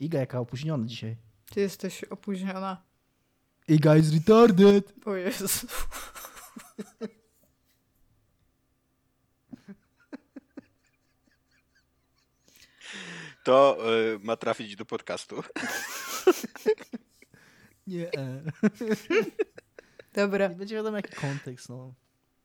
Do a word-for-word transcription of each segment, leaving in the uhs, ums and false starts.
Iga jaka opóźniona dzisiaj. Ty jesteś opóźniona. Iga is retarded. O Jezu. To y, ma trafić do podcastu. Nie. Dobra. Nie będzie wiadomo jaki kontekst, no.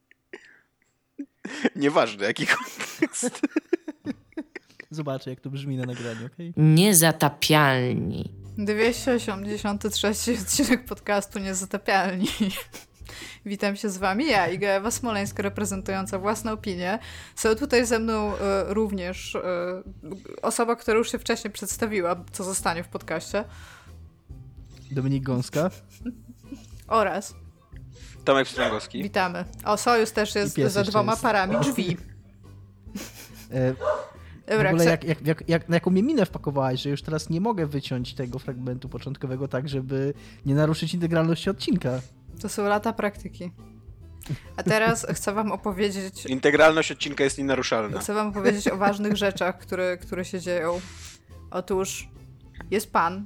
Nieważne jaki kontekst. Zobaczę jak to brzmi na nagraniu, okej? Okay? Niezatapialni. dwieście osiemdziesiąty trzeci odcinek podcastu Niezatapialni. Witam się z wami, ja, Iga Ewa Smoleńska, reprezentująca własne opinie. Są tutaj ze mną y, również y, osoba, która już się wcześniej przedstawiła, co zostanie w podcaście. Dominik Gąska. Oraz Tomek Strągowski. witamy. O, Sojus też jest za dwoma jest. parami drzwi. E, Dobra, w ogóle chcę... jak, jak, jak, jak, na jaką mnie minę wpakowałaś, że już teraz nie mogę wyciąć tego fragmentu początkowego tak, żeby nie naruszyć integralności odcinka. To są lata praktyki. A teraz chcę wam opowiedzieć... Integralność odcinka jest nienaruszalna. Chcę wam opowiedzieć o ważnych rzeczach, które, które się dzieją. Otóż jest pan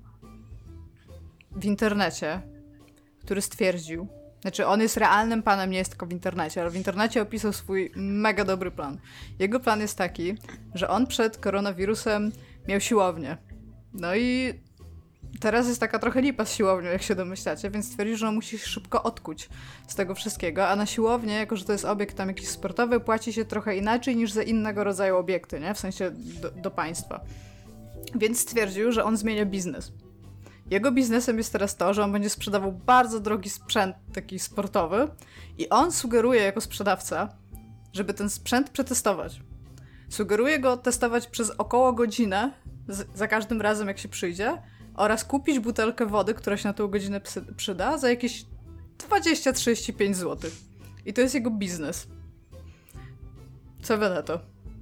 w internecie, który stwierdził, znaczy on jest realnym panem, nie jest tylko w internecie, ale w internecie opisał swój mega dobry plan. Jego plan jest taki, że on przed koronawirusem miał siłownię. No i teraz jest taka trochę lipa z siłownią, jak się domyślacie, więc stwierdził, że on musi szybko odkuć z tego wszystkiego, a na siłownię, jako że to jest obiekt tam jakiś sportowy, płaci się trochę inaczej niż za innego rodzaju obiekty, nie? W sensie do, do państwa. Więc stwierdził, że on zmienia biznes. Jego biznesem jest teraz to, że on będzie sprzedawał bardzo drogi sprzęt taki sportowy i on sugeruje jako sprzedawca, żeby ten sprzęt przetestować. Sugeruje go testować przez około godzinę z, za każdym razem, jak się przyjdzie, oraz kupić butelkę wody, która się na tą godzinę psy, przyda, za jakieś dwadzieścia do trzydziestu pięciu złotych. I to jest jego biznes. Co wy na to?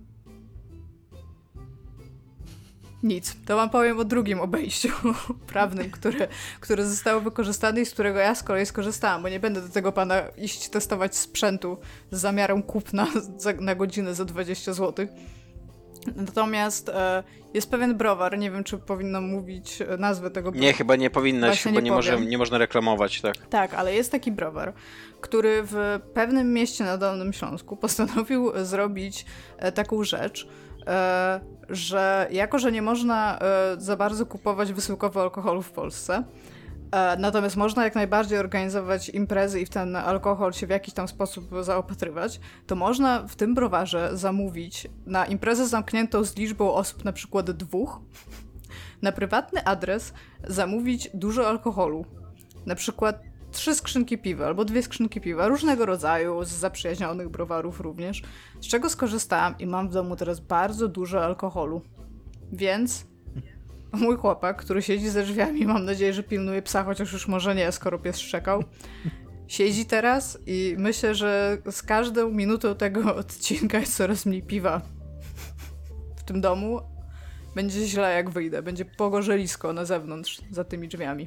Nic. To wam powiem o drugim obejściu prawnym, które, które zostało wykorzystane i z którego ja z kolei skorzystałam, bo nie będę do tego pana iść testować sprzętu z zamiarem kupna za, na godzinę za dwadzieścia złotych. Natomiast e, jest pewien browar, nie wiem, czy powinno mówić nazwę tego browaru. Nie, chyba nie powinnaś, Właśnie bo nie nie, może, nie można reklamować, tak. Tak, ale jest taki browar, który w pewnym mieście na Dolnym Śląsku postanowił zrobić e, taką rzecz, e, że jako, że nie można e, za bardzo kupować wysyłkowo alkoholu w Polsce, e, natomiast można jak najbardziej organizować imprezy i w ten alkohol się w jakiś tam sposób zaopatrywać, to można w tym browarze zamówić na imprezę zamkniętą z liczbą osób na przykład dwóch, na prywatny adres zamówić dużo alkoholu. Na przykład trzy skrzynki piwa albo dwie skrzynki piwa różnego rodzaju, z zaprzyjaźnionych browarów również, z czego skorzystałam i mam w domu teraz bardzo dużo alkoholu. Więc mój chłopak, który siedzi za drzwiami, mam nadzieję, że pilnuje psa, chociaż już może nie, skoro pies szczekał, siedzi teraz i myślę, że z każdą minutą tego odcinka jest coraz mniej piwa w tym domu. Będzie źle, jak wyjdę. Będzie pogorzelisko na zewnątrz, za tymi drzwiami.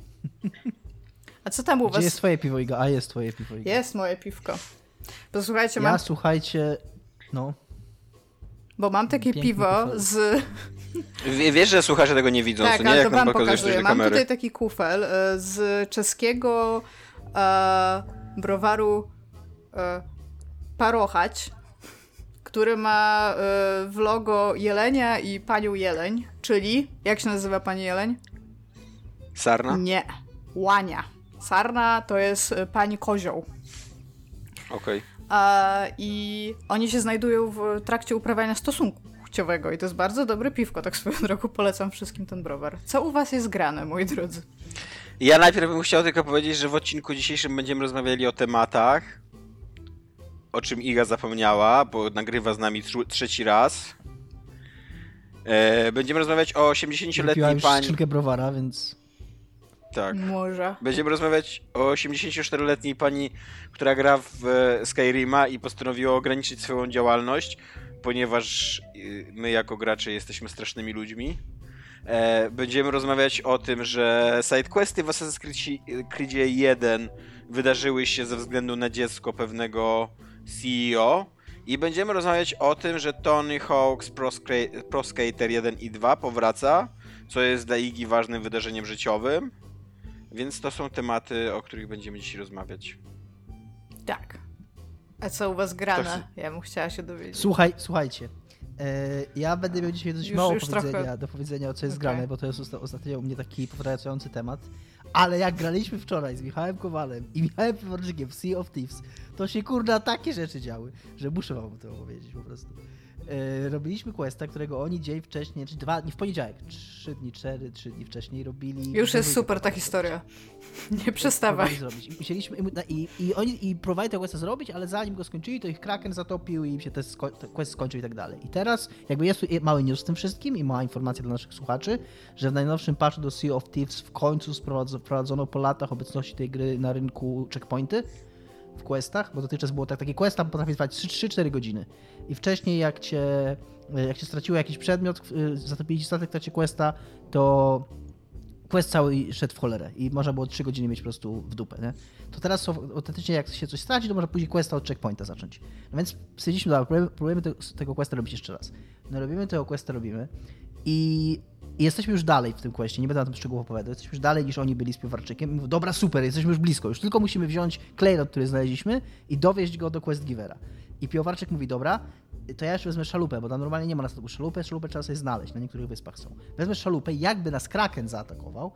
A co tam u was? Gdzie jest twoje piwo, Iga? A jest twoje piwo, Iga. Jest moje piwko. Posłuchajcie, ja, mam... słuchajcie, no. Bo mam takie Piękny piwo kufel. z... W, wiesz, że słuchacze tego nie widzą, tak, co nie? ale Jak to nam wam pokazujesz coś pokazuję. do Mam kamery. tutaj taki kufel e, z czeskiego e, browaru e, Parochać, który ma e, w logo jelenia i panią jeleń, czyli... Jak się nazywa pani jeleń? Sarna? Nie. Łania. Sarna to jest e, pani kozioł. Okej. A, I oni się znajdują w trakcie uprawiania stosunku płciowego i to jest bardzo dobre piwko, tak swoją drogą polecam wszystkim ten browar. Co u was jest grane, moi drodzy? Ja najpierw bym chciał tylko powiedzieć, że w odcinku dzisiejszym będziemy rozmawiali o tematach, o czym Iga zapomniała, bo nagrywa z nami tr- trzeci raz. E, będziemy rozmawiać o Wypiła osiemdziesięcioletniej już pani... skrzynkę browara, więc... Tak. Może. Będziemy rozmawiać o osiemdziesięcioczteroletniej pani, która gra w e, Skyrima i postanowiła ograniczyć swoją działalność, ponieważ y, my jako gracze jesteśmy strasznymi ludźmi. E, będziemy rozmawiać o tym, że sidequesty w Assassin's Creedzie jeden wydarzyły się ze względu na dziecko pewnego C E O i będziemy rozmawiać o tym, że Tony Hawk's Pro, Skra- Pro Skater jeden i dwa powraca co jest dla Igi ważnym wydarzeniem życiowym. Więc to są tematy, o których będziemy dzisiaj rozmawiać. Tak. A co u was grane? To... Ja bym chciała się dowiedzieć. Słuchaj, słuchajcie. E, ja będę miał dzisiaj dość Już- mało już powiedzenia, trochę. do powiedzenia, o co jest Okej. grane, bo to jest osta- ostatnio u mnie taki powracający temat. Ale jak graliśmy wczoraj z Michałem Kowalem i Michałem Piwarczykiem w Sea of Thieves, to się kurna takie rzeczy działy, że muszę wam o tym opowiedzieć po prostu. E, robiliśmy questa, którego oni dzień wcześniej, czy dwa dni w poniedziałek, trzy dni, cztery, trzy dni wcześniej robili. Już jest dwójkę super ta questa historia. Nie próbowali przestawaj. zrobić. I musieliśmy, i, i oni i próbowali tego questa zrobić, ale zanim go skończyli, to ich Kraken zatopił i im się ten sko- ten quest skończył i tak dalej. I teraz jakby jest tu mały news z tym wszystkim i mała informacja dla naszych słuchaczy, że w najnowszym patchu do Sea of Thieves w końcu sprowadzono, wprowadzono po latach obecności tej gry na rynku checkpointy w questach, bo dotychczas było tak, takie quest tam potrafi trwać trzy cztery godziny. I wcześniej jak cię, jak cię straciło jakiś przedmiot, zatopili ci statek w trakcie questa, to quest cały szedł w cholerę i można było trzy godziny mieć po prostu w dupę, nie? To teraz są, autentycznie jak się coś straci, to można później questa od checkpointa zacząć. No więc stwierdziliśmy, dobra, próbujemy, próbujemy tego, tego questa robić jeszcze raz. No robimy tego questa, robimy i, i jesteśmy już dalej w tym questie, nie będę na tym szczegółowo opowiadać, jesteśmy już dalej niż oni byli z Piwowarczykiem. I mówię, dobra, super, jesteśmy już blisko, już tylko musimy wziąć klejnot, który znaleźliśmy i dowieźć go do quest givera. I Piwowarczyk mówi, dobra, to ja jeszcze wezmę szalupę, bo tam normalnie nie ma na statku szalupę, szalupę trzeba sobie znaleźć, na niektórych wyspach są. Wezmę szalupę, jakby nas Kraken zaatakował,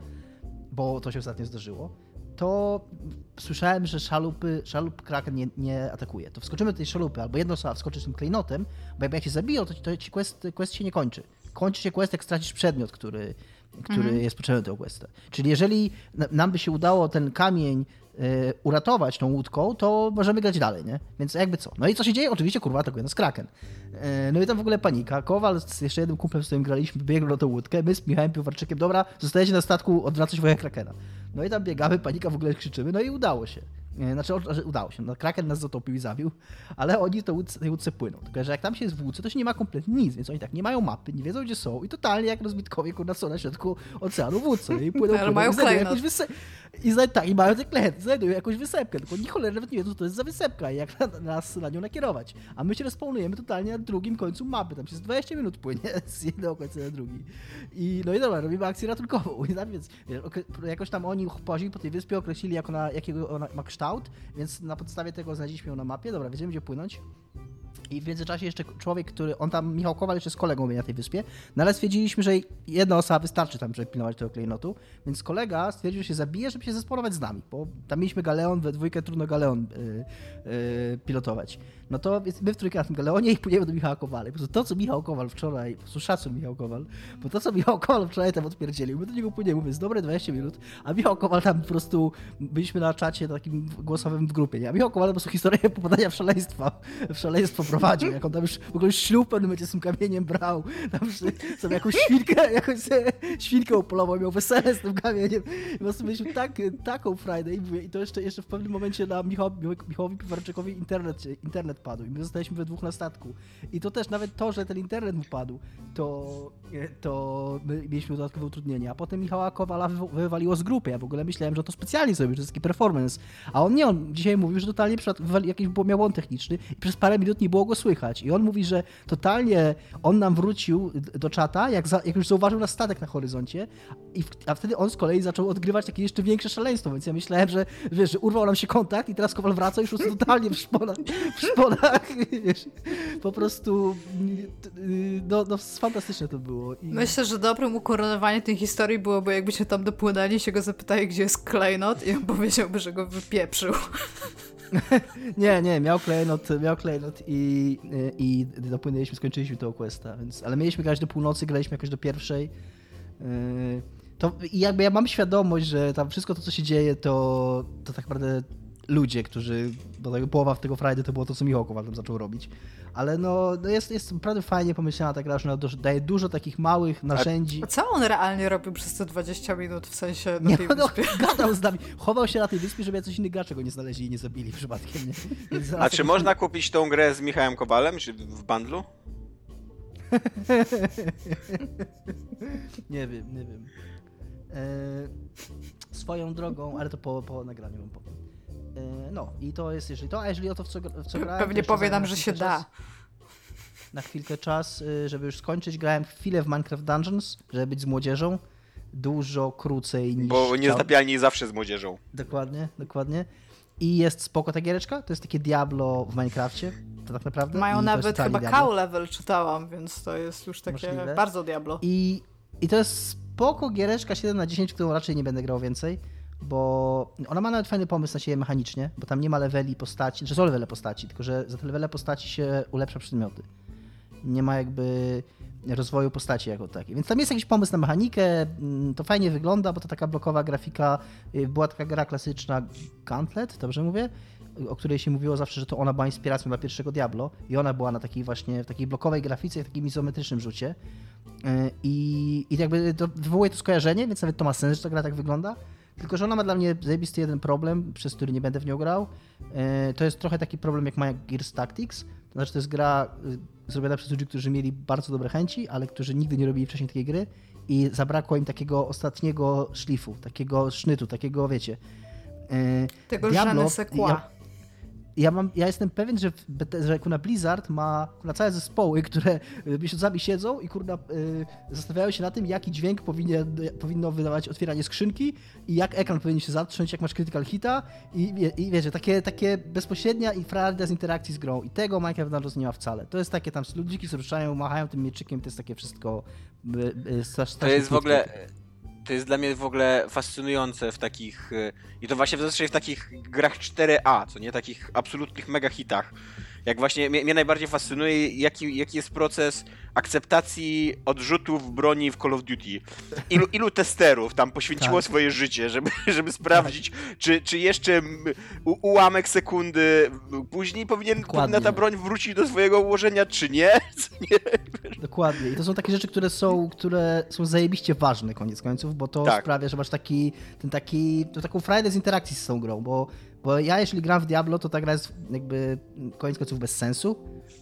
bo to się ostatnio zdarzyło, to słyszałem, że szalupy, szalup Kraken nie, nie atakuje. To wskoczymy do tej szalupy, albo jedno osoba wskoczy z tym klejnotem, bo jakby jak się zabiją, to, to ci quest, quest się nie kończy. Kończy się quest, jak stracisz przedmiot, który, który mhm. jest potrzebny do tego questa. Czyli jeżeli nam by się udało ten kamień y, uratować tą łódką, to możemy grać dalej, nie? Więc jakby co? No i co się dzieje? Oczywiście, kurwa, atakuje nas Kraken. Y, no i tam w ogóle panika. Kowal z jeszcze jednym kumplem, z którym graliśmy, biegł na tą łódkę. My z Michałem Piwowarczykiem, dobra, zostajecie na statku, odwracać wojen Krakena. No i tam biegamy, panika, w ogóle krzyczymy, no i udało się. Znaczy, że udało się. No, Kraken nas zatopił i zabił, ale oni to łódce, tej łódce płyną. Tylko, że jak tam się jest w łódce, to się nie ma kompletnie nic, więc oni tak nie mają mapy, nie wiedzą, gdzie są i totalnie jak rozbitkowie, kurna, są na środku oceanu w łódce. I płyną, Ale płyną mają i znajdują klejnot. jakąś wysepkę. I, zna, tak, i mają te klejnoty, znajdują jakąś wysepkę, tylko ni cholera nawet nie wiedzą, co to jest za wysepka i jak na, nas na nią nakierować. A my się respawnujemy totalnie na drugim końcu mapy, tam się z dwadzieścia minut płynie z jednego końca na drugi. I no i dobra, robimy akcję ratunkową. I tam, więc wiesz, jakoś tam oni po tej wyspie określili, jak ona, jakiego ona ma kształt, więc na podstawie tego znaleźliśmy ją na mapie, dobra, wiemy, gdzie płynąć. I w międzyczasie jeszcze człowiek, który, on tam, Michał Kowal jeszcze z kolegą był na tej wyspie, no ale stwierdziliśmy, że jedna osoba wystarczy tam, żeby pilnować tego klejnotu, więc kolega stwierdził, że się zabije, żeby się zespolować z nami, bo tam mieliśmy galeon, we dwójkę trudno galeon yy, yy, pilotować. No to my w trójkę na tym galeonie i płyniemy do Michała Kowala. Po prostu to, co Michał Kowal wczoraj, po prostu szacun Michał Kowal, bo to, co Michał Kowal wczoraj tam odpierdzielił, my do niego płyniemy, mówię, z dobre dwadzieścia minut, a Michał Kowal tam po prostu, byliśmy na czacie takim głosowym w grupie, nie? A Michał Kowal po prostu historię popadania w szaleństwa, w szaleństwo prowadził, jak on tam już w ogóle ślub w pewnym momencie z tym kamieniem brał, tam sobie jakąś świnkę, jakąś świnkę upolował, miał wesele z tym kamieniem. I po prostu mieliśmy tak, taką frajdę i, mówię, i to jeszcze, jeszcze w pewnym momencie na Michał, Michałowi Piwarczykowi internet, internet padł i my zostaliśmy we dwóch na statku. I to też nawet to, że ten internet mu padł, to, to my mieliśmy dodatkowe utrudnienia. A potem Michała Kowala wywaliło z grupy. Ja w ogóle myślałem, że on to specjalnie zrobił, że to jest taki performance. A on nie, on dzisiaj mówił, że totalnie jakiś miał błąd techniczny i przez parę minut nie było go słychać. I on mówi, że totalnie on nam wrócił do czata, jak, za, jak już zauważył nasz statek na horyzoncie, i w, a wtedy on z kolei zaczął odgrywać takie jeszcze większe szaleństwo, więc ja myślałem, że wiesz, że urwał nam się kontakt i teraz Kowal wraca już totalnie w szponach, w szponach wiesz, po prostu no, no fantastyczne to było. I... Myślę, że dobrym ukoronowaniem tej historii byłoby, jakbyście tam dopłynęli i się go zapytali, gdzie jest klejnot i on powiedziałby, że go wypieprzył. nie, nie, miał klejnot, miał klejnot i, i dopłynęliśmy, skończyliśmy tego questa, więc, ale mieliśmy grać do północy, graliśmy jakoś do pierwszej. To, i jakby ja mam świadomość, że tam wszystko to, co się dzieje, to, to tak naprawdę ludzie, którzy, bo tak połowa tego frajdy to było to, co Michał Kowal tam zaczął robić. Ale no, no jest, jest naprawdę fajnie pomyślana ta gra, że daje dużo takich małych narzędzi. A co on realnie robił przez te dwadzieścia minut, w sensie na nie, tej no, wyspie? Gadał z nami, chował się na tej wyspie, żeby jacyś inni gracze go nie znaleźli i nie zabili przypadkiem. Nie? Więc A czy można kupić tą grę z Michałem Kowalem, czy w bundlu? nie wiem, nie wiem. E, swoją drogą, ale to po, po nagraniu wam powiem. E, no i to jest jeżeli to, a jeżeli o to w co, w co grałem... Pewnie powie nam, że się da. na chwilkę czas, żeby już skończyć. Grałem chwilę w Minecraft Dungeons, żeby być z młodzieżą. Dużo krócej niż... Bo niezatapialni zawsze z młodzieżą. Dokładnie, dokładnie. I jest spoko ta giereczka, to jest takie Diablo w Minecrafcie, to tak naprawdę. Mają I nawet chyba Diablo. cow level czytałam, więc to jest już takie Możliwe. bardzo Diablo. I, I to jest spoko giereczka siedem na dziesięć, którą raczej nie będę grał więcej, bo ona ma nawet fajny pomysł na siebie mechanicznie, bo tam nie ma leveli postaci, że są levele postaci, tylko że za te levele postaci się ulepsza przedmioty. Nie ma jakby rozwoju postaci jako takiej. Więc tam jest jakiś pomysł na mechanikę, to fajnie wygląda, bo to taka blokowa grafika, była taka gra klasyczna Gauntlet, dobrze mówię? O której się mówiło zawsze, że to ona była inspiracją dla pierwszego Diablo i ona była na takiej właśnie, w takiej blokowej grafice, w takim izometrycznym rzucie i, i jakby to wywołuje to skojarzenie, więc nawet to ma sens, że ta gra tak wygląda. Tylko że ona ma dla mnie zajebisty jeden problem, przez który nie będę w nią grał. To jest trochę taki problem, jak ma Gears Tactics. To znaczy, to jest gra zrobiona przez ludzi, którzy mieli bardzo dobre chęci, ale którzy nigdy nie robili wcześniej takiej gry i zabrakło im takiego ostatniego szlifu, takiego sznytu, takiego, wiecie... Tego Diablo, je ne sais quoi. Ja, ja, mam, ja jestem pewien, że, że kurna Blizzard ma kurna całe zespoły, które miesiącami siedzą i kurna y, zastanawiają się na tym, jaki dźwięk powinien, powinno wydawać otwieranie skrzynki i jak ekran powinien się zatrząść, jak masz critical hita i, i wiecie, takie, takie bezpośrednia i frajda z interakcji z grą i tego Minecraft Dungeons nie ma wcale. To jest takie tam ludziki, co ruszają, machają tym mieczykiem, to jest takie wszystko y, y, strasznie. To jest w ogóle... To jest dla mnie w ogóle fascynujące w takich, i to właśnie zazwyczaj w takich grach cztery A, co nie, takich absolutnych mega hitach. Jak właśnie mnie, mnie najbardziej fascynuje, jaki, jaki jest proces akceptacji odrzutów broni w Call of Duty. Ilu, ilu testerów tam poświęciło tak. swoje życie, żeby, żeby sprawdzić, tak. czy, czy jeszcze u, ułamek sekundy później powinien, powinna ta broń wrócić do swojego ułożenia, czy nie? nie? Dokładnie. I to są takie rzeczy, które są, które są zajebiście ważne koniec końców, bo to tak. sprawia, że masz taki, ten taki, to taką frajdę z interakcji z tą grą, bo Bo ja, jeśli gram w Diablo, to ta gra jest jakby koniec końców bez sensu,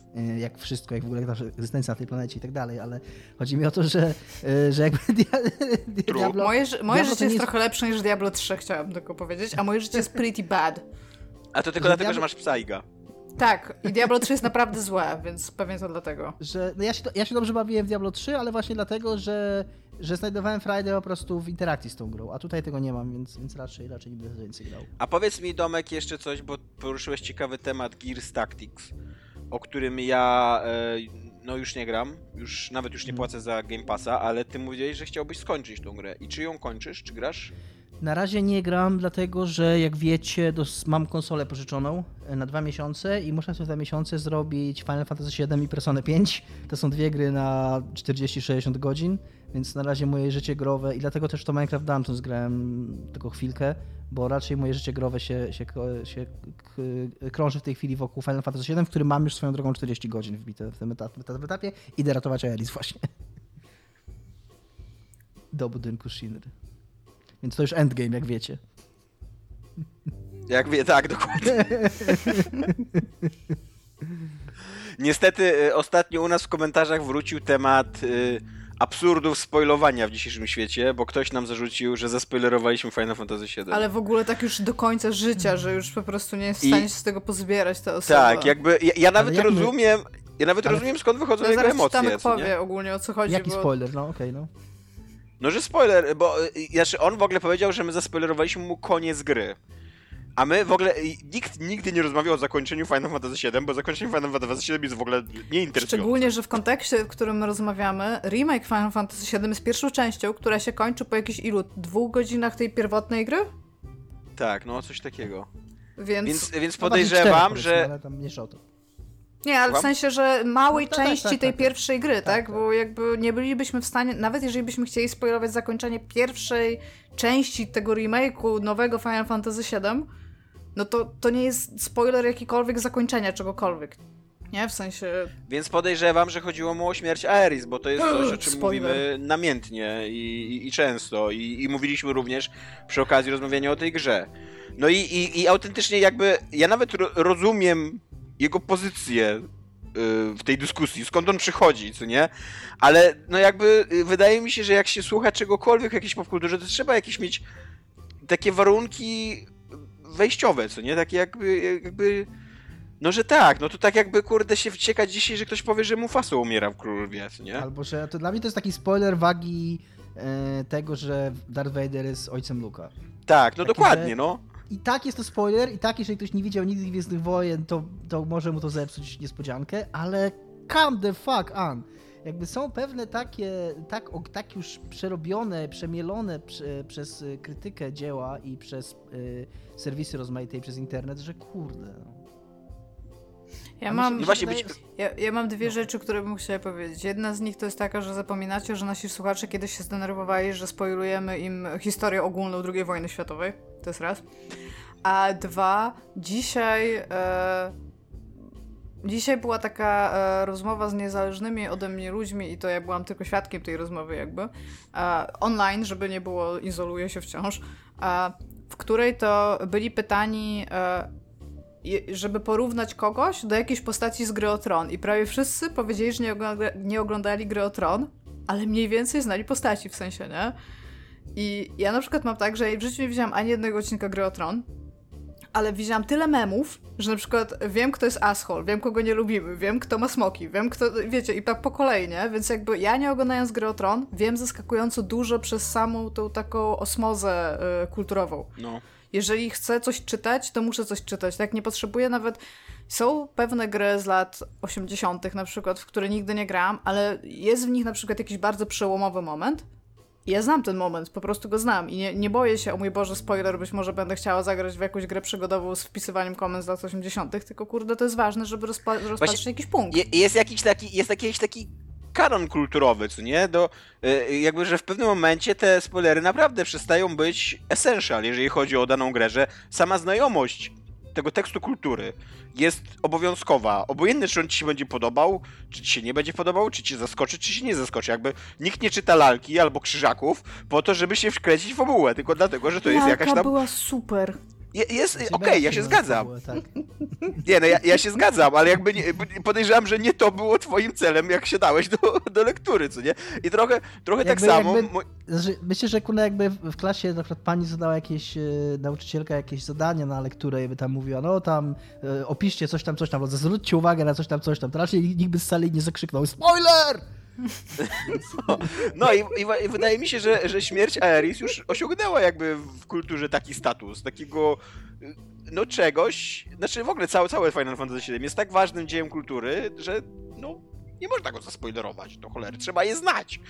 jak wszystko, jak w ogóle nasza egzystencja na tej planecie i tak dalej, ale chodzi mi o to, że, że jakby Diablo... Moje, moje Diablo życie jest jest trochę lepsze niż Diablo trzy, chciałam tylko powiedzieć, a moje życie jest pretty bad. A to tylko że dlatego, Diablo... że masz Psyga. Tak, i Diablo trzy jest naprawdę złe, więc pewnie to dlatego. Że, no ja, się, ja się dobrze bawiłem w Diablo trzy, ale właśnie dlatego, że, że znajdowałem frajdę po prostu w interakcji z tą grą, a tutaj tego nie mam, więc, więc raczej, raczej nie będę więcej grał. A powiedz mi, Domek, jeszcze coś, bo poruszyłeś ciekawy temat Gears Tactics, o którym ja no już nie gram, już nawet już nie płacę za Game Passa, ale ty mówiłeś, że chciałbyś skończyć tą grę. I czy ją kończysz, czy grasz? Na razie nie gram, dlatego że jak wiecie, dos- mam konsolę pożyczoną na dwa miesiące i muszę w te dwa miesiące zrobić Final Fantasy siedem i Persona pięć. To są dwie gry na czterdzieści sześćdziesiąt godzin, więc na razie moje życie growe i dlatego też to Minecraft Dungeons grałem tylko chwilkę, bo raczej moje życie growe się, się, się k- krąży w tej chwili wokół Final Fantasy siedem, w którym mam już swoją drogą czterdzieści godzin wbite w tym etapie, w etapie. Idę ratować Aeris właśnie. Do budynku Shinry. Więc to już endgame, jak wiecie. Jak wie, tak, dokładnie. Niestety y, ostatnio u nas w komentarzach wrócił temat y, absurdów spoilowania w dzisiejszym świecie, bo ktoś nam zarzucił, że zaspoilerowaliśmy Final Fantasy siedem. Ale w ogóle tak już do końca życia, że już po prostu nie jest w stanie I... się z tego pozbierać ta osoba. Tak, jakby ja, ja nawet rozumiem, my... ja nawet Ale... rozumiem skąd wychodzą no, jego emocje. Tomek powie ogólnie o co chodzi. Jaki bo... spoiler? No okej, okay, no. No, że spoiler, bo znaczy on w ogóle powiedział, że my zaspoilerowaliśmy mu koniec gry. A my w ogóle, nikt nigdy nie rozmawiał o zakończeniu Final Fantasy siedem, bo zakończenie Final Fantasy siedem jest w ogóle nieinteresujące. Szczególnie, że w kontekście, w którym rozmawiamy, remake Final Fantasy siedem jest pierwszą częścią, która się kończy po jakichś ilu? Dwóch godzinach tej pierwotnej gry? Tak, no coś takiego. Więc, więc, więc no podejrzewam, cztery, że... Ale tam nie o to. Nie, ale w sensie, że małej no, tak, części tak, tak, tej tak, pierwszej gry, tak, tak? tak? Bo jakby nie bylibyśmy w stanie, nawet jeżeli byśmy chcieli spoilować zakończenie pierwszej części tego remake'u nowego Final Fantasy siedem, no to, to nie jest spoiler jakikolwiek zakończenia czegokolwiek. Nie? W sensie... Więc podejrzewam, że chodziło mu o śmierć Aeris, bo to jest coś, o czym Spoiler. mówimy namiętnie i, i, i często. I, I mówiliśmy również przy okazji rozmawiania o tej grze. No i, i, i autentycznie jakby, ja nawet ro, rozumiem jego pozycję yy, w tej dyskusji, skąd on przychodzi, co nie? Ale no jakby yy, wydaje mi się, że jak się słucha czegokolwiek w jakiejś popkulturze, to trzeba jakieś mieć takie warunki wejściowe, co nie? Takie jakby, jakby No, że tak, no to tak jakby, kurde, się wcieka dzisiaj, że ktoś powie, że Mufasa umiera w Królu Lwie, nie? Albo, że to dla mnie to jest taki spoiler wagi e, tego, że Darth Vader jest ojcem Luke'a. Tak, no Taki, dokładnie, że- no. I tak jest to spoiler, i tak, jeżeli ktoś nie widział nigdy Gwiezdnych Wojen, to, to może mu to zepsuć niespodziankę, ale calm the fuck on. Jakby są pewne takie, tak, o- tak już przerobione, przemielone prze, przez y, krytykę dzieła i przez y, serwisy rozmaite i przez internet, że kurde. no. Ja A mi mam, się- No właśnie, wydaje- być- ja, ja mam dwie No. rzeczy, które bym chciała powiedzieć. Jedna z nich to jest taka, że zapominacie, że nasi słuchacze kiedyś się zdenerwowali, że spoilujemy im historię ogólną drugiej wojny światowej. To jest raz. A dwa, dzisiaj... E, dzisiaj była taka e, rozmowa z niezależnymi ode mnie ludźmi i to ja byłam tylko świadkiem tej rozmowy jakby. E, online, żeby nie było, izoluję się wciąż. E, w której to byli pytani... E, i- żeby porównać kogoś do jakiejś postaci z Gry o Tron. I prawie wszyscy powiedzieli, że nie, ogląda- nie oglądali Gry o Tron, ale mniej więcej znali postaci, w sensie, nie? I ja na przykład mam tak, że ja w życiu nie widziałam ani jednego odcinka Gry o Tron, ale widziałam tyle memów, że na przykład wiem, kto jest asshole, wiem, kogo nie lubimy, wiem, kto ma smoki, wiem, kto, wiecie, i tak po kolei, nie? Więc jakby ja nie oglądając Gry o Tron, wiem zaskakująco dużo przez samą tą taką osmozę y, kulturową. No. Jeżeli chcę coś czytać, to muszę coś czytać, tak? Nie potrzebuję nawet... Są pewne gry z lat osiemdziesiątych na przykład, w które nigdy nie grałam, ale jest w nich na przykład jakiś bardzo przełomowy moment. I ja znam ten moment, po prostu go znam i nie, nie boję się, o mój Boże, spoiler, być może będę chciała zagrać w jakąś grę przygodową z wpisywaniem komend z lat osiemdziesiątych, tylko kurde, to jest ważne, żeby rozpa- rozpatrzyć jakiś punkt. Je, jest jakiś taki, jest jakiś taki kanon kulturowy, co nie? Do, y, jakby, że w pewnym momencie te spoilery naprawdę przestają być essential, jeżeli chodzi o daną grę, że sama znajomość tego tekstu kultury jest obowiązkowa. Obojętnie, czy on ci się będzie podobał, czy ci się nie będzie podobał, czy cię zaskoczy, czy się nie zaskoczy. Jakby nikt nie czyta lalki albo krzyżaków po to, żeby się wkręcić w fabułę, tylko dlatego, że to jest Lalka jakaś tam... była super. Je, jest, Znaczy, okej, będzie ja się na zgadzam. fabułę, tak. Nie, no ja, ja się zgadzam, ale jakby nie, podejrzewam, że nie to było twoim celem, jak siadałeś do, do lektury, co nie? I trochę, trochę tak Jakby- samo... jakby- mo- Znaczy, myślę, że kuna jakby w w klasie na przykład pani zadała jakieś, e, nauczycielka jakieś zadanie na lekturę i by tam mówiła, no tam e, opiszcie coś tam, coś tam, zwróćcie uwagę na coś tam, coś tam, to raczej nikt by z sali nie zakrzyknął spoiler! No i, i, wa- i wydaje mi się, że, że śmierć Aerys już osiągnęła jakby w kulturze taki status, takiego y, no czegoś, znaczy w ogóle całe, całe Final Fantasy siedem jest tak ważnym dziełem kultury, że no nie można go zaspoilerować, do cholery, trzeba je znać.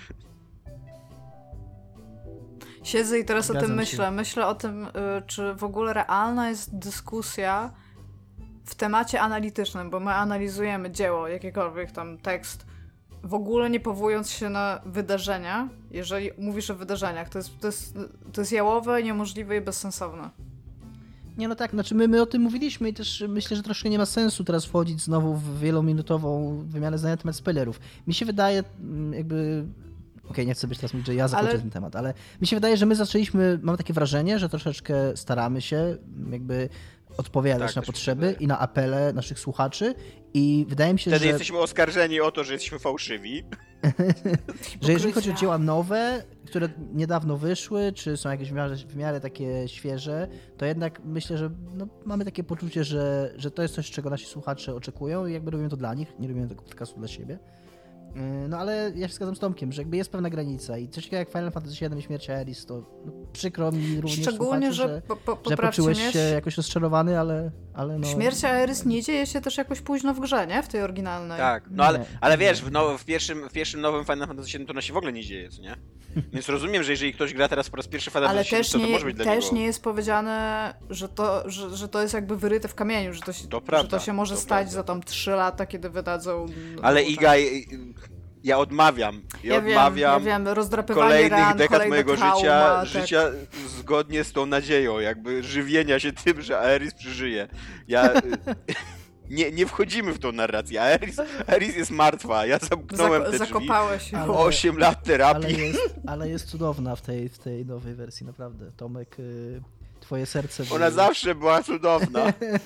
Siedzę i teraz o Zgadzam tym się. myślę. Myślę o tym, y, czy w ogóle realna jest dyskusja w temacie analitycznym, bo my analizujemy dzieło, jakiekolwiek tam tekst, w ogóle nie powołując się na wydarzenia. Jeżeli mówisz o wydarzeniach, to jest, to jest, to jest jałowe, niemożliwe i bezsensowne. Nie, no tak, znaczy my, my o tym mówiliśmy i też myślę, że troszkę nie ma sensu teraz wchodzić znowu w wielominutową wymianę zdań na temat spoilerów. Mi się wydaje, mm, jakby... Okej, nie chcę być teraz mówić, że ja zakończę Ale- ten temat, ale mi się wydaje, że my zaczęliśmy, mam takie wrażenie, że troszeczkę staramy się mm, jakby odpowiadać Tak, na też mi się potrzeby wydaje. i na apele naszych słuchaczy i wydaje mi się, Wtedy że... jesteśmy oskarżeni o to, że jesteśmy fałszywi. że jeżeli chodzi o Hipokryzja. dzieła nowe, które niedawno wyszły, czy są jakieś w miarę, w miarę takie świeże, to jednak myślę, że no, mamy takie poczucie, że, że to jest coś, czego nasi słuchacze oczekują i jakby robimy to dla nich, nie robimy tego podcastu dla siebie. Yy, No ale ja się zgadzam z Tomkiem, że jakby jest pewna granica i coś takiego jak Final Fantasy siedem i Śmierć Aerys, to no, przykro mi również Szczególnie, słuchaczy, że, po, po, że poprawcie poczułeś mnie, się jakoś rozczarowany, ale, ale no... Śmierć Aerys nie dzieje się też jakoś późno w grze, nie? W tej oryginalnej. Tak, no ale, Nie, ale nie. wiesz, w, now, w, pierwszym, w pierwszym nowym Final Fantasy siedem to ona się w ogóle nie dzieje, co nie? Więc rozumiem, że jeżeli ktoś gra teraz po raz pierwszy Final Ale Fantasy siedem, też, to, to nie, może być dla też niego... nie jest powiedziane, że to, że, że to jest jakby wyryte w kamieniu, że to się, To prawda, że to się może to stać prawda. za tam trzy lata, kiedy wydadzą... Ale no, Iga, ja odmawiam, ja, Ja wiem, odmawiam ja wiem, rozdrapywanie kolejnych ran, dekad kolejne mojego trauma, życia, tak. życia zgodnie z tą nadzieją, jakby żywienia się tym, że Aerys przeżyje. Ja... y, Nie, nie wchodzimy w tą narrację. Aerys, Aerys jest martwa. Ja zamknąłem Zako- te drzwi. zakopałeś ją. Ale- osiem lat Ale terapii. jest, ale jest cudowna w tej, w tej nowej wersji, naprawdę. Tomek, y, twoje serce... Ona było- zawsze była cudowna.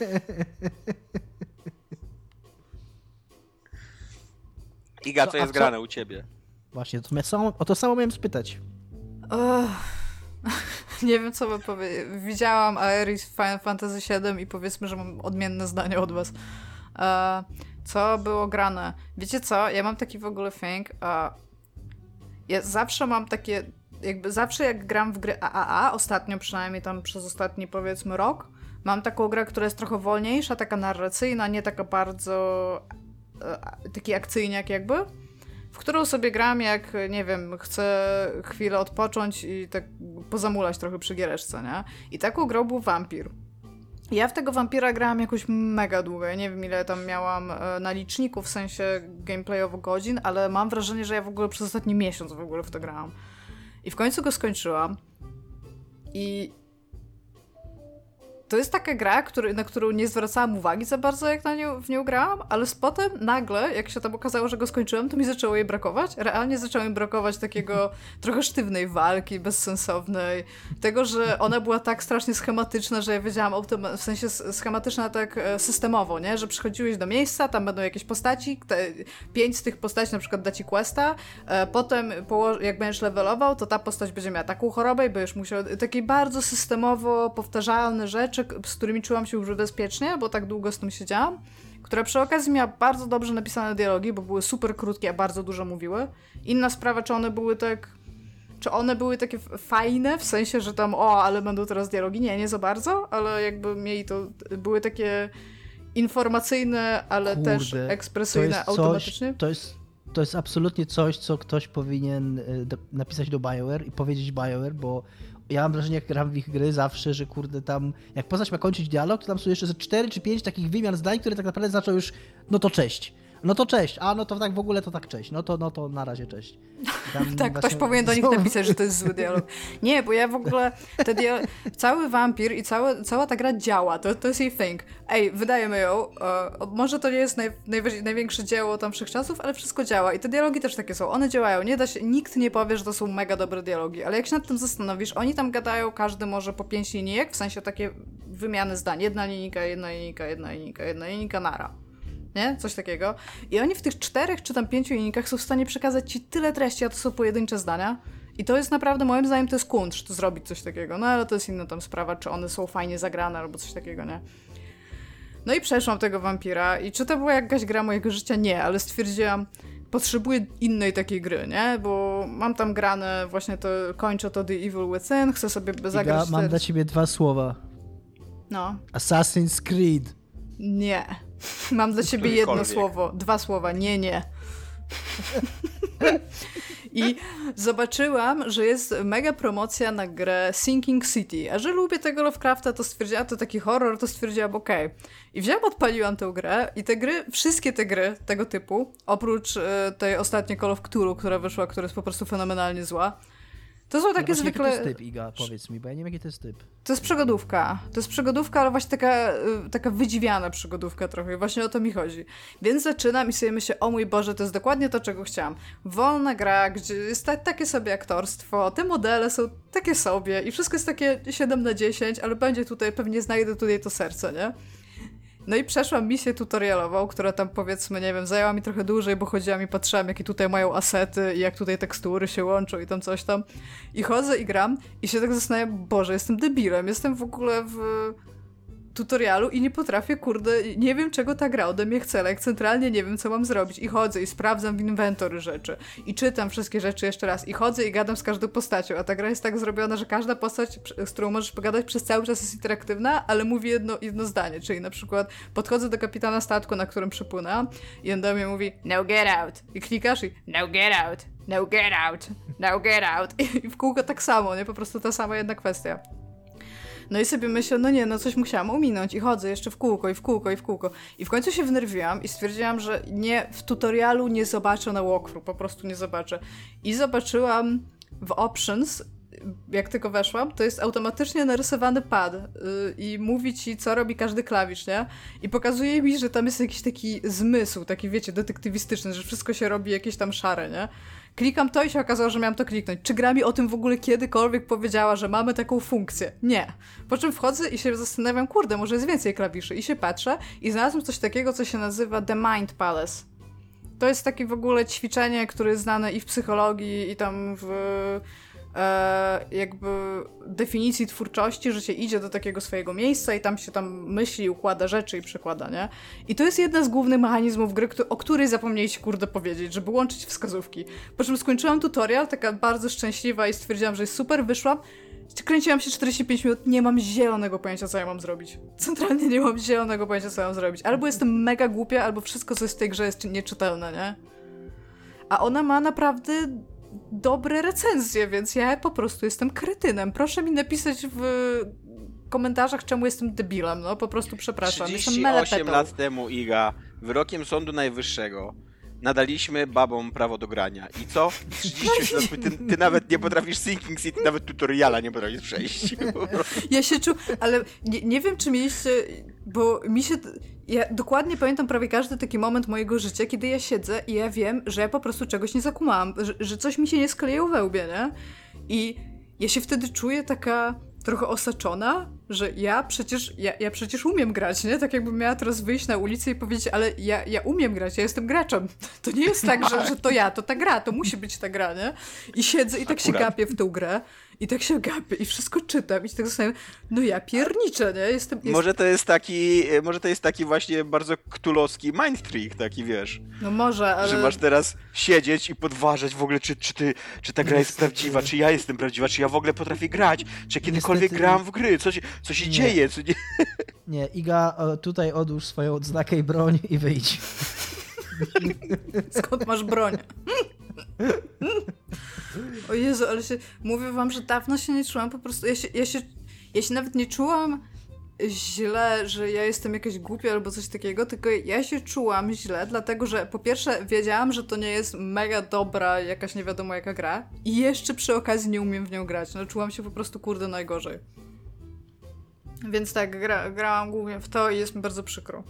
Iga, Co- co a jest co- grane u ciebie? Właśnie, to mnie samo, o to samo miałem spytać. Ech, nie wiem, co bym powiedzieć. Widziałam Aerys w Final Fantasy siedem i powiedzmy, że mam odmienne zdanie od was. E, co było grane? Wiecie co? Ja mam taki w ogóle thing. E, ja zawsze mam takie, jakby zawsze jak gram w gry A A A, ostatnio przynajmniej tam przez ostatni powiedzmy rok, mam taką grę, która jest trochę wolniejsza, taka narracyjna, nie taka bardzo e, taki akcyjniak jakby, w którą sobie gram jak, nie wiem, chcę chwilę odpocząć i tak pozamulać trochę przy giereczce, nie? I taką grą był Vampir. Ja w tego Vampira grałam jakoś mega długo, ja nie wiem ile tam miałam e, na liczniku w sensie gameplayowo godzin, ale mam wrażenie, że ja w ogóle przez ostatni miesiąc w ogóle w to grałam. I w końcu go skończyłam i to jest taka gra, który, na którą nie zwracałam uwagi za bardzo, jak na nią, w nią grałam, ale potem nagle, jak się tam okazało, że go skończyłam, to mi zaczęło jej brakować. Realnie zaczęło mi brakować takiego trochę sztywnej walki, bezsensownej. Tego, że ona była tak strasznie schematyczna, że ja wiedziałam, automa- w sensie schematyczna tak systemowo, nie? Że przychodziłeś do miejsca, tam będą jakieś postaci, te, pięć z tych postaci na przykład da ci questa, e, potem poło- jak będziesz levelował, to ta postać będzie miała taką chorobę i będziesz musiał takie bardzo systemowo powtarzalne rzeczy, z którymi czułam się już bezpiecznie, bo tak długo z tym siedziałam, która przy okazji miała bardzo dobrze napisane dialogi, bo były super krótkie, a bardzo dużo mówiły. Inna sprawa, czy one były tak... Czy one były takie fajne, w sensie, że tam o, ale będą teraz dialogi? Nie, nie za bardzo, ale jakby mieli to... Były takie informacyjne, ale Kurde, też ekspresyjne to automatycznie. Coś, to jest To jest absolutnie coś, co ktoś powinien do, napisać do BioWare i powiedzieć BioWare, bo ja mam wrażenie, jak gram w ich gry zawsze, że kurde tam, jak postać ma kończyć dialog, to tam są jeszcze ze cztery czy pięć takich wymian zdań, które tak naprawdę znaczą już, no to cześć. No to cześć, a no to tak w ogóle to tak cześć, no to, no to na razie cześć. Tak, właśnie... ktoś powinien do nich napisać, że to jest zły dialog. Nie, bo ja w ogóle, te dialog... cały Vampir i całe, cała ta gra działa, to, to jest jej thing. Ej, wydajemy ją, e, może to nie jest naj, najwyż... największe dzieło tam wszechczasów, ale wszystko działa i te dialogi też takie są, one działają, nie da się, nikt nie powie, że to są mega dobre dialogi, ale jak się nad tym zastanowisz, oni tam gadają, każdy może po pięć linijek, w sensie takie wymiany zdań, jedna linijka, jedna linijka, jedna linijka, jedna linijka, nara. Nie? Coś takiego. I oni w tych czterech czy tam pięciu linijkach są w stanie przekazać ci tyle treści, a to są pojedyncze zdania. I to jest naprawdę, moim zdaniem, to jest kunszt, zrobić coś takiego. No ale to jest inna tam sprawa, czy one są fajnie zagrane albo coś takiego, nie? No i przeszłam tego Vampira i czy to była jakaś gra mojego życia? Nie, ale stwierdziłam, potrzebuję innej takiej gry, nie? Bo mam tam grane, właśnie to, kończę to The Evil Within, chcę sobie zagrać... Ja mam dla ciebie dwa słowa. No. Assassin's Creed. Nie. Mam dla ciebie jedno słowo, dwa słowa, nie, nie. I zobaczyłam, że jest mega promocja na grę Sinking City, a że lubię tego Lovecrafta, to stwierdziłam, to taki horror, to stwierdziłam, okej. Okay. I wziąłam, odpaliłam tę grę i te gry, wszystkie te gry tego typu, oprócz y, tej ostatniej Call of Cthulhu, która wyszła, która jest po prostu fenomenalnie zła, to są takie zwykle... Jaki to jest typ, Iga? Powiedz mi, bo ja nie wiem, jaki to jest typ. To jest przygodówka. To jest przygodówka, ale właśnie taka, taka wydziwiana przygodówka trochę. I właśnie o to mi chodzi. Więc zaczynam i sobie myślę, o mój Boże, to jest dokładnie to, czego chciałam. Wolna gra, gdzie jest ta, takie sobie aktorstwo, te modele są takie sobie i wszystko jest takie siedem na dziesięć, ale będzie tutaj, pewnie znajdę tutaj to serce, nie? No i przeszłam misję tutorialową, która tam powiedzmy, nie wiem, zajęła mi trochę dłużej, bo chodziłam i patrzyłam, jakie tutaj mają asety i jak tutaj tekstury się łączą i tam coś tam. I chodzę i gram i się tak zastanawiam, Boże, jestem debilem, jestem w ogóle w tutorialu i nie potrafię, kurde, nie wiem czego ta gra ode mnie chce, jak centralnie nie wiem co mam zrobić i chodzę i sprawdzam w inwentory rzeczy i czytam wszystkie rzeczy jeszcze raz i chodzę i gadam z każdą postacią, a ta gra jest tak zrobiona, że każda postać, z którą możesz pogadać przez cały czas jest interaktywna, ale mówi jedno, jedno zdanie, czyli na przykład podchodzę do kapitana statku, na którym przypłynęłam i on do mnie mówi no get out i klikasz i no get out, no get out, no get out i w kółko tak samo, nie? Po prostu ta sama jedna kwestia. No i sobie myślę, no nie, no coś musiałam ominąć i chodzę jeszcze w kółko i w kółko i w kółko. I w końcu się wnerwiłam i stwierdziłam, że nie, w tutorialu nie zobaczę na walkthrough, po prostu nie zobaczę. I zobaczyłam w options, jak tylko weszłam, to jest automatycznie narysowany pad yy, i mówi ci, co robi każdy klawisz, nie? I pokazuje mi, że tam jest jakiś taki zmysł, taki wiecie, detektywistyczny, że wszystko się robi jakieś tam szare, nie? Klikam to i się okazało, że miałam to kliknąć. Czy gra mi o tym w ogóle kiedykolwiek powiedziała, że mamy taką funkcję? Nie. Po czym wchodzę i się zastanawiam, kurde, może jest więcej klawiszy. I się patrzę i znalazłam coś takiego, co się nazywa The Mind Palace. To jest takie w ogóle ćwiczenie, które jest znane i w psychologii, i tam w e, jakby definicji twórczości, że się idzie do takiego swojego miejsca i tam się tam myśli, układa rzeczy i przekłada, nie? I to jest jedna z głównych mechanizmów gry, o której zapomnieliście, kurde, powiedzieć, żeby łączyć wskazówki. Po czym skończyłam tutorial, taka bardzo szczęśliwa i stwierdziłam, że jest super, wyszłam. Kręciłam się czterdzieści pięć minut, nie mam zielonego pojęcia, co ja mam zrobić. Centralnie nie mam zielonego pojęcia, co ja mam zrobić. Albo jestem mega głupia, albo wszystko, co jest w tej grze, jest nieczytelne, nie? A ona ma naprawdę dobre recenzje, więc ja po prostu jestem kretynem. Proszę mi napisać w komentarzach, czemu jestem debilem, no po prostu przepraszam. trzydzieści osiem lat temu, Iga, wyrokiem Sądu Najwyższego nadaliśmy babom prawo do grania. I co? trzydzieści osiem lat, ty, ty nawet nie potrafisz Sinking City, nawet tutoriala nie potrafisz przejść. Ja się czuł, ale nie, nie wiem, czy mieliście, bo mi się, ja dokładnie pamiętam prawie każdy taki moment mojego życia, kiedy ja siedzę i ja wiem, że ja po prostu czegoś nie zakumałam, że, że coś mi się nie skleiło we łbie, nie? I ja się wtedy czuję taka trochę osaczona, że ja przecież, ja, ja przecież umiem grać, nie? Tak jakbym miała teraz wyjść na ulicę i powiedzieć, ale ja, ja umiem grać, ja jestem graczem. To nie jest tak, że, że to ja, to ta gra, to musi być ta gra, nie? I siedzę i tak Akurat. się gapię w tą grę i tak się gapię i wszystko czytam i tak zastanawiam, no ja pierniczę, nie? Jestem, jest... Może to jest taki, może to jest taki właśnie bardzo ktulowski mind trick, taki wiesz. No może, ale... Że masz teraz siedzieć i podważać w ogóle, czy, czy, ty, czy ta gra jest prawdziwa, czy ja jestem prawdziwa, czy ja w ogóle potrafię grać, czy kiedykolwiek Niestety... grałam w gry, co się, co się dzieje, co nie... Nie, Iga, tutaj odłóż swoją odznakę i broń i wyjdź. Skąd masz broń? O Jezu, ale się, mówię wam, że dawno się nie czułam po prostu, ja się, ja się, ja się nawet nie czułam źle, że ja jestem jakaś głupia albo coś takiego, tylko ja się czułam źle, dlatego że po pierwsze wiedziałam, że to nie jest mega dobra jakaś nie wiadomo jaka gra i jeszcze przy okazji nie umiem w nią grać, no czułam się po prostu kurde najgorzej. Więc tak, gra, grałam głównie w to i jest mi bardzo przykro.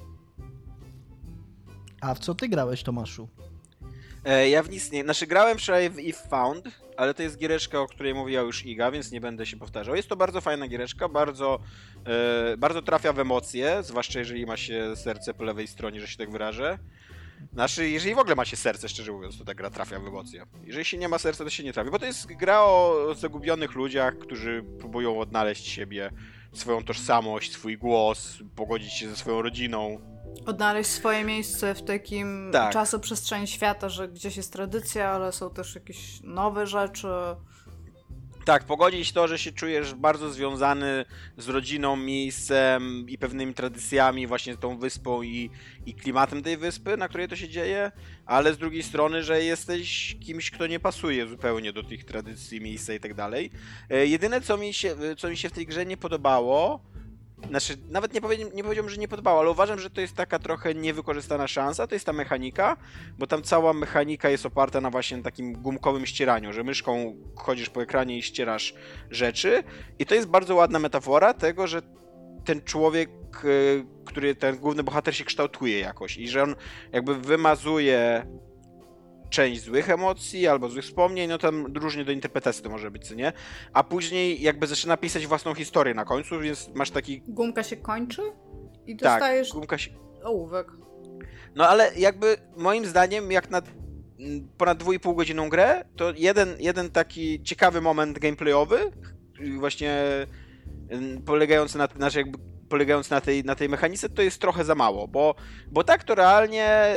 A w co ty grałeś, Tomaszu? E, ja w nic nie... Znaczy grałem wczoraj w If Found, ale to jest giereczka, o której mówiła już Iga, więc nie będę się powtarzał. Jest to bardzo fajna giereczka, bardzo, e, bardzo trafia w emocje, zwłaszcza jeżeli ma się serce po lewej stronie, że się tak wyrażę. Znaczy, jeżeli w ogóle ma się serce, szczerze mówiąc, to ta gra trafia w emocje. Jeżeli się nie ma serca, to się nie trafi, bo to jest gra o zagubionych ludziach, którzy próbują odnaleźć siebie, swoją tożsamość, swój głos, pogodzić się ze swoją rodziną. Odnaleźć swoje miejsce w takim tak. czasoprzestrzeni świata, że gdzieś jest tradycja, ale są też jakieś nowe rzeczy. Tak, pogodzić to, że się czujesz bardzo związany z rodziną, miejscem i pewnymi tradycjami, właśnie tą wyspą i, i klimatem tej wyspy, na której to się dzieje, ale z drugiej strony, że jesteś kimś, kto nie pasuje zupełnie do tych tradycji, miejsca i tak dalej. Jedyne, co mi się, co mi się w tej grze nie podobało, znaczy, nawet nie, powiem, nie powiedziałbym, że nie podobało, ale uważam, że to jest taka trochę niewykorzystana szansa, to jest ta mechanika, bo tam cała mechanika jest oparta na właśnie takim gumkowym ścieraniu, że myszką chodzisz po ekranie i ścierasz rzeczy i to jest bardzo ładna metafora tego, że ten człowiek, który, ten główny bohater się kształtuje jakoś i że on jakby wymazuje część złych emocji albo złych wspomnień, no tam różnie do interpretacji to może być, co nie? A później jakby zaczyna pisać własną historię na końcu, więc masz taki... Gumka się kończy i dostajesz tak, gumka się... ołówek. No ale jakby moim zdaniem, jak na ponad dwie i pół godziną grę, to jeden, jeden taki ciekawy moment gameplayowy, właśnie polegający na, znaczy jakby polegający na tej, na tej mechanice, to jest trochę za mało, bo, bo tak to realnie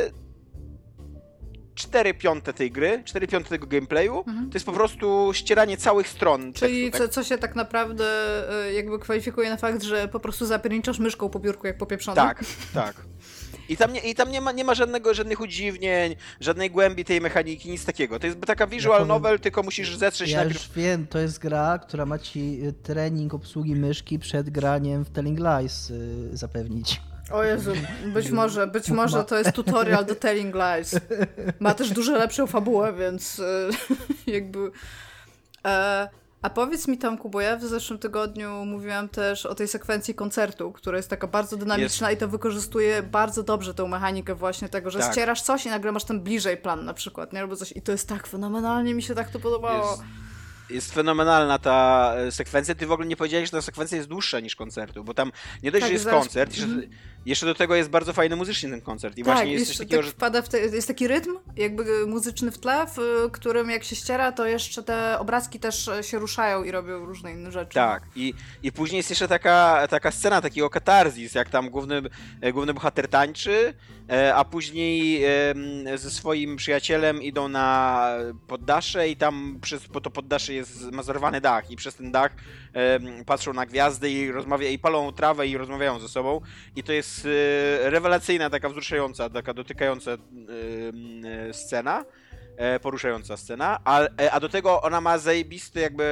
cztery piąte tej gry, cztery piąte tego gameplayu, mhm. to jest po prostu ścieranie całych stron. Czyli tekstu, co, co się tak naprawdę jakby kwalifikuje na fakt, że po prostu zapierniczasz myszką po biurku jak popieprzony? Tak, tak. I tam, nie, i tam nie, ma, nie ma żadnego, żadnych udziwnień, żadnej głębi tej mechaniki, nic takiego. To jest taka visual ja novel, tylko musisz zetrzeć ja najpierw... Ja już wiem, to jest gra, która ma ci trening obsługi myszki przed graniem w Telling Lies yy, zapewnić. O Jezu, być może, być może to jest tutorial do Telling Lies. Ma też dużo lepszą fabułę, więc yy, jakby... E, a powiedz mi, Tomku, bo ja w zeszłym tygodniu mówiłam też o tej sekwencji koncertu, która jest taka bardzo dynamiczna jest. I to wykorzystuje bardzo dobrze tą mechanikę właśnie tego, że tak. ścierasz coś i nagle masz ten bliżej plan na przykład, nie? Albo coś. I to jest tak fenomenalnie, mi się tak to podobało. Jest. Jest fenomenalna ta sekwencja. Ty w ogóle nie powiedziałeś, że ta sekwencja jest dłuższa niż koncertu, bo tam nie dość, tak, że jest zaraz... koncert, że, Jeszcze do tego jest bardzo fajny muzycznie ten koncert. I tak, właśnie jest coś takiego, tak że... wpada w te, jest taki rytm jakby muzyczny w tle, w którym jak się ściera, to jeszcze te obrazki też się ruszają i robią różne inne rzeczy. Tak, i, i później jest jeszcze taka, taka scena takiego katarzis, jak tam główny, główny bohater tańczy, a później ze swoim przyjacielem idą na poddasze i tam przez, bo to poddasze jest, ma zerwany dach i przez ten dach patrzą na gwiazdy i rozmawia, i palą trawę i rozmawiają ze sobą i to jest rewelacyjna, taka wzruszająca, taka dotykająca scena, poruszająca scena, a, a do tego ona ma zajebisty jakby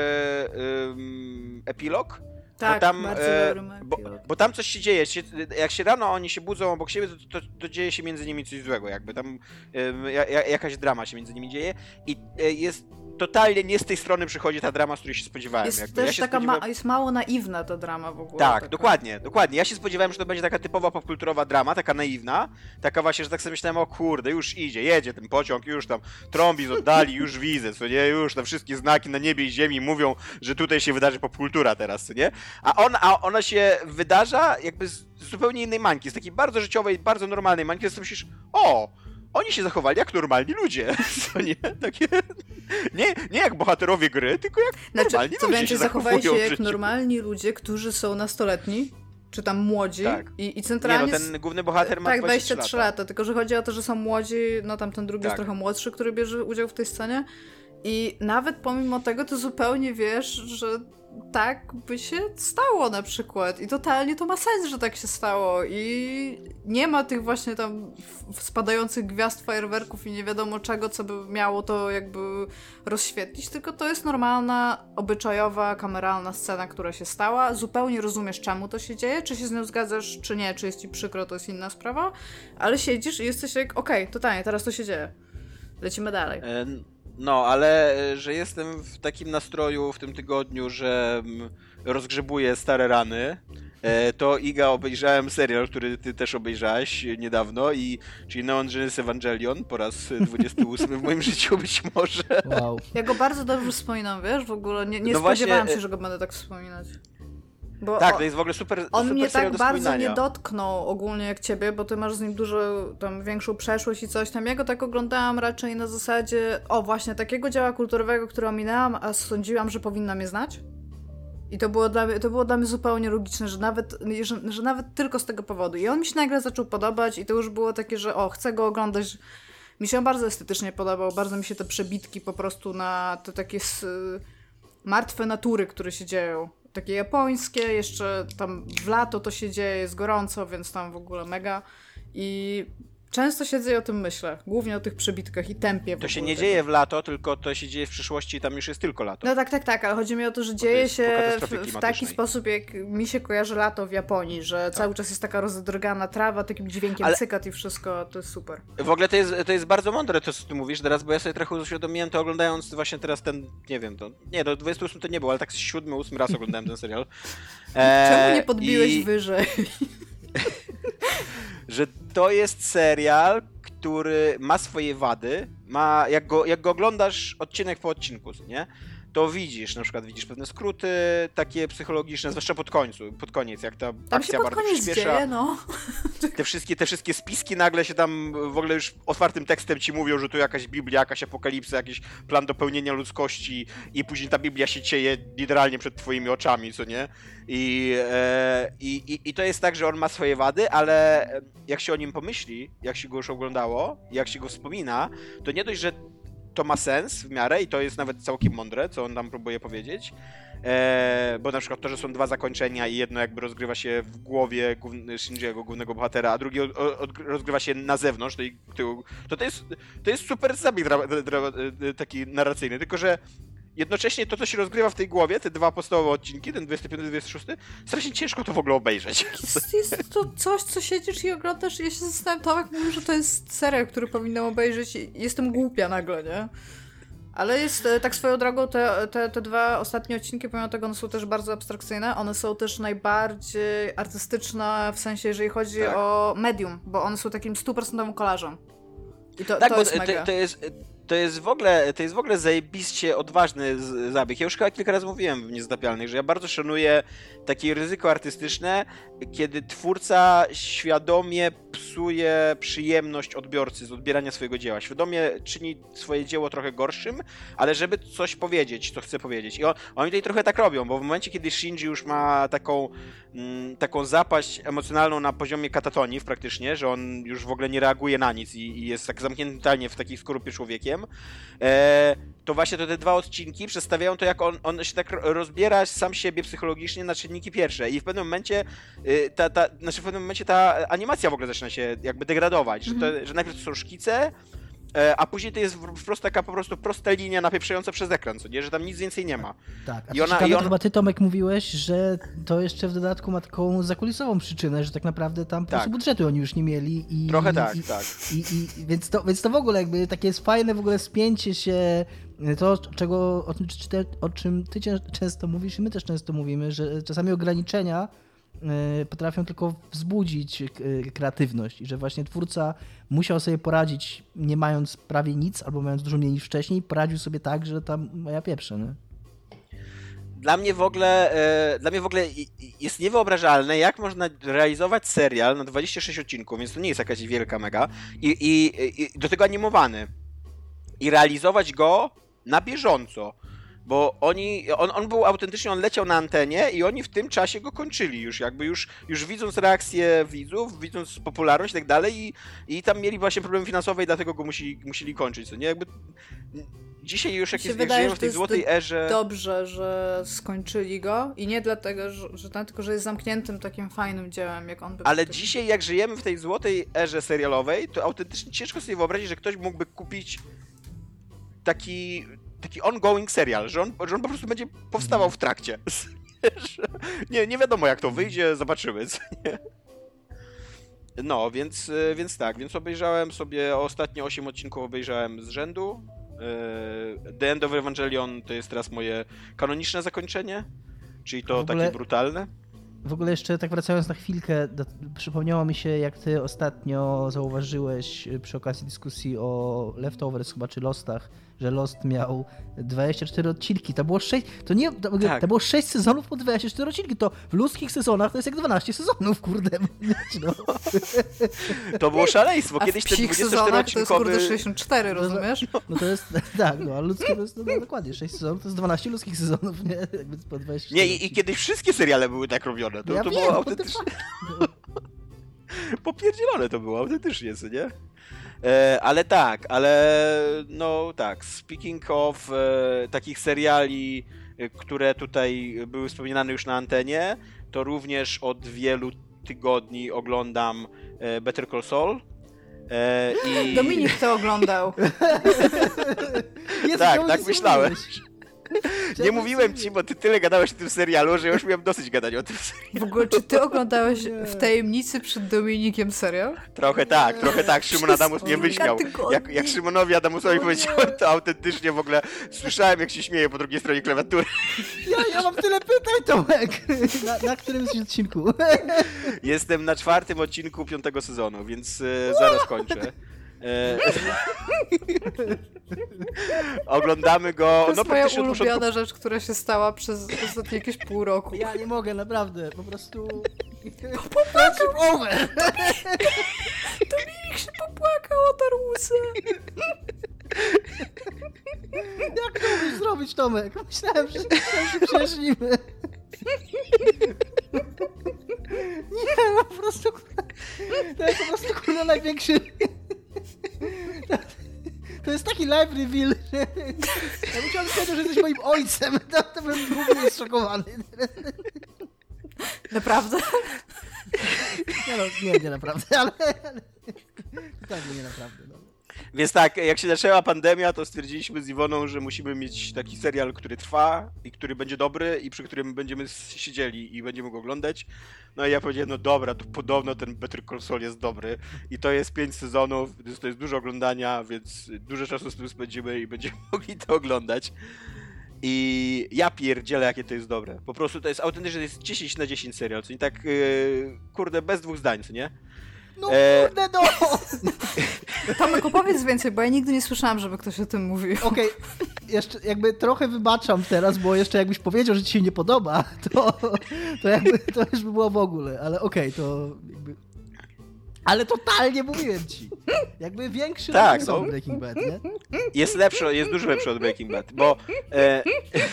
epilog. Tak, bo tam, bardzo e, dobry bo, bo tam coś się dzieje. Się, jak się rano oni się budzą obok siebie, to, to, to dzieje się między nimi coś złego, jakby tam e, jakaś drama się między nimi dzieje i e, jest totalnie nie z tej strony przychodzi ta drama, z której się spodziewałem. Jest jakby. też Ja się taka spodziewałem... ma, jest mało naiwna ta drama w ogóle. Tak, taka. dokładnie, dokładnie. Ja się spodziewałem, że to będzie taka typowa popkulturowa drama, taka naiwna, taka właśnie, że tak sobie myślałem, o kurde, już idzie, jedzie ten pociąg, już tam trąbi z oddali, już widzę, co nie, już tam wszystkie znaki na niebie i ziemi mówią, że tutaj się wydarzy popkultura teraz, co nie? A, on, a ona się wydarza jakby z zupełnie innej mańki, z takiej bardzo życiowej, bardzo normalnej mańki, że myślisz, o, oni się zachowali jak normalni ludzie, co nie? Takie, nie, nie jak bohaterowie gry, tylko jak znaczy, normalni co ludzie więcej, się zachowali się jak życiu. normalni ludzie, którzy są nastoletni, czy tam młodzi tak. i, i centralnie... Nie, no ten główny bohater ma tak, dwadzieścia dwadzieścia trzy lata. lata, tylko że chodzi o to, że są młodzi, no tam ten drugi tak. jest trochę młodszy, który bierze udział w tej scenie i nawet pomimo tego to zupełnie wiesz, że tak by się stało na przykład i totalnie to ma sens, że tak się stało i nie ma tych właśnie tam spadających gwiazd, fajerwerków i nie wiadomo czego, co by miało to jakby rozświetlić, tylko to jest normalna, obyczajowa, kameralna scena, która się stała. Zupełnie rozumiesz, czemu to się dzieje, czy się z nią zgadzasz, czy nie, czy jest ci przykro, to jest inna sprawa, ale siedzisz i jesteś jak, okej, okay, totalnie, teraz to się dzieje. Lecimy dalej. No, ale że jestem w takim nastroju w tym tygodniu, że rozgrzebuję stare rany, to Iga, obejrzałem serial, który ty też obejrzałeś niedawno, i, czyli Neon Genesis Evangelion po raz dwudziesty ósmy w moim życiu być może. Wow. Ja go bardzo dobrze wspominam, wiesz, w ogóle nie, nie no spodziewałam właśnie, się, że go będę tak wspominać. Bo tak, o, to jest w ogóle super, on super mnie serial tak do bardzo nie wspominania. dotknął ogólnie jak ciebie, bo ty masz z nim dużo tam większą przeszłość i coś tam. Ja go tak oglądałam raczej na zasadzie, o właśnie, takiego dzieła kulturowego, które ominęłam, a sądziłam, że powinna mnie znać. I to było dla mnie, to było dla mnie zupełnie logiczne, że nawet, że, że nawet tylko z tego powodu. I on mi się nagle zaczął podobać i to już było takie, że o, chcę go oglądać. Mi się on bardzo estetycznie podobał, bardzo mi się te przebitki po prostu na te takie s- martwe natury, które się dzieją. Takie japońskie, jeszcze tam w lato to się dzieje, jest gorąco, więc tam w ogóle mega. I często siedzę i o tym myślę, głównie o tych przebitkach i tempie. To się nie dzieje w lato, tylko to się dzieje w przyszłości i tam już jest tylko lato. No tak, tak, tak, ale chodzi mi o to, że dzieje się w, w taki klimatycznej. sposób, jak mi się kojarzy lato w Japonii, że Tak. cały czas jest taka rozdrgana trawa, takim dźwiękiem Ale- cykat i wszystko, to jest super. W ogóle to jest, to jest bardzo mądre to, co ty mówisz teraz, bo ja sobie trochę uświadomiłem to oglądając właśnie teraz ten, nie wiem, to, nie, do dwudziesty ósmy to nie było, ale tak z siódmy, ósmy raz oglądałem ten serial. E, Czemu nie podbiłeś i... wyżej? że to jest serial, który ma swoje wady, ma, jak go, jak go oglądasz odcinek po odcinku, nie? To widzisz, na przykład widzisz pewne skróty takie psychologiczne, zwłaszcza pod końcu, pod koniec, jak ta Tam się akcja pod bardzo koniec przyspiesza. dzieje, no. Te wszystkie, te wszystkie spiski nagle się tam w ogóle już otwartym tekstem ci mówią, że tu jakaś Biblia, jakaś apokalipsa, jakiś plan dopełnienia ludzkości i później ta Biblia się cieje literalnie przed twoimi oczami, co nie? I, e, i, i, i to jest tak, że on ma swoje wady, ale jak się o nim pomyśli, jak się go już oglądało, jak się go wspomina, to nie dość, że to ma sens w miarę i to jest nawet całkiem mądre, co on tam próbuje powiedzieć, e, bo na przykład to, że są dwa zakończenia i jedno jakby rozgrywa się w głowie główny, Shinjiego, głównego bohatera, a drugie od, od, rozgrywa się na zewnątrz, to, to, to, jest, to jest super zabieg dra, dra, taki narracyjny, tylko że jednocześnie to, co się rozgrywa w tej głowie, te dwa podstawowe odcinki, ten dwudziesty piąty, dwudziesty szósty, strasznie ciężko to w ogóle obejrzeć. Jest, jest to coś, co siedzisz i oglądasz i ja się zastanawiam, Tomek mówił, że to jest serial, który powinnam obejrzeć i jestem głupia nagle, nie? Ale jest, tak swoją drogą, te, te, te dwa ostatnie odcinki, pomimo tego one są też bardzo abstrakcyjne, one są też najbardziej artystyczne, w sensie, jeżeli chodzi tak. o medium, bo one są takim stuprocentowym kolażem. I to, tak, to bo jest mega. To, to jest... to jest w ogóle, to jest w ogóle zajebiście odważny z- zabieg. Ja już chyba kilka razy mówiłem w Niezatapialnych, że ja bardzo szanuję takie ryzyko artystyczne, kiedy twórca świadomie psuje przyjemność odbiorcy z odbierania swojego dzieła. Świadomie czyni swoje dzieło trochę gorszym, ale żeby coś powiedzieć, co chce powiedzieć. I on, oni tutaj trochę tak robią, bo w momencie, kiedy Shinji już ma taką, mm, taką zapaść emocjonalną na poziomie katatonii praktycznie, że on już w ogóle nie reaguje na nic i, i jest tak zamknięty totalnie w takiej skorupie człowiekiem, e, to właśnie to te dwa odcinki przedstawiają to, jak on, on się tak rozbiera sam siebie psychologicznie na czynniki pierwsze i w pewnym momencie y, ta, ta, znaczy w pewnym momencie ta animacja w ogóle zaczyna się jakby degradować, że, to, że najpierw to są szkice, e, a później to jest wprost taka po prostu prosta linia napieprzająca przez ekran, co nie? Że tam nic więcej nie ma. Tak, a I I ona- ciekawe, i to on- chyba ty, Tomek, mówiłeś, że to jeszcze w dodatku ma taką zakulisową przyczynę, że tak naprawdę tam po Tak. prostu budżetu oni już nie mieli i... Trochę tak, i, tak. I, i, więc, to, więc to w ogóle jakby takie jest fajne w ogóle spięcie się, to czego, o, tym, czy te- o czym ty cię- często mówisz i my też często mówimy, że czasami ograniczenia y, potrafią tylko wzbudzić y, kreatywność i że właśnie twórca musiał sobie poradzić nie mając prawie nic albo mając dużo mniej niż wcześniej, poradził sobie tak, że tam ja pieprzę, nie? Dla mnie w ogóle, e, dla mnie w ogóle i- i- jest niewyobrażalne, jak można realizować serial na dwadzieścia sześć odcinków, więc to nie jest jakaś wielka mega, i, i, i do tego animowany. I realizować go na bieżąco. Bo oni, on, on był autentycznie, on leciał na antenie i oni w tym czasie go kończyli już, jakby już, już widząc reakcje widzów, widząc popularność i tak dalej i, i tam mieli właśnie problemy finansowe i dlatego go musi, musieli kończyć, co nie? Jakby dzisiaj już jak, Mi się jest, jak wydaje, żyjemy że w to tej jest złotej do- erze... Dobrze, że skończyli go i nie dlatego, że, że ten, tylko że jest zamkniętym takim fajnym dziełem, jak on był. Ale wtedy. dzisiaj, jak żyjemy w tej złotej erze serialowej, to autentycznie ciężko sobie wyobrazić, że ktoś mógłby kupić taki, taki ongoing serial, że on, że on po prostu będzie powstawał w trakcie. Że nie, nie wiadomo jak to wyjdzie, zobaczymy. Co nie? No, więc, y, więc tak, więc obejrzałem sobie ostatnie osiem odcinków obejrzałem z rzędu. Y, The End of Evangelion to jest teraz moje kanoniczne zakończenie, czyli to W ogóle- takie brutalne. W ogóle jeszcze tak wracając na chwilkę, do, przypomniało mi się, jak ty ostatnio zauważyłeś y, przy okazji dyskusji o Leftovers chyba, czy Lostach, że Lost miał dwadzieścia cztery odcinki. To było sześć, to nie, to, Tak. to było sześć sezonów po dwadzieścia cztery odcinki. To w ludzkich sezonach to jest jak dwanaście sezonów, kurde. No. To było szaleństwo. A Kiedyś w ten psich sezonach to jest dwudziestoczteroodcinkowy... kurde sześćdziesiąt cztery, rozumiesz? No to jest, tak, no, a ludzkie to jest no, dokładnie sześć sezonów, to jest dwanaście ludzkich sezonów, nie? Jakby po dwadzieścia cztery Nie, i, i odcinki. kiedyś wszystkie seriale były tak robione. To, No ja to wiem, było what the autentycznie... fuck. Popierdzielone to było, autentycznie, co nie? E, ale tak, ale no tak, speaking of e, takich seriali, e, które tutaj były wspominane już na antenie, to również od wielu tygodni oglądam e, Better Call Saul. E, i... Dominik to oglądał. Jezu, Tak, czemu tak nie myślałem. mówiłeś? Nie mówiłem ci, bo ty tyle gadałeś o tym serialu, że już miałem dosyć gadania o tym serialu. W ogóle, czy ty oglądałeś w tajemnicy przed Dominikiem serial? Trochę tak, trochę tak. Szymon Przez Adamus mnie kilka wyśmiał. tygodni. Jak, jak Szymonowi Adamusowi powiedziałem, to autentycznie w ogóle słyszałem, jak się śmieje po drugiej stronie klawiatury. Ja, ja mam tyle pytań, Tomek! Na, na którym z odcinku? Jestem na czwartym odcinku piątego sezonu, więc e, zaraz kończę. E, oglądamy go. To jest No moja praktycznie od ulubiona początku. rzecz, która się stała przez ostatnie jakieś pół roku. Ja nie mogę, naprawdę, po prostu... Friendship over! Dominik się popłakał, otarł łzy. Jak to umiesz zrobić, Tomek? Myślałem, że myślałem, że przeżyjemy. Nie, no po prostu... kurwa, To jest po prostu kurwa największy... To jest taki live reveal, że... Ja bym chciał powiedzieć, że jesteś moim ojcem, to, to bym był mniej zszokowany. Naprawdę? Nie no, nie, nie naprawdę, ale... ale... Tak, nie naprawdę, no. Więc tak, jak się zaczęła pandemia, to stwierdziliśmy z Iwoną, że musimy mieć taki serial, który trwa i który będzie dobry i przy którym będziemy siedzieli i będziemy go oglądać. No i ja powiedziałem, no dobra, to podobno ten Better Call Saul jest dobry i to jest pięć sezonów, więc to jest dużo oglądania, więc dużo czasu z tym spędzimy i będziemy mogli to oglądać. I ja pierdzielę, jakie to jest dobre. Po prostu to jest autentycznie, to jest dziesięć na dziesięć serial, co nie tak, yy, kurde, bez dwóch zdań, co nie? No E, kurde, no! Tomek, opowiedz więcej, bo ja nigdy nie słyszałam, żeby ktoś o tym mówił. Okej, jeszcze jakby trochę wybaczam teraz, bo jeszcze jakbyś powiedział, że ci się nie podoba, to, to jakby to już by było w ogóle, ale okej, to jakby... Ale totalnie mówiłem ci. Jakby większy Tak, tak, są no. Breaking Bad, nie? Jest lepszy, jest dużo lepszy od Breaking Bad, bo e,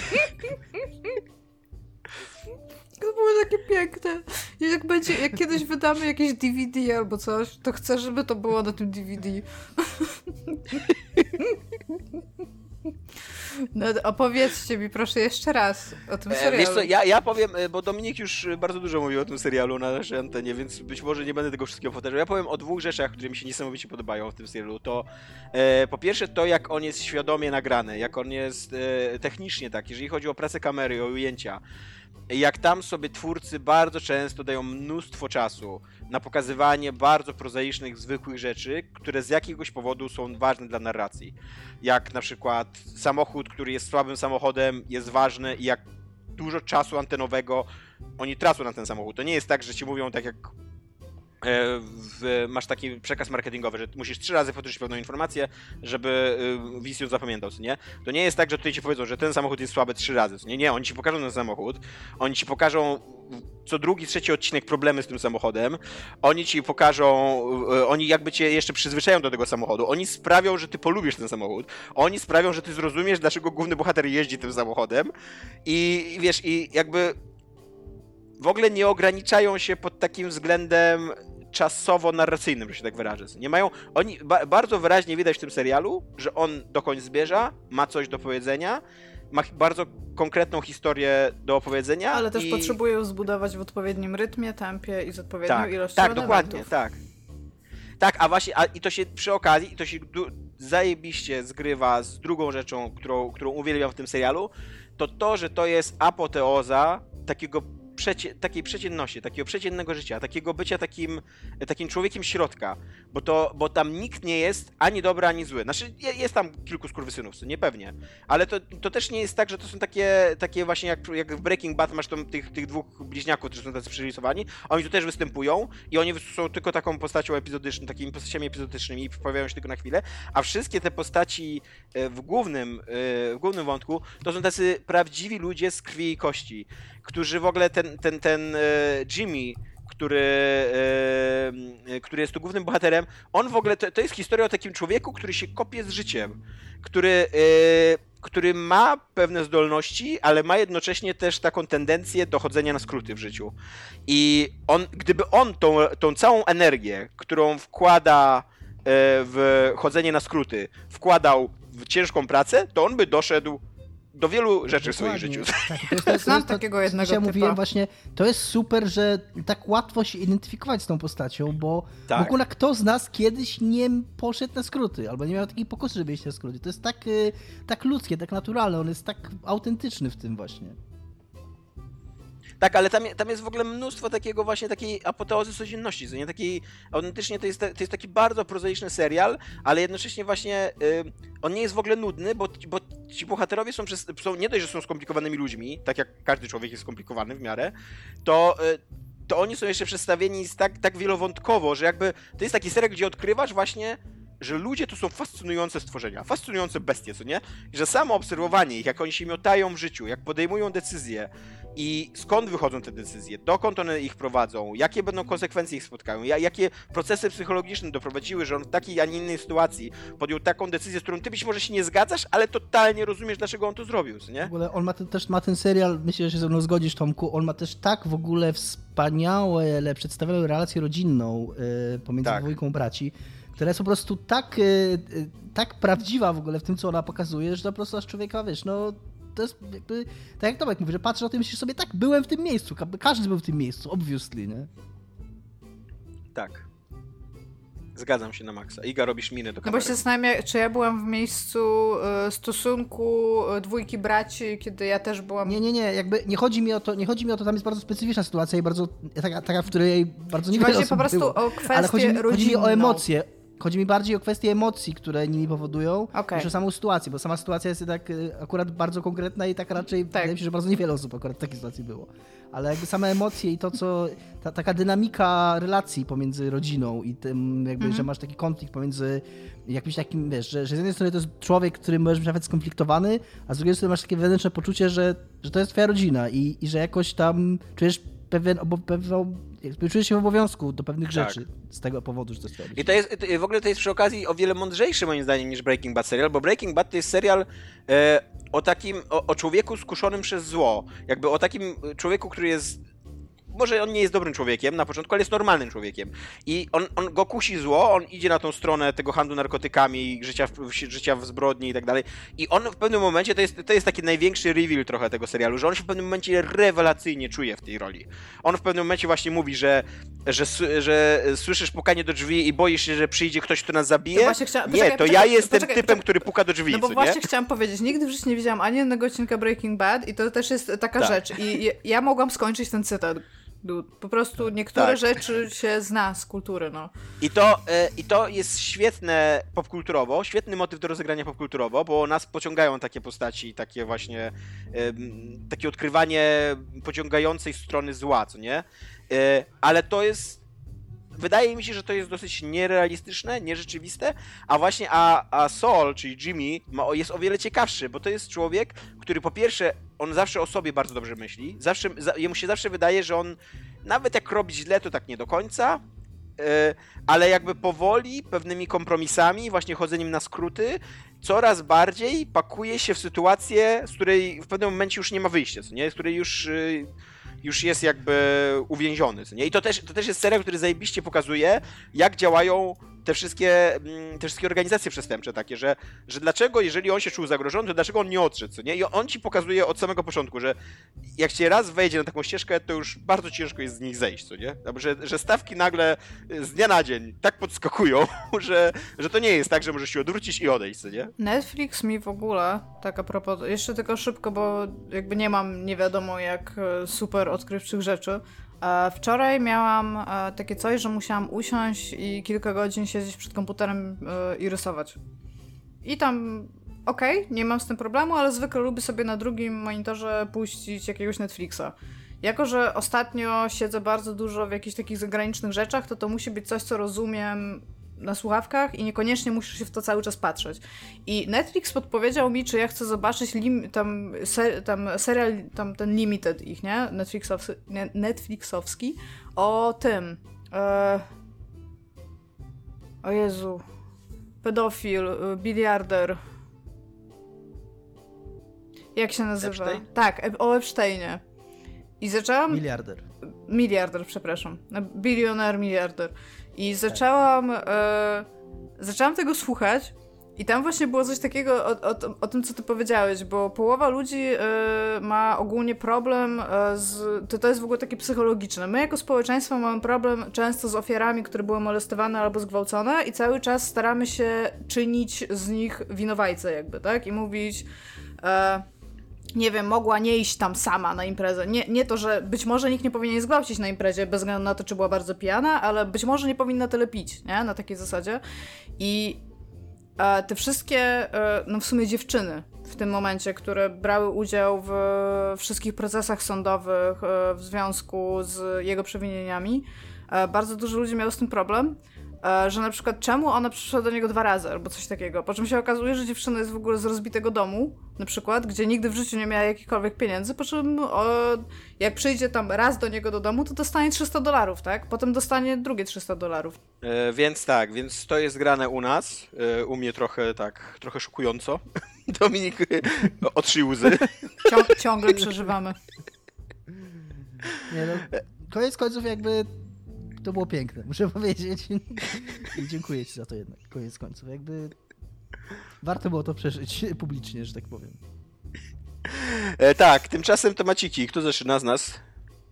To było takie piękne. I jak będzie, jak kiedyś wydamy jakieś D V D albo coś, to chcę, żeby to było na tym D V D. No opowiedzcie mi proszę jeszcze raz o tym e, serialu. wiesz co, ja, ja powiem, e, bo Dominik już bardzo dużo mówił o tym serialu na naszej antenie, więc być może nie będę tego wszystkiego powtarzał. Ja powiem o dwóch rzeczach, które mi się niesamowicie podobają w tym serialu. To e, po pierwsze to, jak on jest świadomie nagrany, jak on jest e, technicznie tak, jeżeli chodzi o pracę kamery, o ujęcia. Jak tam sobie twórcy bardzo często dają mnóstwo czasu na pokazywanie bardzo prozaicznych, zwykłych rzeczy, które z jakiegoś powodu są ważne dla narracji. Jak na przykład samochód, który jest słabym samochodem, jest ważny i jak dużo czasu antenowego oni tracą na ten samochód. To nie jest tak, że ci mówią tak jak e, w, masz taki przekaz marketingowy, że musisz trzy razy powtórzyć pewną informację, żeby y, widz ją zapamiętał, co nie? To nie jest tak, że tutaj ci powiedzą, że ten samochód jest słaby trzy razy, co nie? Nie, oni ci pokażą ten samochód, oni ci pokażą co drugi, trzeci odcinek problemy z tym samochodem, oni ci pokażą, y, oni jakby cię jeszcze przyzwyczają do tego samochodu, oni sprawią, że ty polubisz ten samochód, oni sprawią, że ty zrozumiesz, dlaczego główny bohater jeździ tym samochodem i, i wiesz, i jakby w ogóle nie ograniczają się pod takim względem czasowo-narracyjnym, że się tak wyrażę. Nie mają, oni, ba, bardzo wyraźnie widać w tym serialu, że on dokądś zmierza, ma coś do powiedzenia, ma bardzo konkretną historię do opowiedzenia. Ale też i... potrzebuje ją zbudować w odpowiednim rytmie, tempie i z odpowiednią tak, ilością tak, elementów. dokładnie, tak. Tak, a właśnie, a, i to się przy okazji, to się du- zajebiście zgrywa z drugą rzeczą, którą, którą uwielbiam w tym serialu, to to, że to jest apoteoza takiego Przecie, takiej przeciętności, takiego przeciętnego życia, takiego bycia takim, takim człowiekiem środka, bo, to, bo tam nikt nie jest ani dobry, ani zły. Znaczy jest tam kilku skurwysynów, nie pewnie, ale to, to też nie jest tak, że to są takie, takie właśnie jak, jak w Breaking Bad masz tam tych, tych dwóch bliźniaków, którzy są tacy przerysowani, oni tu też występują i oni są tylko taką postacią epizodyczną, takimi postaciami epizodycznymi i pojawiają się tylko na chwilę, a wszystkie te postaci w głównym, w głównym wątku to są tacy prawdziwi ludzie z krwi i kości, którzy w ogóle ten, ten, ten Jimmy, który, który jest tu głównym bohaterem, on w ogóle, to, to jest historia o takim człowieku, który się kopie z życiem, który, który ma pewne zdolności, ale ma jednocześnie też taką tendencję do chodzenia na skróty w życiu. I on, gdyby on tą, tą całą energię, którą wkłada w chodzenie na skróty, wkładał w ciężką pracę, to on by doszedł do wielu rzeczy w swoim życiu. Tak, to jest, to jest, Znam to jest, takiego to, jednego ja typa. mówiłem właśnie, to jest super, że tak łatwo się identyfikować z tą postacią, bo Tak. w ogóle kto z nas kiedyś nie poszedł na skróty, albo nie miał takiej pokusy, żeby iść na skróty. To jest tak, y, tak ludzkie, tak naturalne, on jest tak autentyczny w tym właśnie. Tak, ale tam, tam jest w ogóle mnóstwo takiego właśnie takiej apoteozy codzienności, co nie? Takiej, autentycznie to jest, to jest taki bardzo prozaiczny serial, ale jednocześnie właśnie y, on nie jest w ogóle nudny, bo, bo ci bohaterowie są, przez, są nie dość, że są skomplikowanymi ludźmi, tak jak każdy człowiek jest skomplikowany w miarę, to, y, to oni są jeszcze przedstawieni tak, tak wielowątkowo, że jakby to jest taki serial, gdzie odkrywasz właśnie, że ludzie to są fascynujące stworzenia, fascynujące bestie, co nie? I że samo obserwowanie ich, jak oni się miotają w życiu, jak podejmują decyzje i skąd wychodzą te decyzje, dokąd one ich prowadzą, jakie będą konsekwencje ich spotkają, jakie procesy psychologiczne doprowadziły, że on w takiej, a nie innej sytuacji podjął taką decyzję, z którą ty być może się nie zgadzasz, ale totalnie rozumiesz, dlaczego on to zrobił, co nie? W ogóle on ma ten, też ma ten serial, myślę, że się ze mną zgodzisz, Tomku, on ma też tak w ogóle wspaniałe przedstawioną relację rodzinną yy, pomiędzy Tak. dwójką braci, która jest po prostu tak, yy, tak prawdziwa w ogóle w tym, co ona pokazuje, że to po prostu aż człowieka, wiesz, no to jest jakby, tak jak Tomek mówi, że patrzysz na to i myślisz sobie, tak, byłem w tym miejscu, każdy był w tym miejscu, obviously, nie? Tak. Zgadzam się na maksa. Iga, robisz minę do No bo kamery. się zastanawiam, czy ja byłam w miejscu y, stosunku y, dwójki braci, kiedy ja też byłam... Nie, nie, nie, jakby nie chodzi mi o to, nie chodzi mi o to, tam jest bardzo specyficzna sytuacja i bardzo, taka, taka w której bardzo Czy niewiele chodzi osób po prostu było. o kwestię Ale chodzi mi, chodzi mi rodzinną. o emocje. chodzi mi bardziej o kwestie emocji, które nimi powodują, okay. niż o samą sytuację, bo sama sytuacja jest jednak akurat bardzo konkretna i tak raczej tak. wydaje mi się, że bardzo niewiele osób akurat w takiej sytuacji było. Ale jakby same emocje i to, co ta, taka dynamika relacji pomiędzy rodziną i tym jakby, mm-hmm. że masz taki konflikt pomiędzy jakimś takim, wiesz, że, że z jednej strony to jest człowiek, który możesz być nawet skonfliktowany, a z drugiej strony masz takie wewnętrzne poczucie, że, że to jest twoja rodzina i, i że jakoś tam czujesz pewien, obo, pewien czujesz się w obowiązku do pewnych tak. rzeczy z tego powodu, że to jest twoja rodzina. I to jest, to, w ogóle to jest przy okazji o wiele mądrzejszy moim zdaniem niż Breaking Bad serial, bo Breaking Bad to jest serial e, o takim, o, o człowieku skuszonym przez zło. Jakby o takim człowieku, który jest może on nie jest dobrym człowiekiem na początku, ale jest normalnym człowiekiem. I on, on go kusi zło, on idzie na tą stronę tego handlu narkotykami, życia w, życia w zbrodni i tak dalej. I on w pewnym momencie, to jest, to jest taki największy reveal trochę tego serialu, że on się w pewnym momencie rewelacyjnie czuje w tej roli. On w pewnym momencie właśnie mówi, że, że, że słyszysz pukanie do drzwi i boisz się, że przyjdzie ktoś, kto nas zabije. To chcia... Nie, poczekaj, to poczekaj, ja jestem poczekaj, typem, poczekaj. który puka do drzwi. No bo co, właśnie nie? chciałam powiedzieć, nigdy w życiu nie widziałam ani jednego odcinka Breaking Bad i to też jest taka tak. rzecz. I ja mogłam skończyć ten cytat. Po prostu niektóre tak. rzeczy się zna z kultury, no. I to, e, I to jest świetne popkulturowo, świetny motyw do rozegrania popkulturowo, bo nas pociągają takie postaci, takie właśnie, e, takie odkrywanie pociągającej strony zła, co nie? E, ale to jest, wydaje mi się, że to jest dosyć nierealistyczne, nierzeczywiste, a właśnie a, a Saul, czyli Jimmy, ma, jest o wiele ciekawszy, bo to jest człowiek, który po pierwsze, on zawsze o sobie bardzo dobrze myśli, zawsze, za, jemu się zawsze wydaje, że on nawet jak robi źle, to tak nie do końca, yy, ale jakby powoli, pewnymi kompromisami, właśnie chodzeniem na skróty, coraz bardziej pakuje się w sytuację, z której w pewnym momencie już nie ma wyjścia, co nie? Z której już... Yy, już jest jakby uwięziony, co nie? I to też, to też jest serial, który zajebiście pokazuje, jak działają te wszystkie, te wszystkie organizacje przestępcze takie, że, że dlaczego, jeżeli on się czuł zagrożony, to dlaczego on nie odszedł, co nie? I on ci pokazuje od samego początku, że jak cię raz wejdzie na taką ścieżkę, to już bardzo ciężko jest z nich zejść, co nie? Że, że stawki nagle z dnia na dzień tak podskakują, że, że to nie jest tak, że możesz się odwrócić i odejść, co nie? Netflix mi w ogóle, tak a propos, jeszcze tylko szybko, bo jakby nie mam nie wiadomo jak super odkrywczych rzeczy. Wczoraj miałam takie coś, że musiałam usiąść i kilka godzin siedzieć przed komputerem i rysować. I tam okej, okay, nie mam z tym problemu, ale zwykle lubię sobie na drugim monitorze puścić jakiegoś Netflixa. Jako że ostatnio siedzę bardzo dużo w jakichś takich zagranicznych rzeczach, to to musi być coś, co rozumiem na słuchawkach i niekoniecznie muszę się w to cały czas patrzeć. I Netflix podpowiedział mi, czy ja chcę zobaczyć lim, tam, ser, tam serial, tam ten Limited ich, nie? Netflixowski, Netflixowski o tym. E... O Jezu. Pedofil, biliarder. Jak się nazywa? Epstein? Tak, o Epsteinie. I zaczęłam... Miliarder. Miliarder, przepraszam. Bilioner, miliarder. I zaczęłam, e, zaczęłam tego słuchać i tam właśnie było coś takiego o, o, o tym, co ty powiedziałeś, bo połowa ludzi e, ma ogólnie problem e, z... To, to jest w ogóle takie psychologiczne. My jako społeczeństwo mamy problem często z ofiarami, które były molestowane albo zgwałcone i cały czas staramy się czynić z nich winowajcę jakby, tak? I mówić... E, nie wiem, mogła nie iść tam sama na imprezę. Nie, nie to, że być może nikt nie powinien zgwałcić na imprezie, bez względu na to, czy była bardzo pijana, ale być może nie powinna tyle pić, nie? Na takiej zasadzie. I e, te wszystkie, e, no w sumie dziewczyny w tym momencie, które brały udział w wszystkich procesach sądowych e, w związku z jego przewinieniami, e, bardzo dużo ludzi miało z tym problem, że na przykład czemu ona przyszła do niego dwa razy albo coś takiego, po czym się okazuje, że dziewczyna jest w ogóle z rozbitego domu, na przykład, gdzie nigdy w życiu nie miała jakichkolwiek pieniędzy, po czym o, jak przyjdzie tam raz do niego do domu, to dostanie trzysta dolarów, tak? Potem dostanie drugie trzysta dolarów. E, więc tak, więc to jest grane u nas, e, u mnie trochę tak, trochę szokująco. Dominik otrzyj łzy. Cią- ciągle przeżywamy. Nie no, koniec końców jakby to było piękne, muszę powiedzieć. I dziękuję ci za to jednak, koniec końców. Jakby warto było to przeżyć publicznie, że tak powiem. E, tak, tymczasem temaciki. Kto zaczyna z nas?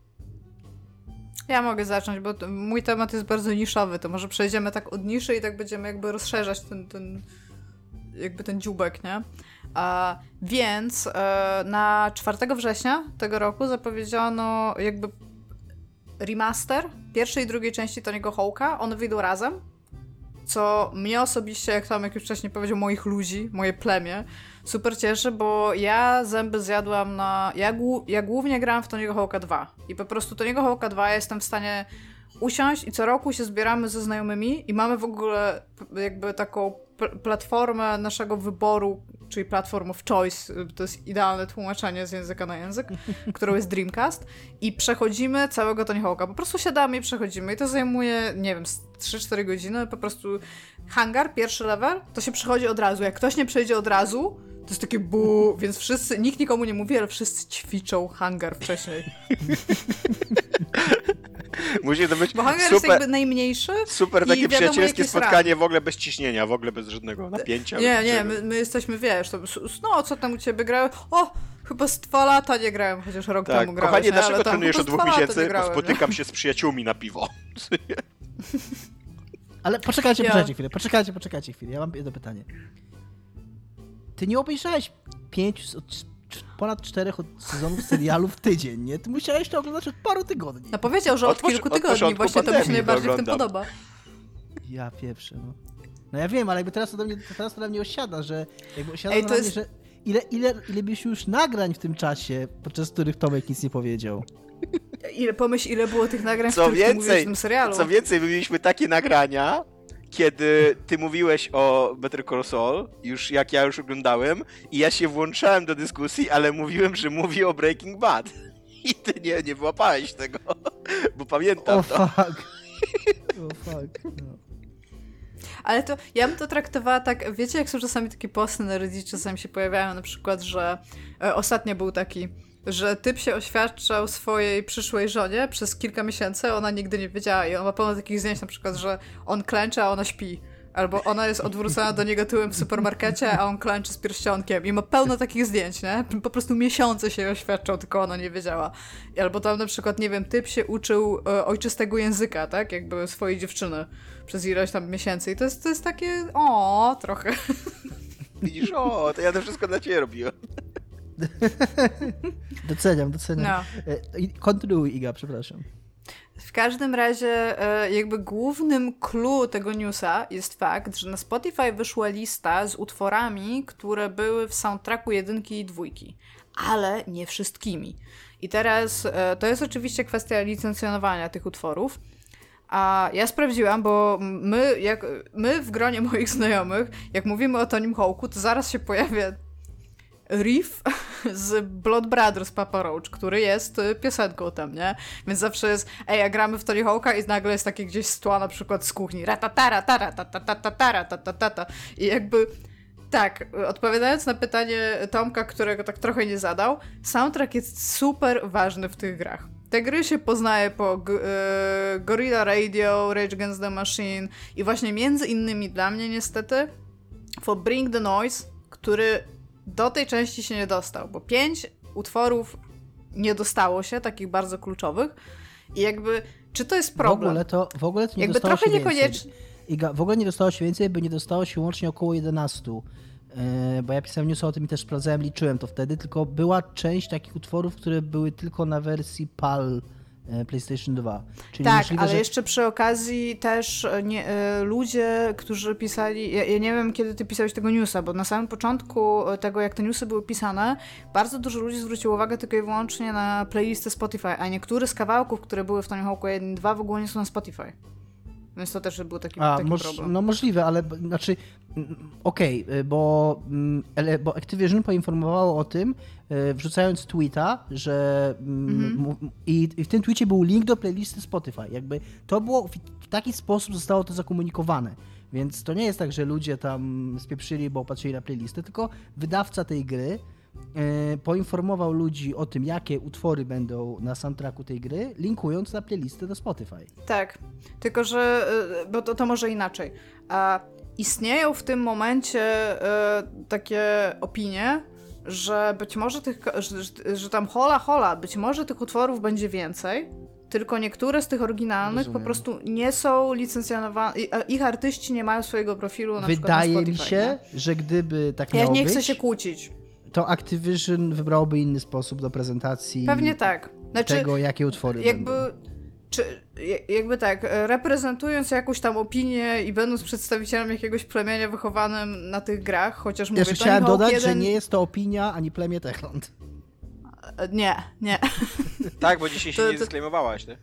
Ja mogę zacząć, bo to, mój temat jest bardzo niszowy. To może przejdziemy tak od niszy i tak będziemy jakby rozszerzać ten, ten jakby ten dziubek, nie? A, więc e, na czwartego września tego roku zapowiedziano jakby remaster pierwszej i drugiej części Tony'ego Hawk'a. One wyjdą razem. co mnie osobiście, jak tam jak już wcześniej powiedział, moich ludzi, moje plemię, super cieszy, bo ja zęby zjadłam na... Ja, głu... ja głównie grałam w Tony'ego Hawk'a dwa i po prostu Tony'ego Hawk'a dwa jestem w stanie usiąść i co roku się zbieramy ze znajomymi i mamy w ogóle jakby taką pl- platformę naszego wyboru, czyli platform of choice, to jest idealne tłumaczenie z języka na język, którą jest Dreamcast i przechodzimy całego Tony Hawk'a. Po prostu siadamy i przechodzimy i to zajmuje, nie wiem, trzy cztery godziny, po prostu hangar, pierwszy level, to się przechodzi od razu. Jak ktoś nie przejdzie od razu, to jest takie bu, więc wszyscy, nikt nikomu nie mówi, ale wszyscy ćwiczą hangar wcześniej. Musi to być Bo hangar super, jest jakby najmniejszy. super takie i wiadomo, przyjacielskie spotkanie ramy. w ogóle bez ciśnienia, w ogóle bez żadnego napięcia. Nie, nie, my, my jesteśmy, wiesz, to, no co tam u ciebie grają? O, chyba z dwa lata nie grałem, chociaż rok tak, temu grałem. kochanie, nie, dlaczego tam trenujesz od dwóch miesięcy? Grałem, spotykam nie? się z przyjaciółmi na piwo. Ale poczekajcie, Ja. poczekajcie chwilę, poczekajcie, poczekajcie chwilę, ja mam jedno pytanie. Ty nie obejrzałeś pięciu, ponad czterech od sezonów serialu w tydzień, nie? Ty musiałeś to oglądać od paru tygodni. No powiedział, że od, Od kilku posz- od tygodni, początku właśnie to mi się pandemii najbardziej w tym oglądam. podoba. Ja pieprzę, no. No ja wiem, ale jakby teraz to do mnie, teraz to do mnie osiada, że jakby osiada Ej, na to mnie, jest- że ile, ile, ile byś już nagrań w tym czasie, podczas których Tomek nic nie powiedział. Ile, pomyśl, ile było tych nagrań, Co w których ty mówiłeś więcej, w tym serialu. co więcej, my mieliśmy takie nagrania, kiedy ty mówiłeś o Better Call Saul, już jak ja już oglądałem, i ja się włączałem do dyskusji, ale mówiłem, że mówi o Breaking Bad. I ty nie, nie wyłapałeś tego, bo pamiętam O to. fuck. O fuck. No. Ale to, ja bym to traktowała tak, wiecie, jak są czasami takie posty na Reddicie, czasami się pojawiają na przykład, że e, ostatnio był taki, że typ się oświadczał swojej przyszłej żonie przez kilka miesięcy, ona nigdy nie wiedziała i on ma pełno takich zdjęć, na przykład, że on klęczy, a ona śpi. Albo ona jest odwrócona do niego tyłem w supermarkecie, a on klęczy z pierścionkiem. I ma pełno takich zdjęć, nie? Po prostu miesiące się oświadczał, tylko ona nie wiedziała. Albo tam na przykład, nie wiem, typ się uczył e, ojczystego języka, tak? Jakby swojej dziewczyny przez ileś tam miesięcy. I to jest, to jest takie, o, trochę. Widzisz, o, to ja to wszystko dla ciebie robiłem. Doceniam, doceniam. No. E, i- Kontynuuj, Iga, przepraszam. W każdym razie e, jakby głównym clue tego newsa jest fakt, że na Spotify wyszła lista z utworami, które były w soundtracku jedynki i dwójki, ale nie wszystkimi. I teraz e, to jest oczywiście kwestia licencjonowania tych utworów, a ja sprawdziłam, bo my, jak, my w gronie moich znajomych, jak mówimy o Tonym Hawk'u, to zaraz się pojawia riff z Blood Brothers Papa Roach, który jest y, piosenką tam, nie? Więc zawsze jest, ej, a gramy w Tony Hawk'a i nagle jest takie gdzieś z tła na przykład z kuchni. Ratatara, tara, tatatatara, tatatata. I jakby, tak, odpowiadając na pytanie Tomka, którego tak trochę nie zadał, soundtrack jest super ważny w tych grach. Te gry się poznaje po g- y, Gorilla Radio, Rage Against the Machine i właśnie między innymi dla mnie niestety for Bring the Noise, który do tej części się nie dostał, bo pięć utworów nie dostało się, takich bardzo kluczowych i jakby, czy to jest problem? W ogóle to, w ogóle to nie jakby dostało trochę się więcej. niekoniecznie. Iga, w ogóle nie dostało się więcej, bo nie dostało się łącznie około jedenastu. Yy, bo ja pisałem news o tym i też sprawdzałem, liczyłem to wtedy, tylko była część takich utworów, które były tylko na wersji PAL yy, PlayStation dwa. Czyli Tak, możliwe, ale że... jeszcze przy okazji też nie, e, ludzie, którzy pisali, ja, ja nie wiem kiedy ty pisałeś tego newsa, bo na samym początku tego, jak te newsy były pisane, bardzo dużo ludzi zwróciło uwagę tylko i wyłącznie na playlistę Spotify, a niektóre z kawałków, które były w Tony Hawk'u jeden i dwa w ogóle nie są na Spotify. Więc to też był taki, A, taki moż, problem. no możliwe, ale b- znaczy mm, okej, okay, bo, mm, ele- bo Activision poinformowało o tym, y, wrzucając tweeta, że mm, Mhm. mu- i, i w tym tweetie był link do playlisty Spotify. Jakby to było, w, w taki sposób zostało to zakomunikowane. Więc to nie jest tak, że ludzie tam spieprzyli, bo patrzyli na playlistę, tylko wydawca tej gry y, poinformował ludzi o tym, jakie utwory będą na soundtracku tej gry, linkując na playlistę do Spotify. Tak, tylko że, y, bo to, to może inaczej. A istnieją w tym momencie y, takie opinie, że być może tych, że, że, że tam hola hola, być może tych utworów będzie więcej, tylko niektóre z tych oryginalnych Rozumiem. po prostu nie są licencjonowane, i- a ich artyści nie mają swojego profilu na przykład Wydaje na mi Spotify, się, nie? że gdyby tak Ja miało nie być, chcę się kłócić. to Activision wybrałoby inny sposób do prezentacji Pewnie tak. Znaczy, tego, jakie utwory jakby będą. czy jakby tak, reprezentując jakąś tam opinię i będąc przedstawicielem jakiegoś plemienia wychowanym na tych grach, chociaż mówię, Jeszcze Tony chciałem Hawk dodać, jeden... że nie jest to opinia ani plemię Techland. Nie, nie. Tak, bo dzisiaj się To- nie to- dysklejmowałaś, nie?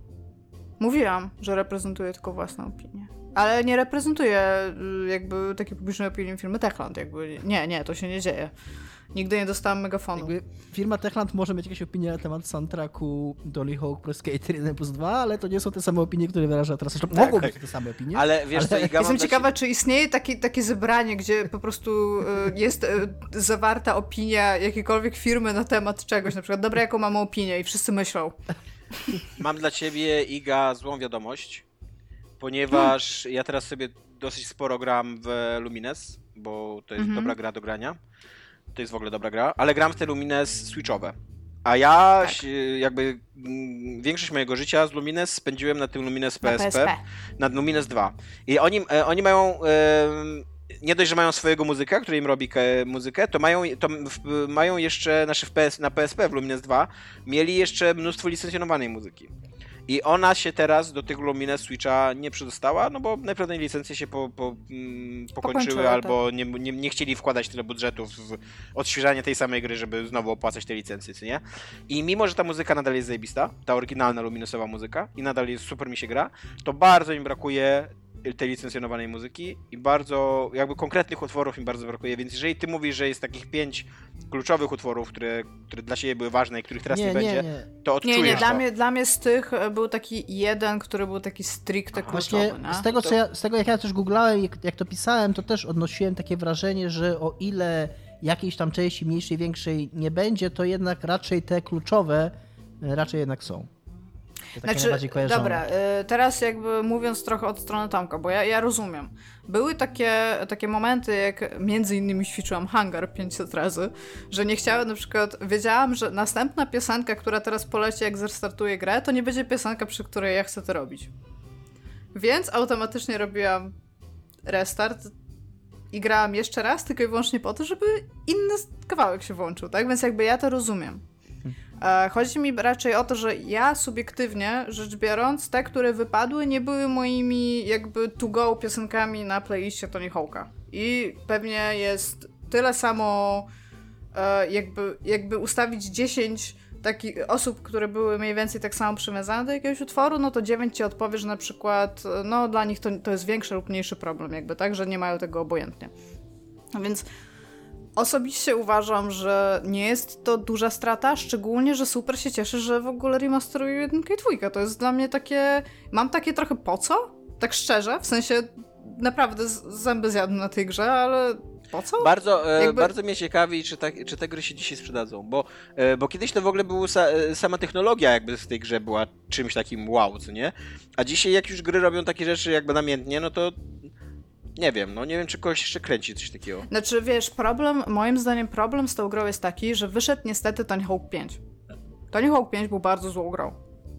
Mówiłam, że reprezentuję tylko własną opinię. Ale nie reprezentuję y, jakby takiej publicznej opinii firmy Techland. Jakby nie, nie, to się nie dzieje. Nigdy nie dostałam megafonu. Jakby firma Techland może mieć jakieś opinie na temat soundtracku Tony Hawk Pro Skater jeden plus dwa, ale to nie są te same opinie, które wyraża teraz. Zresztą mogą być te same opinie. Ale wiesz co, ale- Iga, Jestem mam dla ciekawa, czy istnieje takie, takie zebranie, gdzie po prostu y, jest y, zawarta opinia jakiejkolwiek firmy na temat czegoś. Na przykład, dobra, jaką mamy opinię i wszyscy myślą. Mam dla ciebie, Iga, złą wiadomość, ponieważ ja teraz sobie dosyć sporo gram w Lumines, bo to jest Mhm. dobra gra do grania. To jest w ogóle dobra gra, ale gram w te Lumines switchowe. A ja Tak. się, jakby mm, większość mojego życia z Lumines spędziłem na tym Lumines P Na S P, P S P. na Lumines dwa. I oni, e, oni mają, e, nie dość, że mają swojego muzyka, który im robi ke, muzykę, to mają, to w, mają jeszcze, znaczy w P S, na P S P w Lumines dwa mieli jeszcze mnóstwo licencjonowanej muzyki. I ona się teraz do tych Lumines Switcha nie przedostała, no bo najprawdopodobniej licencje się po, po, mm, pokończyły, Pokończyły, albo nie, nie, nie chcieli wkładać tyle budżetów w odświeżanie tej samej gry, żeby znowu opłacać te licencje, co nie? I mimo, że ta muzyka nadal jest zajebista, ta oryginalna Luminesowa muzyka i nadal jest super mi się gra, to bardzo mi brakuje tej licencjonowanej muzyki i bardzo, jakby konkretnych utworów mi bardzo brakuje, więc jeżeli ty mówisz, że jest takich pięć kluczowych utworów, które, które dla siebie były ważne i których teraz nie, nie, będzie, nie, nie. to Nie, odczujesz nie, to. dla mnie, dla mnie z tych e, był taki jeden, który był taki stricte Właśnie kluczowy. nie? z tego, co ja, z tego jak ja też googlałem, jak, jak to pisałem, to też odnosiłem takie wrażenie, że o ile jakiejś tam części mniejszej, większej nie będzie, to jednak raczej te kluczowe e, raczej jednak są. Te takie Znaczy, najbardziej kojarzone. dobra, y, teraz jakby mówiąc trochę od strony Tomka, bo ja, ja rozumiem. Były takie, takie momenty, jak między innymi ćwiczyłam Hangar pięćset razy, że nie chciałem na przykład, wiedziałam, że następna piosenka, która teraz poleci, jak zrestartuję grę, to nie będzie piosenka, przy której ja chcę to robić. Więc automatycznie robiłam restart i grałam jeszcze raz, tylko i wyłącznie po to, żeby inny kawałek się włączył, tak? Więc jakby ja to rozumiem. E, Chodzi mi raczej o to, że ja subiektywnie rzecz biorąc, te, które wypadły, nie były moimi jakby to-go piosenkami na playliście Tony Hawk'a. I pewnie jest tyle samo e, jakby, jakby ustawić dziesięć takich osób, które były mniej więcej tak samo przywiązane do jakiegoś utworu, no to dziewięć ci odpowie, że na przykład no dla nich to, to jest większy lub mniejszy problem jakby, tak? Że nie mają tego obojętnie. A więc osobiście uważam, że nie jest to duża strata, szczególnie, że super się cieszę, że w ogóle remasterują jedynkę i dwójkę. To jest dla mnie takie... Mam takie trochę po co? Tak szczerze, w sensie naprawdę z- zęby zjadłem na tej grze, ale po co? Bardzo, e, Jakby- bardzo mnie ciekawi, czy, tak, czy te gry się dzisiaj sprzedadzą, bo, e, bo kiedyś to w ogóle była sa, e, sama technologia jakby z tej grze była czymś takim wow, co nie? A dzisiaj jak już gry robią takie rzeczy jakby namiętnie, no to nie wiem, no nie wiem, czy kogoś jeszcze kręci coś takiego. Znaczy, wiesz, problem, moim zdaniem problem z tą grą jest taki, że wyszedł niestety Tony Hawk pięć. Tony Hawk pięć był bardzo złą grą.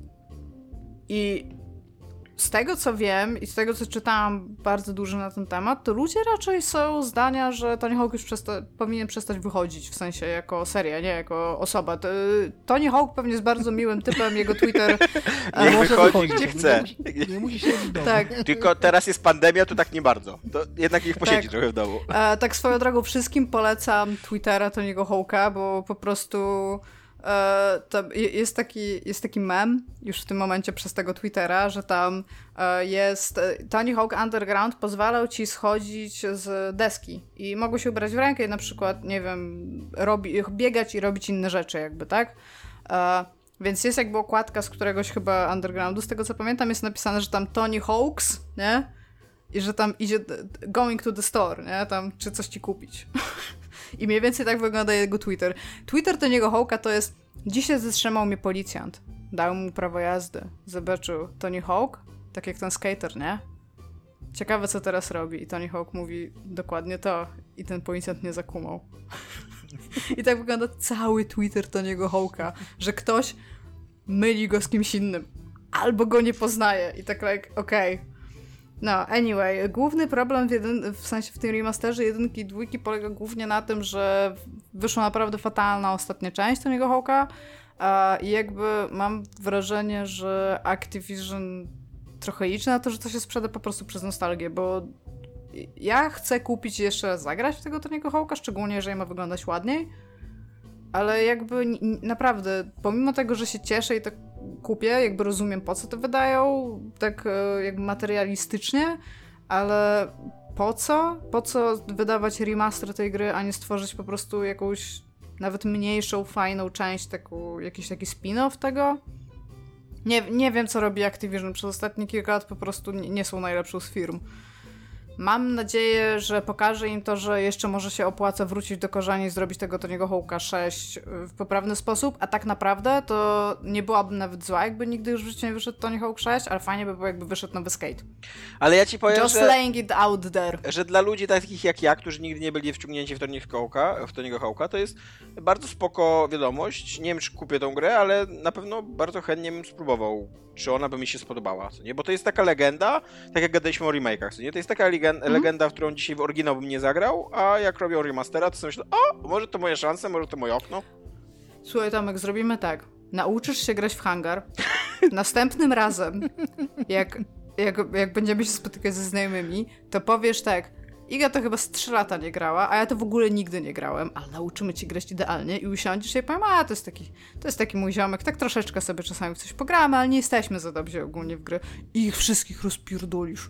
I z tego, co wiem i z tego, co czytałam bardzo dużo na ten temat, to ludzie raczej są zdania, że Tony Hawk już przesta- powinien przestać wychodzić, w sensie jako seria, nie jako osoba. To, Tony Hawk pewnie jest bardzo miłym typem, jego Twitter... Niech e, Może wychodzi, wychodzić, gdzie nie chce. musi- Nie musi siedzieć w domu. tak, Tylko teraz jest pandemia, to tak nie bardzo. To jednak niech posiedzi Tak. trochę w domu. E, tak swoją drogą wszystkim polecam Twittera Tony'ego Hawk'a, bo po prostu e, tam je- jest, taki, jest taki mem już w tym momencie przez tego Twittera, że tam e, jest e, Tony Hawk Underground pozwalał ci schodzić z deski i mogło się ubrać w rękę i na przykład, nie wiem, robi, biegać i robić inne rzeczy jakby, tak? E, Więc jest jakby okładka z któregoś chyba undergroundu, z tego co pamiętam jest napisane, że tam Tony Hawks, nie? I że tam idzie d- d- going to the store, nie? Tam, czy coś ci kupić. I mniej więcej tak wygląda jego Twitter. Twitter Tony'ego Hawk'a to jest dzisiaj zatrzymał mnie policjant. Dał mu prawo jazdy. Zobaczył Tony Hawk, tak jak ten skater, nie? Ciekawe, co teraz robi. I Tony Hawk mówi dokładnie to. I ten policjant nie zakumał. I tak wygląda cały Twitter Tony'ego Hawk'a, że ktoś myli go z kimś innym. Albo go nie poznaje. I tak like, okej. Okay. No, anyway, główny problem w, jedyn- w sensie w tym remasterze jedynki i dwójki polega głównie na tym, że wyszła naprawdę fatalna ostatnia część Tony'ego Hawk'a. A i jakby mam wrażenie, że Activision trochę liczy na to, że to się sprzeda po prostu przez nostalgię, bo ja chcę kupić i jeszcze raz zagrać w tego Tony'ego Hawk'a, szczególnie jeżeli ma wyglądać ładniej, ale jakby n- naprawdę, pomimo tego, że się cieszę i to kupię, jakby rozumiem, po co to wydają, tak jakby materialistycznie, ale po co? Po co wydawać remaster tej gry, a nie stworzyć po prostu jakąś nawet mniejszą, fajną część, taką, jakiś taki spin-off tego? Nie, nie wiem, co robi Activision. Przez ostatnie kilka lat po prostu nie, nie są najlepszą z firm. Mam nadzieję, że pokaże im to, że jeszcze może się opłaca wrócić do korzeni i zrobić tego Tony'ego Hawk'a sześć w poprawny sposób, a tak naprawdę to nie byłabym nawet zła, jakby nigdy już w życiu nie wyszedł Tony Hawk sześć, ale fajnie by było, jakby wyszedł nowy Skate. Ale ja ci powiem, Just że, laying it out there. że dla ludzi takich jak ja, którzy nigdy nie byli wciągnięci w Tony'ego Hawk'a, w Tony'ego Hawk'a, to jest bardzo spoko wiadomość. Nie wiem, czy kupię tą grę, ale na pewno bardzo chętnie bym spróbował, czy ona by mi się spodobała, co nie? Bo to jest taka legenda, tak jak gadaliśmy o remake'ach, co nie? To jest taka legenda, mm. legenda, w którą dzisiaj w oryginał bym nie zagrał, a jak robią remastera, to sobie myślę, o, może to moje szanse, może to moje okno. Słuchaj, Tomek, zrobimy tak. Nauczysz się grać w hangar. Następnym razem, jak, jak, jak będziemy się spotykać ze znajomymi, to powiesz tak, Iga to chyba z trzy lata nie grała, a ja to w ogóle nigdy nie grałem, ale nauczymy cię grać idealnie i usiądziesz i powiem, a to jest taki, to jest taki mój ziomek, tak troszeczkę sobie czasami w coś pogramy, ale nie jesteśmy za dobrzy ogólnie w gry i ich wszystkich rozpierdolisz.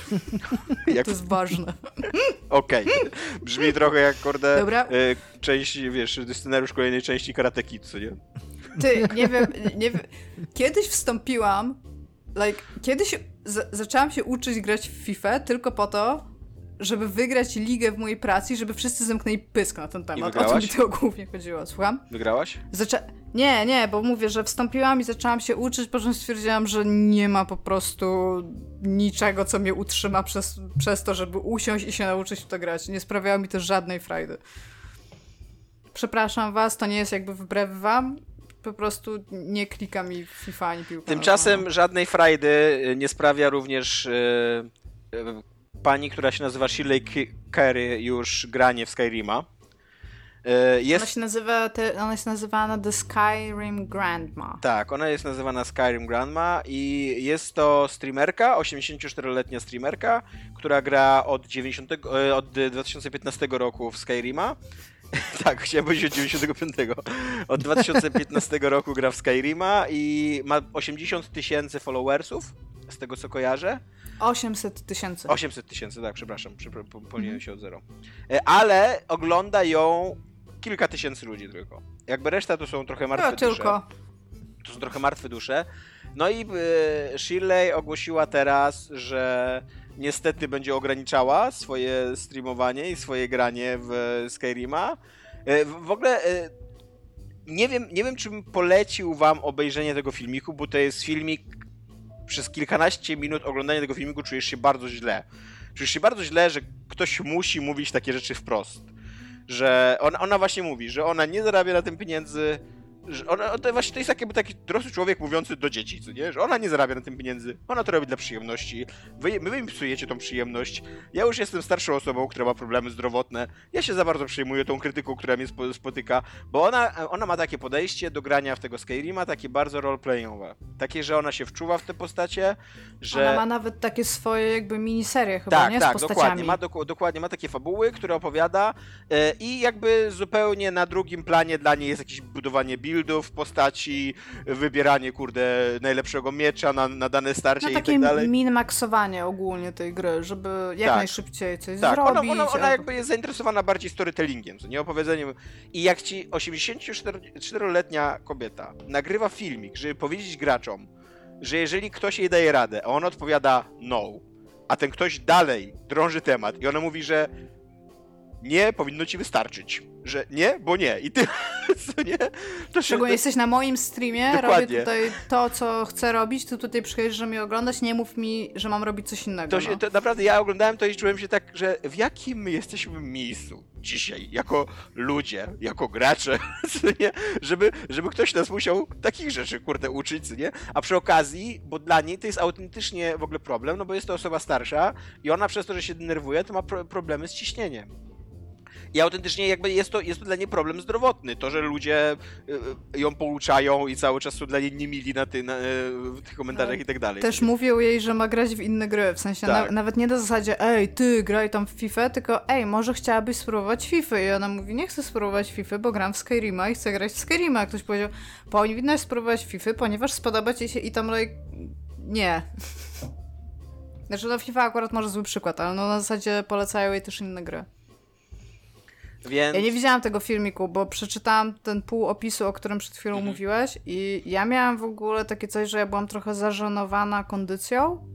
Jak... To jest ważne. Okej. Okay. Brzmi trochę jak, kurde, Dobra. Y, część, wiesz, scenariusz kolejnej części Karate Kid, co nie? Ty, nie wiem, nie wiem. Kiedyś wstąpiłam, like, kiedyś z- zaczęłam się uczyć grać w FIFA tylko po to, żeby wygrać ligę w mojej pracy, żeby wszyscy zamknęli pysk na ten temat. O to mi to głównie chodziło, słucham? Wygrałaś? Zaczę... Nie, nie, bo mówię, że wstąpiłam i zaczęłam się uczyć, po czym stwierdziłam, że nie ma po prostu niczego, co mnie utrzyma przez, przez to, żeby usiąść i się nauczyć w to grać. Nie sprawiało mi to żadnej frajdy. Przepraszam was, to nie jest jakby wbrew wam, po prostu nie klika mi w FIFA ani piłka. Tymczasem żadnej frajdy nie sprawia również yy, yy, pani, która się nazywa Shirley Carey, już granie w Skyrima. Yy, jest... Ona się nazywa, te, ona jest nazywana The Skyrim Grandma. Tak, ona jest nazywana Skyrim Grandma i jest to streamerka, osiemdziesięcioczteroletnia streamerka, która gra od, dziewięćdziesiątego, od dwa tysiące piętnastego roku w Skyrima. Tak, chciałem powiedzieć od dziewięćdziesiątego piątego. Od dwa tysiące piętnastego roku gra w Skyrima i ma osiemdziesiąt tysięcy followersów, z tego co kojarzę. osiemset tysięcy. osiemset tysięcy, tak, przepraszam, pomyliłem się od zero. Ale ogląda ją kilka tysięcy ludzi tylko. Jakby reszta to są trochę martwe no, dusze. tylko. To są trochę martwe dusze. No i y, Shirley ogłosiła teraz, że niestety będzie ograniczała swoje streamowanie i swoje granie w Skyrima. Y, w ogóle y, nie wiem, nie wiem, czy bym polecił wam obejrzenie tego filmiku, bo to jest filmik, przez kilkanaście minut oglądania tego filmiku czujesz się bardzo źle. Czujesz się bardzo źle, że ktoś musi mówić takie rzeczy wprost. Że ona, ona właśnie mówi, że ona nie zarabia na tym pieniędzy, że ona, to właśnie to jest jakby taki dorosły człowiek mówiący do dzieci, co nie? Że ona nie zarabia na tym pieniędzy, ona to robi dla przyjemności, wy, wy mi psujecie tą przyjemność, ja już jestem starszą osobą, która ma problemy zdrowotne, ja się za bardzo przejmuję tą krytyką, która mnie spo, spotyka, bo ona, ona ma takie podejście do grania w tego Skyrima, takie bardzo roleplayowe, takie, że ona się wczuwa w te postacie, że... Ona ma nawet takie swoje jakby miniserie chyba, tak, nie? Z tak, postaciami. dokładnie, ma, dok- dokładnie, ma takie fabuły, które opowiada yy, i jakby zupełnie na drugim planie dla niej jest jakieś budowanie build buildów, postaci, wybieranie, kurde, najlepszego miecza na, na dane starcie no, i tak dalej. takie min-maxowanie ogólnie tej gry, żeby jak tak. najszybciej coś tak. zrobić. Ona, ona, ona albo... jakby jest zainteresowana bardziej storytellingiem, co nie opowiedzeniem. I jak ci osiemdziesięcioczteroletnia kobieta nagrywa filmik, żeby powiedzieć graczom, że jeżeli ktoś jej daje radę, a on odpowiada no, a ten ktoś dalej drąży temat i ona mówi, że nie, powinno ci wystarczyć. Że nie, bo nie. I ty, co nie? To Szczególnie się... jesteś na moim streamie, Dokładnie. robię tutaj to, co chcę robić, ty tutaj przychodzisz, żeby mnie oglądać, nie mów mi, że mam robić coś innego. To się, no. to naprawdę ja oglądałem to i czułem się tak, że w jakim my jesteśmy miejscu dzisiaj, jako ludzie, jako gracze, co nie? Żeby, żeby ktoś nas musiał takich rzeczy, kurde, uczyć, co nie? A przy okazji, bo dla niej to jest autentycznie w ogóle problem, no bo jest to osoba starsza i ona przez to, że się denerwuje, to ma pro- problemy z ciśnieniem. I autentycznie jakby jest to, jest to dla niej problem zdrowotny. To, że ludzie y, ją pouczają i cały czas są dla niej niemili na, ty, na w tych komentarzach i tak dalej. Też mówią jej, że ma grać w inne gry, w sensie Tak. na, nawet nie na zasadzie ej, ty graj tam w FIFA, tylko ej, może chciałabyś spróbować FIFA i ona mówi, nie chcę spróbować FIFA, bo gram w Skyrima i chcę grać w Skyrima. A ktoś powiedział, powinnaś spróbować FIFA, ponieważ spodoba ci się i tam like... nie. Znaczy no FIFA akurat może zły przykład, ale no na zasadzie polecają jej też inne gry. Więc... Ja nie widziałam tego filmiku, bo przeczytałam ten pół opisu, o którym przed chwilą Mhm. mówiłaś i ja miałam w ogóle takie coś, że ja byłam trochę zażenowana kondycją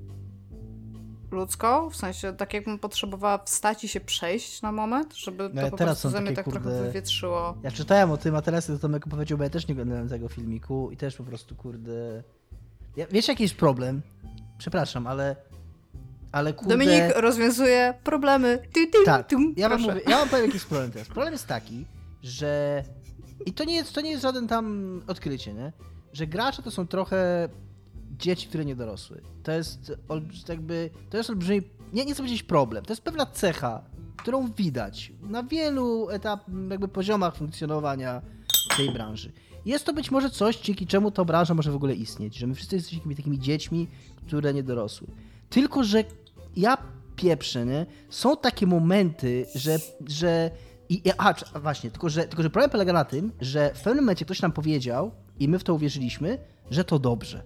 ludzką, w sensie tak jakbym potrzebowała wstać i się przejść na moment, żeby No to ja po teraz prostu są ze mnie takie, tak trochę kurde, wywietrzyło. Ja czytałem o tym, a teraz to Tomek powiedział, bo ja też nie oglądałem tego filmiku i też po prostu, kurde... Ja, wiesz, jaki jest problem? Przepraszam, ale... Ale kurde... Dominik rozwiązuje problemy. Ty, ty, Tak, ty, ja wam proszę. mówię, ja wam powiem, jaki jest problem teraz. Problem jest taki, że... I to nie jest, to nie jest żaden tam odkrycie, nie? Że gracze to są trochę dzieci, które nie dorosły. To jest olbrzy- jakby... To jest olbrzymi... Nie, nie chcę powiedzieć problem. To jest pewna cecha, którą widać na wielu etap, jakby poziomach funkcjonowania tej branży. Jest to być może coś, dzięki czemu ta branża może w ogóle istnieć, że my wszyscy jesteśmy takimi, takimi dziećmi, które nie dorosły. Tylko, że ja pieprzę, nie? Są takie momenty, że... że i, a, a właśnie, tylko że, tylko że problem polega na tym, że w pewnym momencie ktoś nam powiedział i my w to uwierzyliśmy, że to dobrze.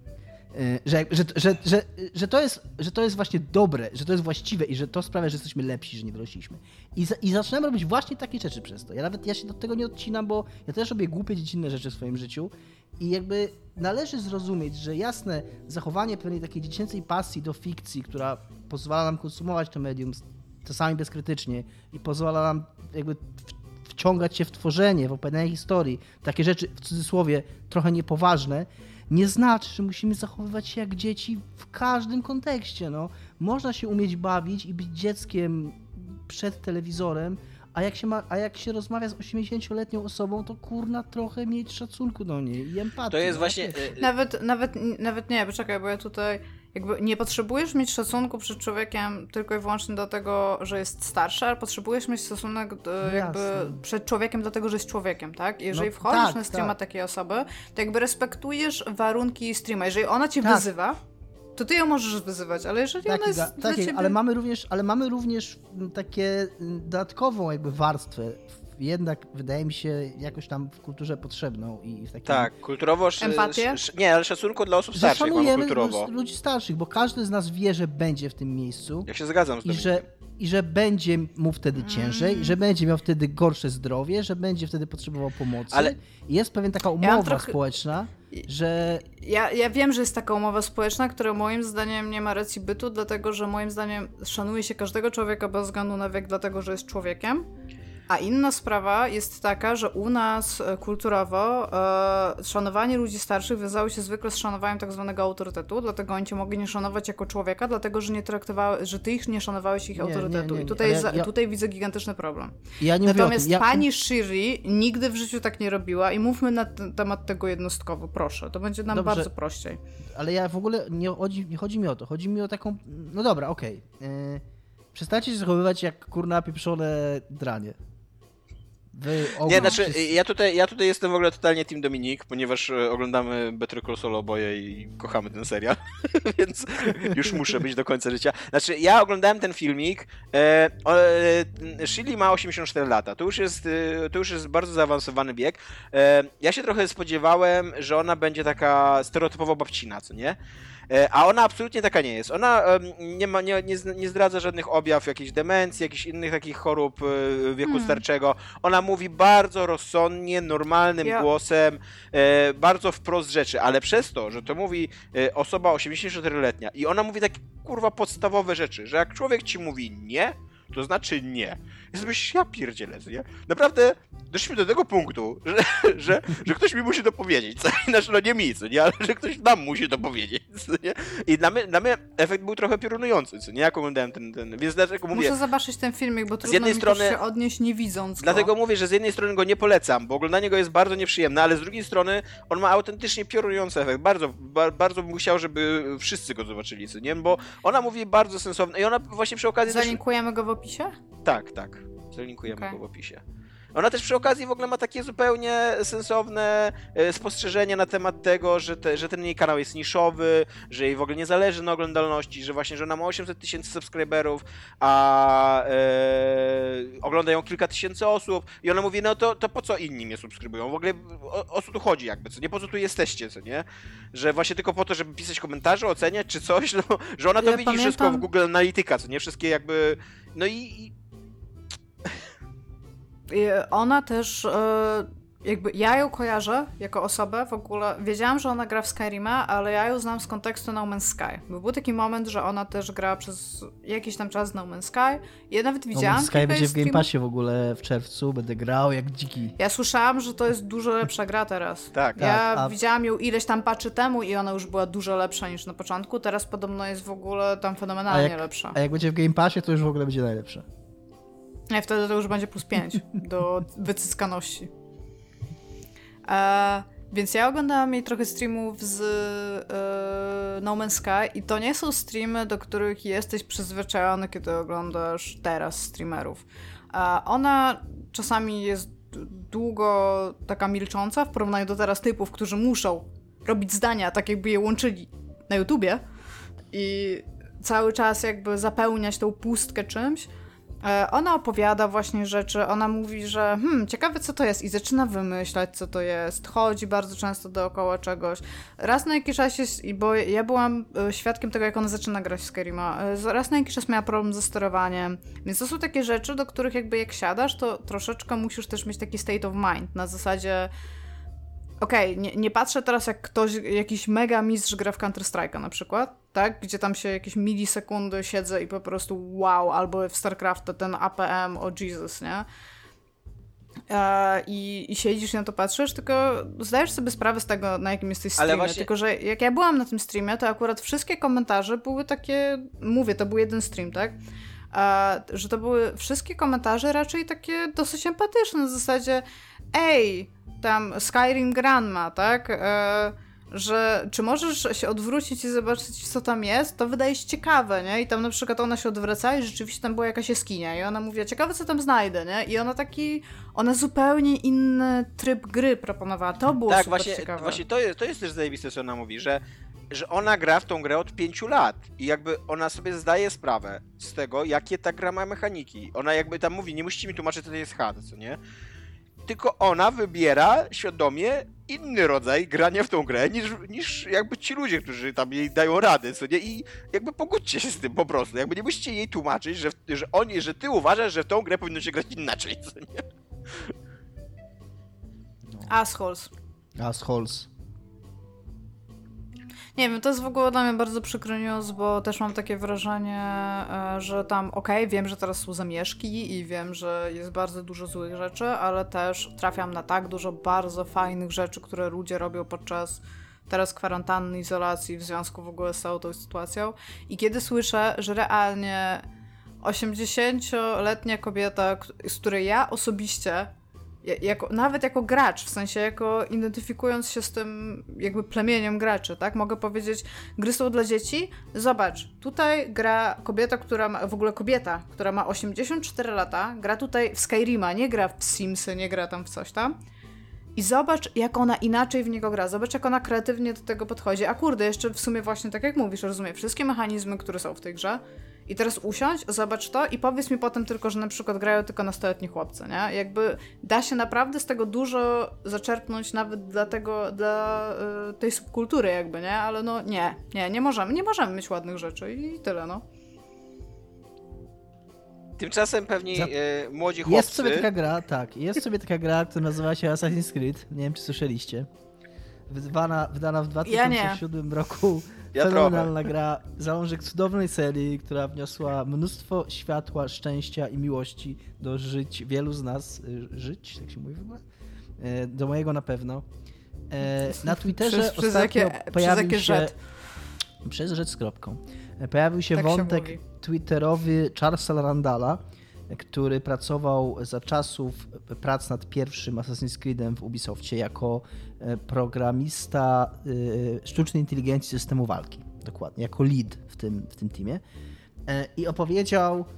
Że, że, że, że, że, to jest, że to jest właśnie dobre, że to jest właściwe i że to sprawia, że jesteśmy lepsi, że nie dorośliśmy. I, za, i zaczynamy robić właśnie takie rzeczy przez to. Ja nawet ja się do tego nie odcinam, bo ja też robię głupie, dziecinne rzeczy w swoim życiu i jakby należy zrozumieć, że jasne, zachowanie pewnej takiej dziecięcej pasji do fikcji, która pozwala nam konsumować to medium czasami bezkrytycznie i pozwala nam jakby wciągać się w tworzenie, w opowiadanie historii, takie rzeczy w cudzysłowie trochę niepoważne, nie znaczy, że musimy zachowywać się jak dzieci w każdym kontekście. No. Można się umieć bawić i być dzieckiem przed telewizorem, a jak się, ma, a jak się rozmawia z osiemdziesięcioletnią osobą, to kurna trochę mieć szacunku do niej i empatii. To jest no. właśnie... Nawet, nawet, nawet nie, poczekaj, bo ja tutaj jakby nie potrzebujesz mieć szacunku przed człowiekiem tylko i wyłącznie dlatego, że jest starszy, ale potrzebujesz mieć stosunek do, jakby przed człowiekiem dlatego, że jest człowiekiem, tak? Jeżeli No, wchodzisz tak, na streama tak. takiej osoby, to jakby respektujesz warunki streama. Jeżeli ona cię Tak. wyzywa, to ty ją możesz wyzywać, ale jeżeli Tak, ona jest Iga, dla tak, ciebie... ale mamy również, ale mamy również takie dodatkową jakby warstwę, jednak wydaje mi się jakoś tam w kulturze potrzebną i w takim... Tak, kulturowo... sz- Empatię? sz- nie, ale szacunku dla osób Że starszych mamy szanujemy kulturowo. lud- ludzi starszych, bo każdy z nas wie, że będzie w tym miejscu Ja się zgadzam z i tym. że, i że będzie mu wtedy ciężej, Mm. że będzie miał wtedy gorsze zdrowie, że będzie wtedy potrzebował pomocy. Ale- I jest pewien taka mam umowa trochę- społeczna, że Ja, ja wiem, że jest taka umowa społeczna, która moim zdaniem nie ma racji bytu, dlatego że moim zdaniem szanuje się każdego człowieka bez względu na wiek, dlatego że jest człowiekiem. A inna sprawa jest taka, że u nas e, kulturowo e, szanowanie ludzi starszych wiązało się zwykle z szanowaniem tak zwanego autorytetu, dlatego oni cię mogli nie szanować jako człowieka, dlatego że nie traktowały, że ty ich nie szanowałeś ich Nie, nie, autorytetu. nie, nie, I tutaj, ale za, ja- tutaj widzę gigantyczny problem. ja nie mówię o Natomiast tym. Ja, pani Shiri nigdy w życiu tak nie robiła i mówmy na ten temat tego jednostkowo, proszę. To będzie nam Dobrze. bardzo prościej. ale ja w ogóle nie chodzi, nie chodzi mi o to. Chodzi mi o taką. No dobra, okej. Yy, przestańcie się zachowywać jak kurna pieprzone dranie. Wy Nie, ogólnie znaczy wszyscy- ja tutaj, ja tutaj jestem w ogóle totalnie Team Dominik, ponieważ e, oglądamy Better Call Saul oboje i kochamy ten serial, więc już muszę być do końca życia. Znaczy ja oglądałem ten filmik, e, o, e, Shirley ma osiemdziesiąt cztery lata, to już jest, e, to już jest bardzo zaawansowany bieg. E, ja się trochę spodziewałem, że ona będzie taka stereotypowo babcina, co nie? E, A ona absolutnie taka nie jest. Ona em, nie, ma, nie, nie, z- nie zdradza żadnych objaw jakiejś demencji, jakichś innych takich chorób e, wieku Hmm. starczego. Ona mówi bardzo rozsądnie, normalnym Ja- głosem, e, bardzo wprost rzeczy, ale przez to, że to mówi e, osoba osiemdziesięcioczteroletnia i ona mówi takie kurwa podstawowe rzeczy, że jak człowiek ci mówi nie, to znaczy nie. I sobie myślisz, ja pierdzielę, nie? Naprawdę doszliśmy do tego punktu, że, że, że ktoś mi musi to powiedzieć, co? Znaczy, no nie mi, co nie? Ale że ktoś nam musi to powiedzieć, co nie? I dla mnie, dla mnie efekt był trochę piorunujący, co nie? Jak oglądałem ten, ten... Więc dlatego mówię... Muszę zobaczyć ten filmik, bo trudno jednej mi strony- też się odnieść nie widząc go. Dlatego mówię, że z jednej strony go nie polecam, bo oglądanie go jest bardzo nieprzyjemne, ale z drugiej strony on ma autentycznie piorunujący efekt. Bardzo, ba, bardzo bym chciał, żeby wszyscy go zobaczyli, co nie? Bo ona mówi bardzo sensowne i ona właśnie przy okazji też... Zalinkujemy go w opisie? Tak, tak. Zalinkujemy Okay. go w opisie. Ona też przy okazji w ogóle ma takie zupełnie sensowne e, spostrzeżenia na temat tego, że, te, że ten jej kanał jest niszowy, że jej w ogóle nie zależy na oglądalności, że właśnie, że ona ma osiemset tysięcy subskryberów, a e, ogląda ją kilka tysięcy osób i ona mówi, no to, to po co inni mnie subskrybują? W ogóle o, o co tu chodzi jakby, co nie? Po co tu jesteście, co nie? Że właśnie tylko po to, żeby pisać komentarze, oceniać czy coś, no, że ona to Ja widzi pamiętam... wszystko w Google Analytica, co nie? Wszystkie jakby, no i... i... Ona też, jakby ja ją kojarzę jako osobę w ogóle, wiedziałam, że ona gra w Skyrima, ale ja ją znam z kontekstu No Man's Sky. Był taki moment, że ona też gra przez jakiś tam czas No Man's Sky i ja nawet widziałam... No Man's Sky będzie w Game Passie w ogóle w czerwcu, będę grał jak dziki. Ja słyszałam, że to jest dużo lepsza gra teraz. Tak. Ja tak, a... widziałam ją ileś tam patchy temu i ona już była dużo lepsza niż na początku, teraz podobno jest w ogóle tam fenomenalnie a jak, lepsza. A jak będzie w Game Passie, to już w ogóle będzie najlepsze. I wtedy to już będzie plus pięć do wycyskaności. E, więc ja oglądałam jej trochę streamów z e, No Man's Sky i to nie są streamy, do których jesteś przyzwyczajony, kiedy oglądasz teraz streamerów. E, ona czasami jest długo taka milcząca w porównaniu do teraz typów, którzy muszą robić zdania tak, jakby je łączyli na YouTubie i cały czas jakby zapełniać tą pustkę czymś. Ona opowiada właśnie rzeczy, ona mówi, że hmm, ciekawe co to jest i zaczyna wymyślać co to jest, chodzi bardzo często dookoła czegoś. Raz na jakiś czas jest, bo ja byłam świadkiem tego, jak ona zaczyna grać w Skyrima, raz na jakiś czas miała problem ze sterowaniem, więc to są takie rzeczy, do których jakby jak siadasz, to troszeczkę musisz też mieć taki state of mind, na zasadzie okej, okay, nie, nie patrzę teraz jak ktoś, jakiś mega mistrz gra w Counter-Strike'a na przykład, tak? Gdzie tam się jakieś milisekundy siedzę i po prostu wow, albo w StarCrafta ten A P M, o Jesus, nie? E, i, I siedzisz i na to patrzysz, tylko zdajesz sobie sprawę z tego, na jakim jesteś streamie, właśnie... tylko że jak ja byłam na tym streamie, to akurat wszystkie komentarze były takie, mówię, to był jeden stream, tak? E, że to były wszystkie komentarze raczej takie dosyć empatyczne, na zasadzie ej, tam Skyrim Grandma, tak? E, że czy możesz się odwrócić i zobaczyć, co tam jest? To wydaje się ciekawe, nie? I tam na przykład ona się odwraca i rzeczywiście tam była jakaś jaskinia i ona mówi, ciekawe, co tam znajdę, nie? I ona taki, ona zupełnie inny tryb gry proponowała. To było tak, super właśnie, ciekawe. Właśnie to jest, to jest też zajebiste, co ona mówi, że, że ona gra w tą grę od pięciu lat i jakby ona sobie zdaje sprawę z tego, jakie ta gra ma mechaniki. Ona jakby tam mówi, nie musicie mi tłumaczyć, co to jest H U D, co nie? Tylko ona wybiera świadomie inny rodzaj grania w tą grę niż, niż jakby ci ludzie, którzy tam jej dają rady, co nie? I jakby pogódźcie się z tym po prostu. Jakby nie musicie jej tłumaczyć, że, że, oni, że ty uważasz, że w tą grę powinno się grać inaczej, co nie? No. Assholes. Assholes. Nie wiem, to jest w ogóle dla mnie bardzo przykry news, bo też mam takie wrażenie, że tam okej, okay, wiem, że teraz są zamieszki i wiem, że jest bardzo dużo złych rzeczy, ale też trafiam na tak dużo bardzo fajnych rzeczy, które ludzie robią podczas teraz kwarantanny, izolacji, w związku w ogóle z całą tą sytuacją. I kiedy słyszę, że realnie osiemdziesięcioletnia kobieta, z której ja osobiście Jako, nawet jako gracz, w sensie jako identyfikując się z tym jakby plemieniem graczy, tak? Mogę powiedzieć, gry są dla dzieci. Zobacz, tutaj gra kobieta, która ma, w ogóle kobieta, która ma osiemdziesiąt cztery lata, gra tutaj w Skyrima, nie gra w Simsy, nie gra tam w coś tam. I zobacz, jak ona inaczej w niego gra. Zobacz, jak ona kreatywnie do tego podchodzi. A kurde, jeszcze w sumie właśnie tak jak mówisz, rozumie wszystkie mechanizmy, które są w tej grze. I teraz usiądź, zobacz to i powiedz mi potem tylko, że na przykład grają tylko nastoletni chłopcy, nie? Jakby da się naprawdę z tego dużo zaczerpnąć nawet dla tego, dla y, tej subkultury jakby, nie? Ale no nie, nie, nie możemy, nie możemy mieć ładnych rzeczy i tyle, no. Tymczasem pewnie Za... e, młodzi chłopcy... Jest sobie taka gra, tak, jest sobie taka gra, która nazywa się Assassin's Creed, nie wiem czy słyszeliście. Wydana, wydana w dwa tysiące siódmym ja roku. Ja Fenomenalna trochę. gra, zalążek cudownej serii, która wniosła mnóstwo światła, szczęścia i miłości do żyć wielu z nas. Żyć, tak się mówi w ogóle? Do mojego na pewno. Na Twitterze przez, ostatnio przez jakie, pojawił przez się... Rzecz. Przez rzecz z kropką. Pojawił się tak wątek się twitterowy Charlesa Randalla, który pracował za czasów prac nad pierwszym Assassin's Creedem w Ubisoftie jako programista sztucznej inteligencji systemu walki. Dokładnie, jako lead w tym, w tym teamie. I opowiedział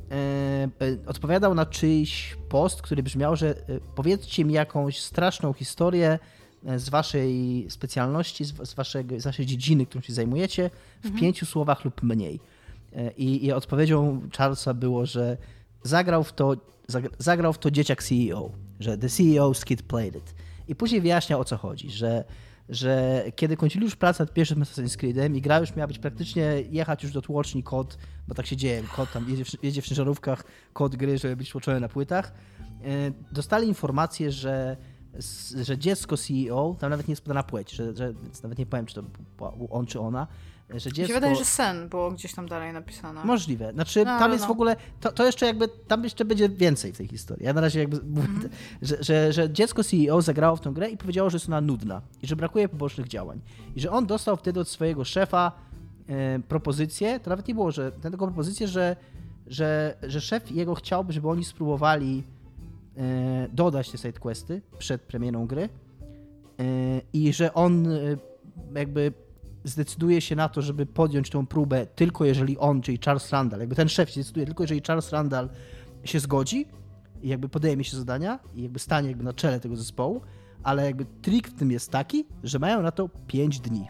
odpowiadał na czyjś post, który brzmiał, że powiedzcie mi jakąś straszną historię z waszej specjalności, z, waszego, z waszej dziedziny, którą się zajmujecie, w mhm. pięciu słowach lub mniej. I, I odpowiedzią Charlesa było, że zagrał w to, zagrał w to dzieciak C E O, że the C E O's kid played it. I później wyjaśniał, o co chodzi, że, że kiedy kończyli już pracę nad pierwszym Assassin's Creedem i gra już miała być praktycznie jechać już do tłoczni kod, bo tak się dzieje, kod tam jedzie w, jedzie w ciężarówkach, kod gry, żeby być tłoczony na płytach, dostali informację, że że dziecko C E O, tam nawet nie jest podana płeć, że, że, więc nawet nie powiem, czy to był on, czy ona, że dziecko... Mi się wydaje, że sen było gdzieś tam dalej napisane. Możliwe. Znaczy, no, tam jest no. w ogóle, to, to jeszcze jakby, tam jeszcze będzie więcej w tej historii. Ja na razie jakby mówię, mm. że, że, że dziecko C E O zagrało w tę grę i powiedziało, że jest ona nudna i że brakuje pobocznych działań. I że on dostał wtedy od swojego szefa e, propozycję, to nawet nie było, że tylko propozycję, że, że, że szef jego chciałby, żeby oni spróbowali dodać te sidequesty przed premierą gry i że on jakby zdecyduje się na to, żeby podjąć tą próbę tylko jeżeli on, czyli Charles Randall, jakby ten szef się decyduje tylko jeżeli Charles Randall się zgodzi i jakby podejmie się zadania i jakby stanie jakby na czele tego zespołu, ale jakby trik w tym jest taki, że mają na to pięć dni.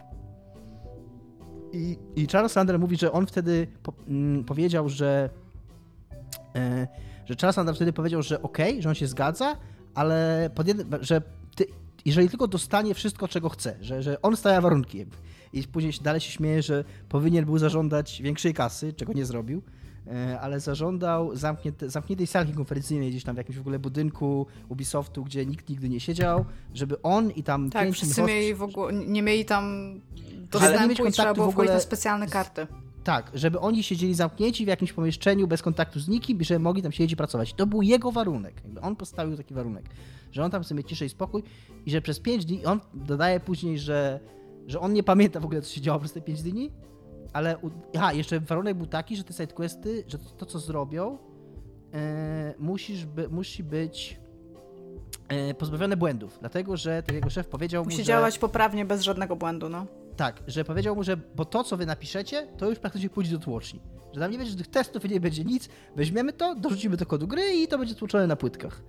I, i Charles Randall mówi, że on wtedy po, mm, powiedział, że e, że Charles Randall wtedy powiedział, że okej, okay, że on się zgadza, ale pod jednym, że ty, jeżeli tylko dostanie wszystko, czego chce, że, że on stawia warunki jakby. I później dalej się śmieje, że powinien był zażądać większej kasy, czego nie zrobił, ale zażądał zamknięte, zamkniętej sali konferencyjnej gdzieś tam w jakimś w ogóle budynku Ubisoftu, gdzie nikt nigdy nie siedział, żeby on i tam... Tak, wszyscy mieli w ogóle, nie mieli tam dostępu i trzeba było wchodzić na specjalne karty. Tak, żeby oni siedzieli zamknięci w jakimś pomieszczeniu bez kontaktu z nikim i żeby mogli tam siedzieć i pracować. To był jego warunek. Jakby on postawił taki warunek, że on tam sobie ciszy i spokój i że przez pięć dni, on dodaje później, że, że on nie pamięta w ogóle, co się działo przez te pięć dni, ale aha, jeszcze warunek był taki, że te sidequesty, że to, to co zrobią, e, musisz by, musi być e, pozbawione błędów, dlatego, że tak jego szef powiedział musi mu, że... Musi działać poprawnie, bez żadnego błędu, no. Tak, że powiedział mu, że bo to, co wy napiszecie, to już praktycznie pójdzie do tłoczni. Że tam nie będzie tych testów i nie będzie nic, weźmiemy to, dorzucimy do kodu gry i to będzie tłoczone na płytkach.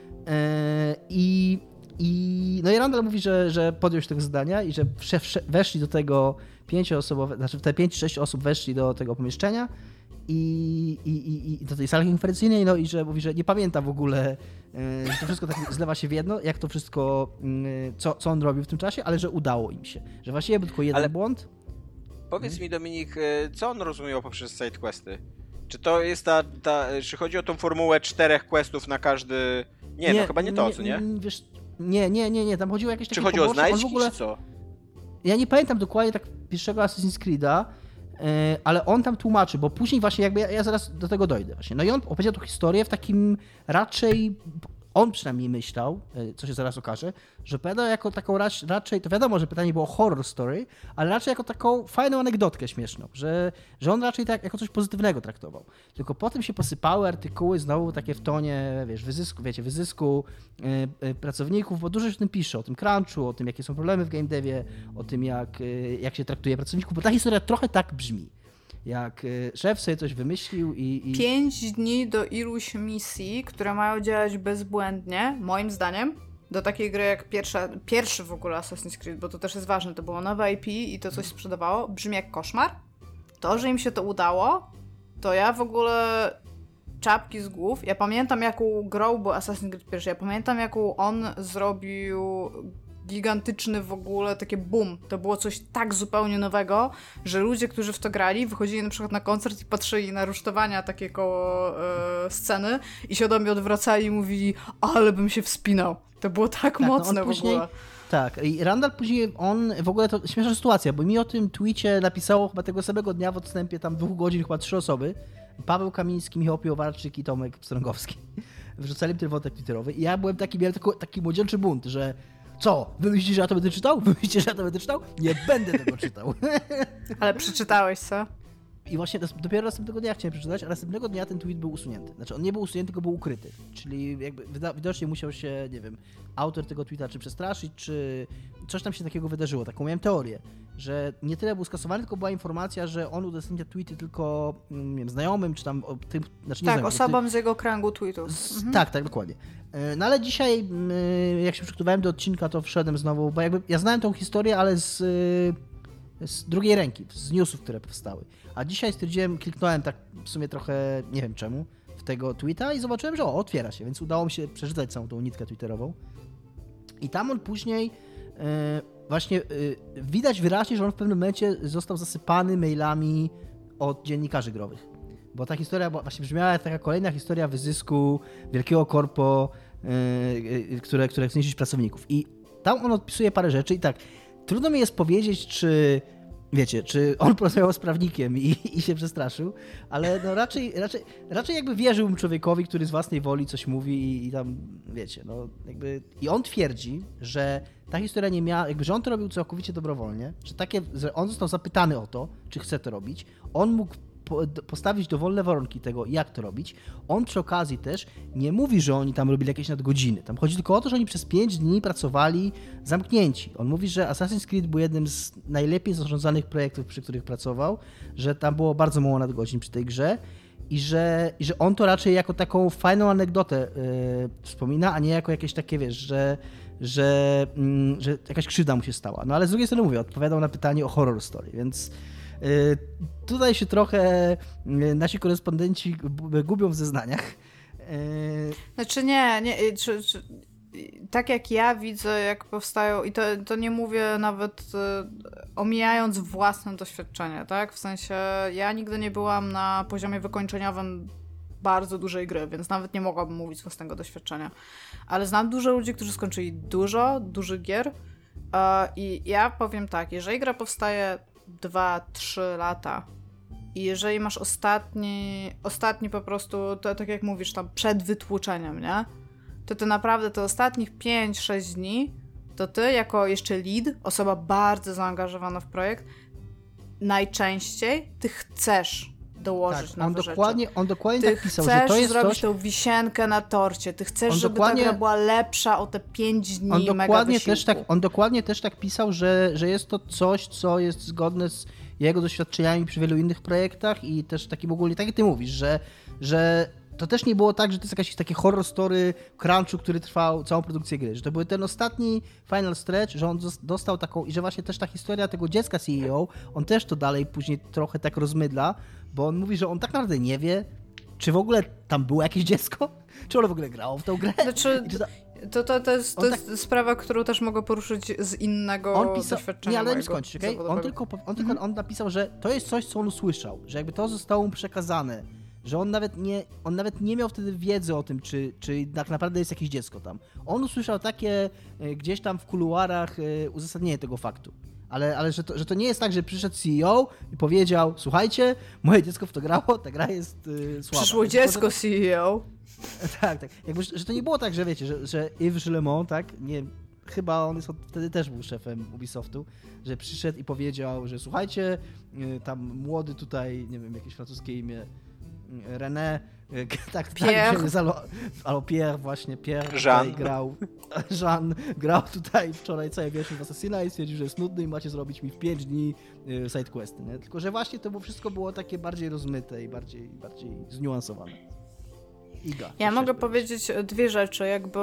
Eee, i, i, no i Randall mówi, że, że podjął się tego zadania i że weszli do tego pięcioosobowe, znaczy te pięć, sześć osób weszli do tego pomieszczenia i, i, i, i do tej sali konferencyjnej, no i że mówi, że nie pamięta w ogóle, że to wszystko tak zlewa się w jedno, jak to wszystko, co, co on robił w tym czasie, ale że udało im się. Że właściwie był tylko jeden ale błąd. Powiedz hmm. mi, Dominik, co on rozumiał poprzez sidequesty? Czy to jest ta, ta, czy chodzi o tą formułę czterech questów na każdy... Nie, nie no chyba nie to, nie, co nie? Wiesz, nie, nie, nie, nie, tam chodziło o jakieś takie Czy chodzi o znajdźki, w ogóle... czy co? Ja nie pamiętam dokładnie tak pierwszego Assassin's Creed'a, ale on tam tłumaczy, bo później właśnie jakby, ja, ja zaraz do tego dojdę właśnie. No i on opowiedział tą historię w takim raczej, on przynajmniej myślał, co się zaraz okaże, że opowiadał jako taką raczej, to wiadomo, że pytanie było horror story, ale raczej jako taką fajną anegdotkę śmieszną, że, że on raczej tak jako coś pozytywnego traktował. Tylko potem się posypały artykuły znowu takie w tonie, wiesz, wyzysku, wiecie, wyzysku yy, yy, pracowników, bo dużo się o tym pisze, o tym crunchu, o tym, jakie są problemy w game devie, o tym, jak, yy, jak się traktuje pracowników, bo ta historia trochę tak brzmi. Jak szef sobie coś wymyślił i, i... Pięć dni do iluś misji, które mają działać bezbłędnie, moim zdaniem, do takiej gry jak pierwsza, pierwszy w ogóle Assassin's Creed, bo to też jest ważne, to było nowe I P i to coś sprzedawało, brzmi jak koszmar. To, że im się to udało, to ja w ogóle czapki z głów. Ja pamiętam, jaką grą był Assassin's Creed pierwszy, ja pamiętam, jaką on zrobił... gigantyczny w ogóle, takie boom. To było coś tak zupełnie nowego, że ludzie, którzy w to grali, wychodzili na przykład na koncert i patrzyli na rusztowania takie koło e, sceny i się do mnie odwracali i mówili, ale bym się wspinał. To było tak, tak mocne no później, w ogóle. Tak, i Randall później, on w ogóle to śmieszna sytuacja, bo mi o tym tweetie napisało chyba tego samego dnia w odstępie tam dwóch godzin chyba trzy osoby. Paweł Kamiński, Michał Piłowarczyk i Tomek Pstrągowski. Wrzucali ten wątek twitterowy i ja byłem taki, miałem taki, taki młodzieńczy bunt, że co? Wy myślicie, że ja to będę czytał? Wy myślicie, że ja to będę czytał? Nie będę tego czytał. Ale przeczytałeś, co? I właśnie dopiero następnego dnia chciałem przeczytać, a następnego dnia ten tweet był usunięty. Znaczy on nie był usunięty, tylko był ukryty. Czyli jakby widocznie musiał się, nie wiem, autor tego tweeta czy przestraszyć, czy coś tam się takiego wydarzyło. Taką miałem teorię, że nie tyle był skasowany, tylko była informacja, że on udostępnia tweety tylko, nie wiem, znajomym, czy tam tym, znaczy nie Tak, znajomym, osobom ty... z jego kręgu tweetów. Z... Mhm. Tak, tak, dokładnie. No ale dzisiaj, jak się przygotowałem do odcinka, to wszedłem znowu, bo jakby ja znałem tą historię, ale z, z drugiej ręki, z newsów, które powstały. A dzisiaj stwierdziłem, kliknąłem tak w sumie trochę, nie wiem czemu, w tego tweeta i zobaczyłem, że o, otwiera się, więc udało mi się przeczytać całą tą nitkę twitterową. I tam on później e, właśnie e, widać wyraźnie, że on w pewnym momencie został zasypany mailami od dziennikarzy growych. Bo ta historia była, właśnie brzmiała jak taka kolejna historia wyzysku wielkiego korpo, e, które, które chce niszczyć pracowników. I tam on odpisuje parę rzeczy i tak, trudno mi jest powiedzieć, czy wiecie, czy on porozmawiał z prawnikiem i, i się przestraszył, ale no raczej, raczej, raczej jakby wierzyłbym człowiekowi, który z własnej woli coś mówi i, i tam, wiecie, no jakby... I on twierdzi, że ta historia nie miała, jakby, że on to robił całkowicie dobrowolnie, że takie, że on został zapytany o to, czy chce to robić, on mógł postawić dowolne warunki tego, jak to robić. On przy okazji też nie mówi, że oni tam robili jakieś nadgodziny. Tam chodzi tylko o to, że oni przez pięć dni pracowali zamknięci. On mówi, że Assassin's Creed był jednym z najlepiej zarządzanych projektów, przy których pracował, że tam było bardzo mało nadgodzin przy tej grze i że, i że on to raczej jako taką fajną anegdotę yy, wspomina, a nie jako jakieś takie, wiesz, że, że, yy, że jakaś krzywda mu się stała. No ale z drugiej strony mówię, odpowiadał na pytanie o horror story, więc Yy, tutaj się trochę yy, nasi korespondenci gubią w zeznaniach. Yy... Znaczy nie, nie czy, czy, tak jak ja widzę, jak powstają, i to, to nie mówię nawet yy, omijając własne doświadczenie, tak? W sensie ja nigdy nie byłam na poziomie wykończeniowym bardzo dużej gry, więc nawet nie mogłabym mówić z własnego doświadczenia. Ale znam dużo ludzi, którzy skończyli dużo, dużych gier yy, i ja powiem tak, jeżeli gra powstaje dwa trzy lata i jeżeli masz ostatni, ostatni po prostu, to tak jak mówisz tam przed wytłoczeniem, nie? To ty naprawdę te ostatnich pięć sześć dni, to ty jako jeszcze lead, osoba bardzo zaangażowana w projekt, najczęściej ty chcesz dołożyć tak, nowe on rzeczy. dokładnie, on dokładnie ty tak pisał, chcesz że to jest zrobić coś... tą wisienkę na torcie, ty chcesz, on żeby dokładnie... ta gra była lepsza o te pięć dni on mega dokładnie wysiłku. też tak, On dokładnie też tak pisał, że, że jest to coś, co jest zgodne z jego doświadczeniami przy wielu innych projektach i też takim ogólnie, tak jak ty mówisz, że, że to też nie było tak, że to jest jakieś takie horror story crunchu, który trwał całą produkcję gry, że to był ten ostatni final stretch, że on dostał taką i że właśnie też ta historia tego dziecka C E O, on też to dalej później trochę tak rozmydla, bo on mówi, że on tak naprawdę nie wie, czy w ogóle tam było jakieś dziecko, czy ono w ogóle grało w tą grę. Znaczy... To, to, to jest, to jest tak, sprawa, którą też mogę poruszyć z innego on pisał, doświadczenia. Nie, ale nie skończyć, okay? On tylko, on, tylko mm-hmm. on napisał, że to jest coś, co on usłyszał, że jakby to zostało mu przekazane, że on nawet nie, on nawet nie miał wtedy wiedzy o tym, czy, czy tak naprawdę jest jakieś dziecko tam. On usłyszał takie gdzieś tam w kuluarach uzasadnienie tego faktu. Ale, ale że, to, że to nie jest tak, że przyszedł C E O i powiedział, słuchajcie, moje dziecko w to grało, ta gra jest yy, słaba. Przyszło dziecko to... C E O. Tak, tak. Jakby, że to nie było tak, że wiecie, że, że Yves Guillemot, tak, nie, chyba on jest od, wtedy też był szefem Ubisoftu, że przyszedł i powiedział, że słuchajcie, yy, tam młody tutaj, nie wiem, jakieś francuskie imię, René, tak, Pierre. tak, albo, albo Pierre właśnie, Pierre Jean. grał, Jean grał tutaj wczoraj cały wieczór w Assassina i stwierdził, że jest nudny i macie zrobić mi w pięć dni sidequesty, nie? Tylko że właśnie to wszystko było takie bardziej rozmyte i bardziej, bardziej zniuansowane. Iga, ja mogę powiedzieć dwie rzeczy, jakby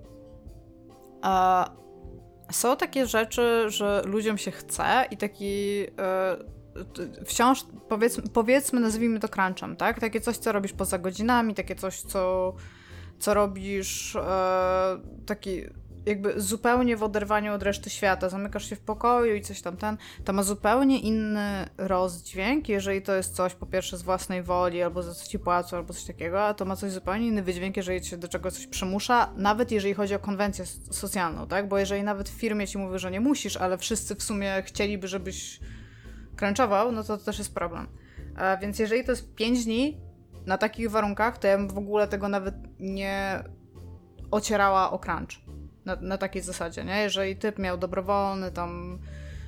a, są takie rzeczy, że ludziom się chce i taki e, wciąż, powiedzmy, powiedzmy, nazwijmy to crunchem, tak? Takie coś, co robisz poza godzinami, takie coś, co, co robisz e, taki jakby zupełnie w oderwaniu od reszty świata. Zamykasz się w pokoju i coś tam ten. To ma zupełnie inny rozdźwięk, jeżeli to jest coś po pierwsze z własnej woli, albo za co ci płacą, albo coś takiego, a to ma coś zupełnie inny wydźwięk, jeżeli cię do czegoś coś przymusza, nawet jeżeli chodzi o konwencję socjalną, tak? Bo jeżeli nawet w firmie ci mówi, że nie musisz, ale wszyscy w sumie chcieliby, żebyś crunchował, no to to też jest problem. A więc jeżeli to jest pięć dni na takich warunkach, to ja bym w ogóle tego nawet nie ocierała o crunch. Na, na takiej zasadzie, nie? Jeżeli typ miał dobrowolny tam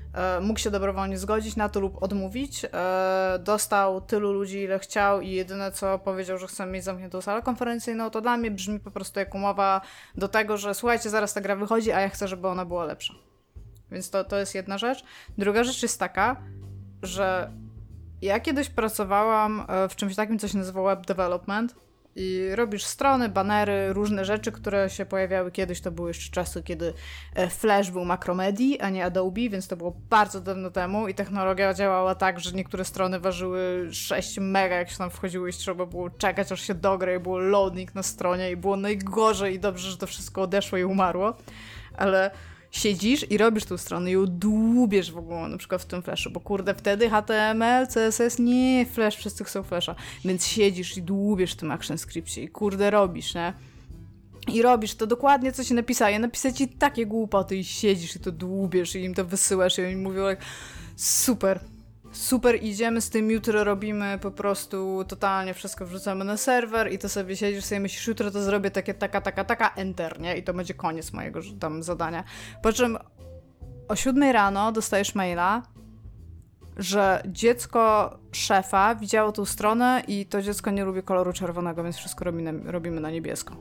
e, mógł się dobrowolnie zgodzić na to lub odmówić. E, dostał tylu ludzi, ile chciał i jedyne co powiedział, że chce mieć zamkniętą salę konferencyjną, to dla mnie brzmi po prostu jak umowa do tego, że słuchajcie, zaraz ta gra wychodzi, a ja chcę, żeby ona była lepsza. Więc to, to jest jedna rzecz. Druga rzecz jest taka, że ja kiedyś pracowałam w czymś takim, co się nazywa web development i robisz strony, banery, różne rzeczy, które się pojawiały kiedyś. To były jeszcze czasy, kiedy Flash był Macromedia, a nie Adobe, więc to było bardzo dawno temu i technologia działała tak, że niektóre strony ważyły sześć mega, jak się tam wchodziło i trzeba było czekać, aż się dogra i było loading na stronie i było najgorzej i dobrze, że to wszystko odeszło i umarło, ale siedzisz i robisz tą stronę i ją dłubiesz w ogóle, na przykład w tym Flashu, bo kurde, wtedy H T M L, C S S, nie, Flash, wszyscy chcą Flasha, więc siedzisz i dłubiesz w tym ActionScriptie i kurde robisz, nie? I robisz to dokładnie, co ci napisali, napisać ci takie głupoty i siedzisz i to dłubiesz i im to wysyłasz i oni mówią jak super, super, idziemy z tym, jutro robimy po prostu totalnie wszystko, wrzucamy na serwer i to sobie siedzisz, sobie myślisz, jutro to zrobię takie, taka, taka, taka, enter, nie? I to będzie koniec mojego tam zadania. Po czym o siódmej rano dostajesz maila, że dziecko szefa widziało tą stronę i to dziecko nie lubi koloru czerwonego, więc wszystko robimy, robimy na niebiesko.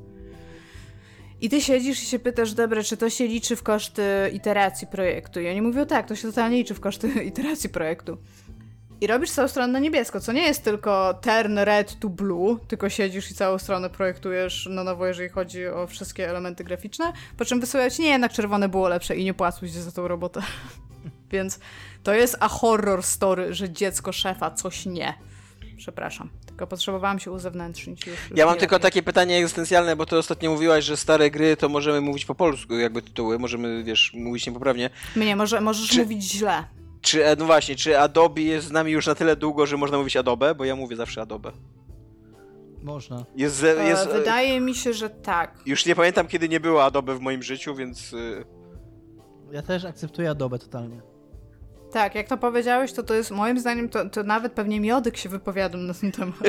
I ty siedzisz i się pytasz, dobra, czy to się liczy w koszty iteracji projektu? I oni mówią, tak, to się totalnie liczy w koszty iteracji projektu. I robisz całą stronę na niebiesko, co nie jest tylko turn red to blue, tylko siedzisz i całą stronę projektujesz na nowo, jeżeli chodzi o wszystkie elementy graficzne, po czym wysyłają ci, nie, jednak czerwone było lepsze i nie płacą ci za tą robotę. Więc to jest a horror story, że dziecko szefa coś nie. Przepraszam, tylko potrzebowałam się uzewnętrznić. Już, już ja mam nie tylko lepiej. takie pytanie egzystencjalne, bo ty ostatnio mówiłaś, że stare gry to możemy mówić po polsku, jakby tytuły, możemy, wiesz, mówić niepoprawnie. Mnie, może, możesz Czy- mówić źle. Czy, no właśnie, czy Adobe jest z nami już na tyle długo, że można mówić Adobe? Bo ja mówię zawsze Adobe. Można. Jest, ze- jest, E, wydaje mi się, że tak. Już nie pamiętam, kiedy nie było Adobe w moim życiu, więc... y, Ja też akceptuję Adobe totalnie. Tak, jak to powiedziałeś, to to jest, moim zdaniem, to, to nawet pewnie Miodyk się wypowiadał na ten temat.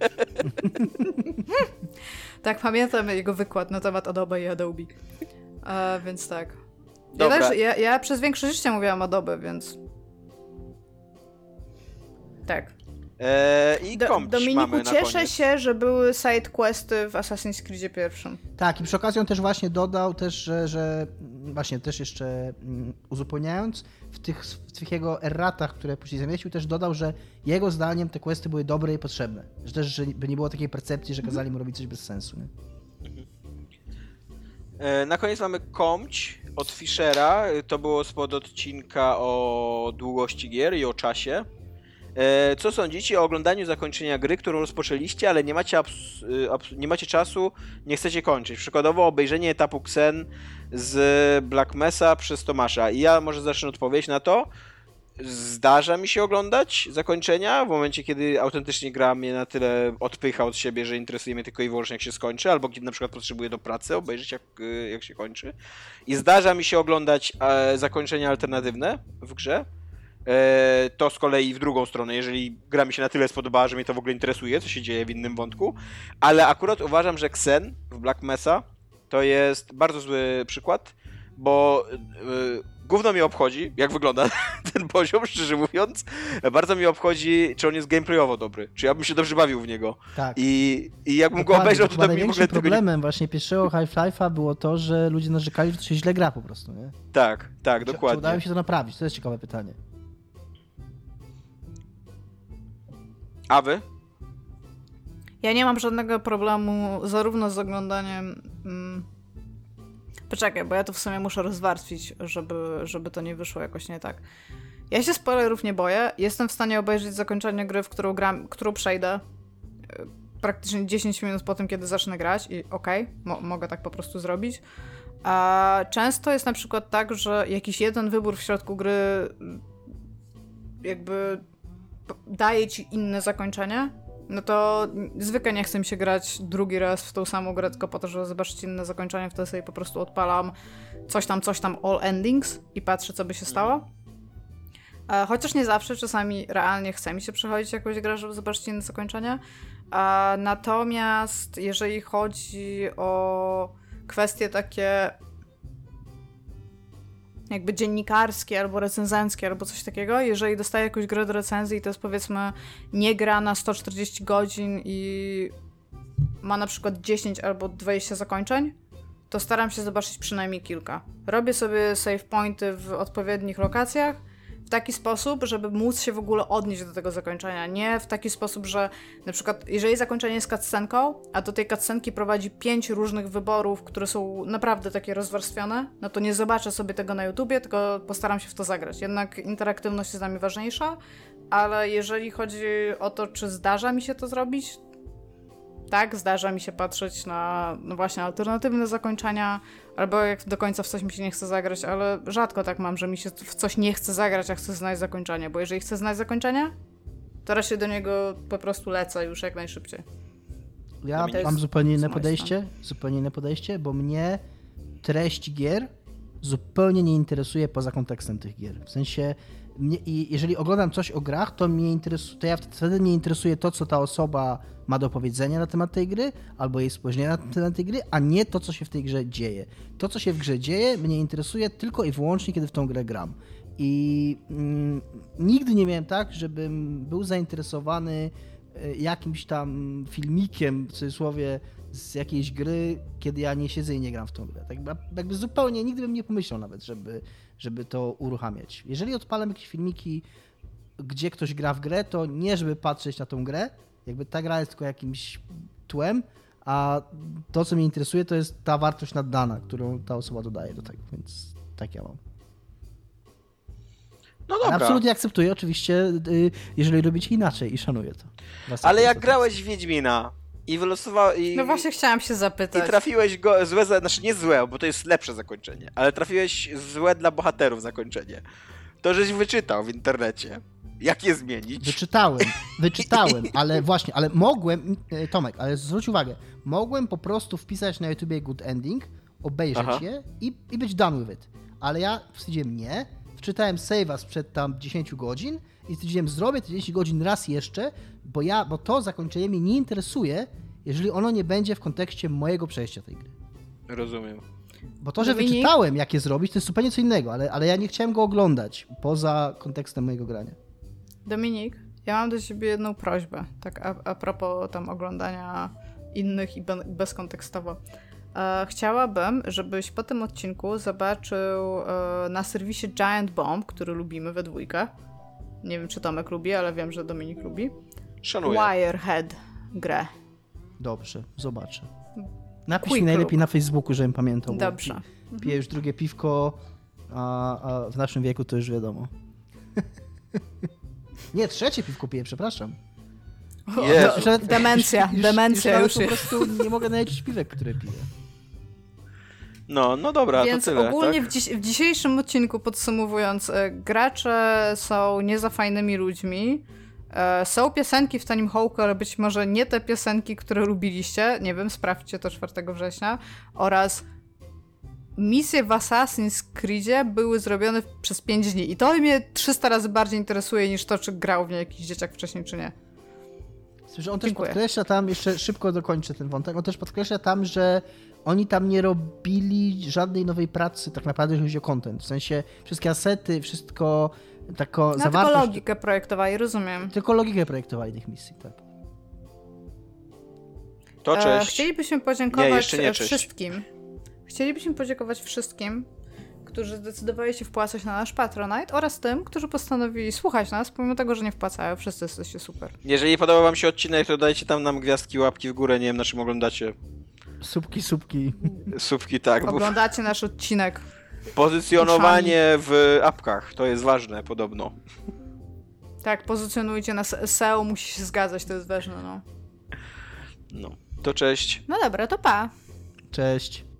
Tak, pamiętam jego wykład na temat Adobe i Adobe. E, więc tak. Ja, Dobra. też, ja, ja przez większość życia mówiłam Adobe, więc... Tak. E, I Do, Komć Dominiku, mamy na cieszę koniec. się, że były side questy w Assassin's Creedzie pierwszym. Tak, i przy okazji on też właśnie dodał też, że, że właśnie też jeszcze mm, uzupełniając, w tych, w tych jego erratach, które później zamieścił, też dodał, że jego zdaniem te questy były dobre i potrzebne. Że też, żeby nie było takiej percepcji, że kazali mu robić coś bez sensu. Nie? E, na koniec mamy Komć od Fischera. To było spod odcinka o długości gier i o czasie. E, co sądzicie o oglądaniu zakończenia gry, którą rozpoczęliście, ale nie macie, abs- y, abs- nie macie czasu, nie chcecie kończyć? Przykładowo obejrzenie etapu Xen z Black Mesa przez Tomasza. I ja może zacznę odpowiedzieć na to. Zdarza mi się oglądać zakończenia w momencie, kiedy autentycznie gra mnie na tyle odpycha od siebie, że interesuje mnie tylko i wyłącznie jak się skończy, albo kiedy na przykład potrzebuję do pracy obejrzeć jak, y, jak się kończy. I zdarza mi się oglądać e, zakończenia alternatywne w grze. E, to z kolei w drugą stronę, jeżeli gra mi się na tyle spodobała, że mnie to w ogóle interesuje, co się dzieje w innym wątku. Ale akurat uważam, że Xen w Black Mesa to jest bardzo zły przykład, bo yy, gówno mnie obchodzi, jak wygląda ten poziom, szczerze mówiąc. Bardzo mnie obchodzi, czy on jest gameplayowo dobry, czy ja bym się dobrze bawił w niego. Tak. I, i jakbym go Dokładnie, obejrzał, bo to chyba to mi w największym ogóle tego nie... problemem właśnie pierwszego Half-Life'a było to, że ludzie narzekali, że to się źle gra po prostu, nie? Tak, tak, Czy, czy dokładnie. udało mi się to naprawić? To jest ciekawe pytanie. A wy? Ja nie mam żadnego problemu zarówno z oglądaniem... Mm, poczekaj, bo ja to w sumie muszę rozwarstwić, żeby, żeby to nie wyszło jakoś nie tak. Ja się spoilerów nie boję. Jestem w stanie obejrzeć zakończenie gry, w którą gram, którą przejdę yy, praktycznie dziesięć minut po tym, kiedy zacznę grać i okej, okay, mo- mogę tak po prostu zrobić. A często jest na przykład tak, że jakiś jeden wybór w środku gry jakby daje ci inne zakończenie, no to zwykle nie chcę mi się grać drugi raz w tą samą grę, tylko po to, żeby zobaczyć inne zakończenie, wtedy sobie po prostu odpalam coś tam, coś tam, all endings i patrzę, co by się stało. E, chociaż nie zawsze, czasami realnie chce mi się przechodzić jakąś grę, żeby zobaczyć inne zakończenie. E, natomiast jeżeli chodzi o kwestie takie jakby dziennikarskie albo recenzenckie albo coś takiego, jeżeli dostaję jakąś grę do recenzji i to jest powiedzmy nie gra na sto czterdzieści godzin i ma na przykład dziesięć albo dwadzieścia zakończeń, to staram się zobaczyć przynajmniej kilka. Robię sobie save pointy w odpowiednich lokacjach w taki sposób, żeby móc się w ogóle odnieść do tego zakończenia. Nie w taki sposób, że na przykład jeżeli zakończenie jest cutscenką, a do tej cutscenki prowadzi pięć różnych wyborów, które są naprawdę takie rozwarstwione, no to nie zobaczę sobie tego na YouTubie, tylko postaram się w to zagrać. Jednak interaktywność jest dla mnie ważniejsza, ale jeżeli chodzi o to, czy zdarza mi się to zrobić, tak, zdarza mi się patrzeć na no właśnie alternatywne zakończenia, albo jak do końca w coś mi się nie chce zagrać, ale rzadko tak mam, że mi się w coś nie chce zagrać, a chcę znaleźć zakończenie, bo jeżeli chcę znaleźć zakończenie, to raczej do niego po prostu lecę już jak najszybciej. Ja To mam jest zupełnie inne z mojej podejście, zupełnie inne podejście, bo mnie treść gier zupełnie nie interesuje poza kontekstem tych gier. W sensie, mnie, i jeżeli oglądam coś o grach, to mnie interesuje, to ja wtedy mnie interesuje to, co ta osoba ma do powiedzenia na temat tej gry, albo jej spojrzenie na temat tej gry, a nie to, co się w tej grze dzieje. To, co się w grze dzieje, mnie interesuje tylko i wyłącznie, kiedy w tą grę gram. I mm, nigdy nie miałem tak, żebym był zainteresowany jakimś tam filmikiem, w cudzysłowie, z jakiejś gry, kiedy ja nie siedzę i nie gram w tą grę. Tak jakby zupełnie nigdy bym nie pomyślał nawet, żeby, żeby to uruchamiać. Jeżeli odpalam jakieś filmiki, gdzie ktoś gra w grę, to nie żeby patrzeć na tą grę, jakby ta gra jest tylko jakimś tłem, a to, co mnie interesuje, to jest ta wartość naddana, którą ta osoba dodaje do tego, więc tak ja mam. No dobra. Ale absolutnie akceptuję, oczywiście, jeżeli robicie inaczej i szanuję to. Ale jak grałeś w Wiedźmina i wylosowałeś... I... No właśnie chciałam się zapytać. I trafiłeś go złe, znaczy nie złe, bo to jest lepsze zakończenie, ale trafiłeś złe dla bohaterów zakończenie. To żeś wyczytał w internecie. Jak je zmienić? Wyczytałem, wyczytałem, ale właśnie, ale mogłem, Tomek, ale zwróć uwagę, mogłem po prostu wpisać na YouTubie good ending, obejrzeć Aha. je i, i być done with it. Ale ja stwierdziłem nie, wczytałem save'a sprzed tam dziesięć godzin i stwierdziłem, zrobię te dziesięć godzin raz jeszcze, bo ja, bo to zakończenie mnie nie interesuje, jeżeli ono nie będzie w kontekście mojego przejścia tej gry. Rozumiem. Bo to, że Dominik? wyczytałem, jak je zrobić, to jest zupełnie co innego, ale, ale ja nie chciałem go oglądać poza kontekstem mojego grania. Dominik, ja mam do ciebie jedną prośbę, tak a, a propos tam oglądania innych i be, bezkontekstowo. E, chciałabym, żebyś po tym odcinku zobaczył e, na serwisie Giant Bomb, który lubimy we dwójkę. Nie wiem, czy Tomek lubi, ale wiem, że Dominik lubi. Szanuję. Wirehead grę. Dobrze, zobaczę. Napisz Quick mi najlepiej Look. na Facebooku, żebym pamiętał. bo Dobrze. pi- Piję już drugie piwko, a, a w naszym wieku to już wiadomo. Nie, trzecie piwko piję, przepraszam. Jezu. No, że- Demencja, już, demencja już, już już jest. po prostu nie mogę naliczyć piwek, które piję. No, no dobra, Więc to tyle, ogólnie tak? w, dziś, w dzisiejszym odcinku, podsumowując, e, gracze są nie za fajnymi ludźmi. E, są piosenki w Tanim Hawku, ale być może nie te piosenki, które lubiliście. Nie wiem, sprawdźcie to czwartego września. Oraz misje w Assassin's Creedzie były zrobione przez pięć dni. I to mnie trzysta razy bardziej interesuje niż to, czy grał w nie jakiś dzieciak wcześniej, czy nie. Że on też Dziękuję. podkreśla tam, jeszcze szybko dokończę ten wątek, on też podkreśla tam, że oni tam nie robili żadnej nowej pracy tak naprawdę, jeżeli chodzi o content. W sensie wszystkie asety, wszystko, taką No tylko zawartość... logikę projektowali, rozumiem. Tylko logikę projektowali tych misji, tak. To E, cześć. Chcielibyśmy podziękować Nie, jeszcze nie e, cześć. wszystkim. Chcielibyśmy podziękować wszystkim, którzy zdecydowali się wpłacać na nasz Patronite oraz tym, którzy postanowili słuchać nas, pomimo tego, że nie wpłacają. Wszyscy jesteście super. Jeżeli podobał wam się odcinek, to dajcie tam nam gwiazdki, łapki w górę, nie wiem na czym oglądacie. Subki, subki. Subki, tak. Bo Oglądacie nasz odcinek. pozycjonowanie w apkach, to jest ważne podobno. Tak, pozycjonujcie nas. S E O musi się zgadzać, to jest ważne, no. No, to cześć. No dobra, to pa. Cześć.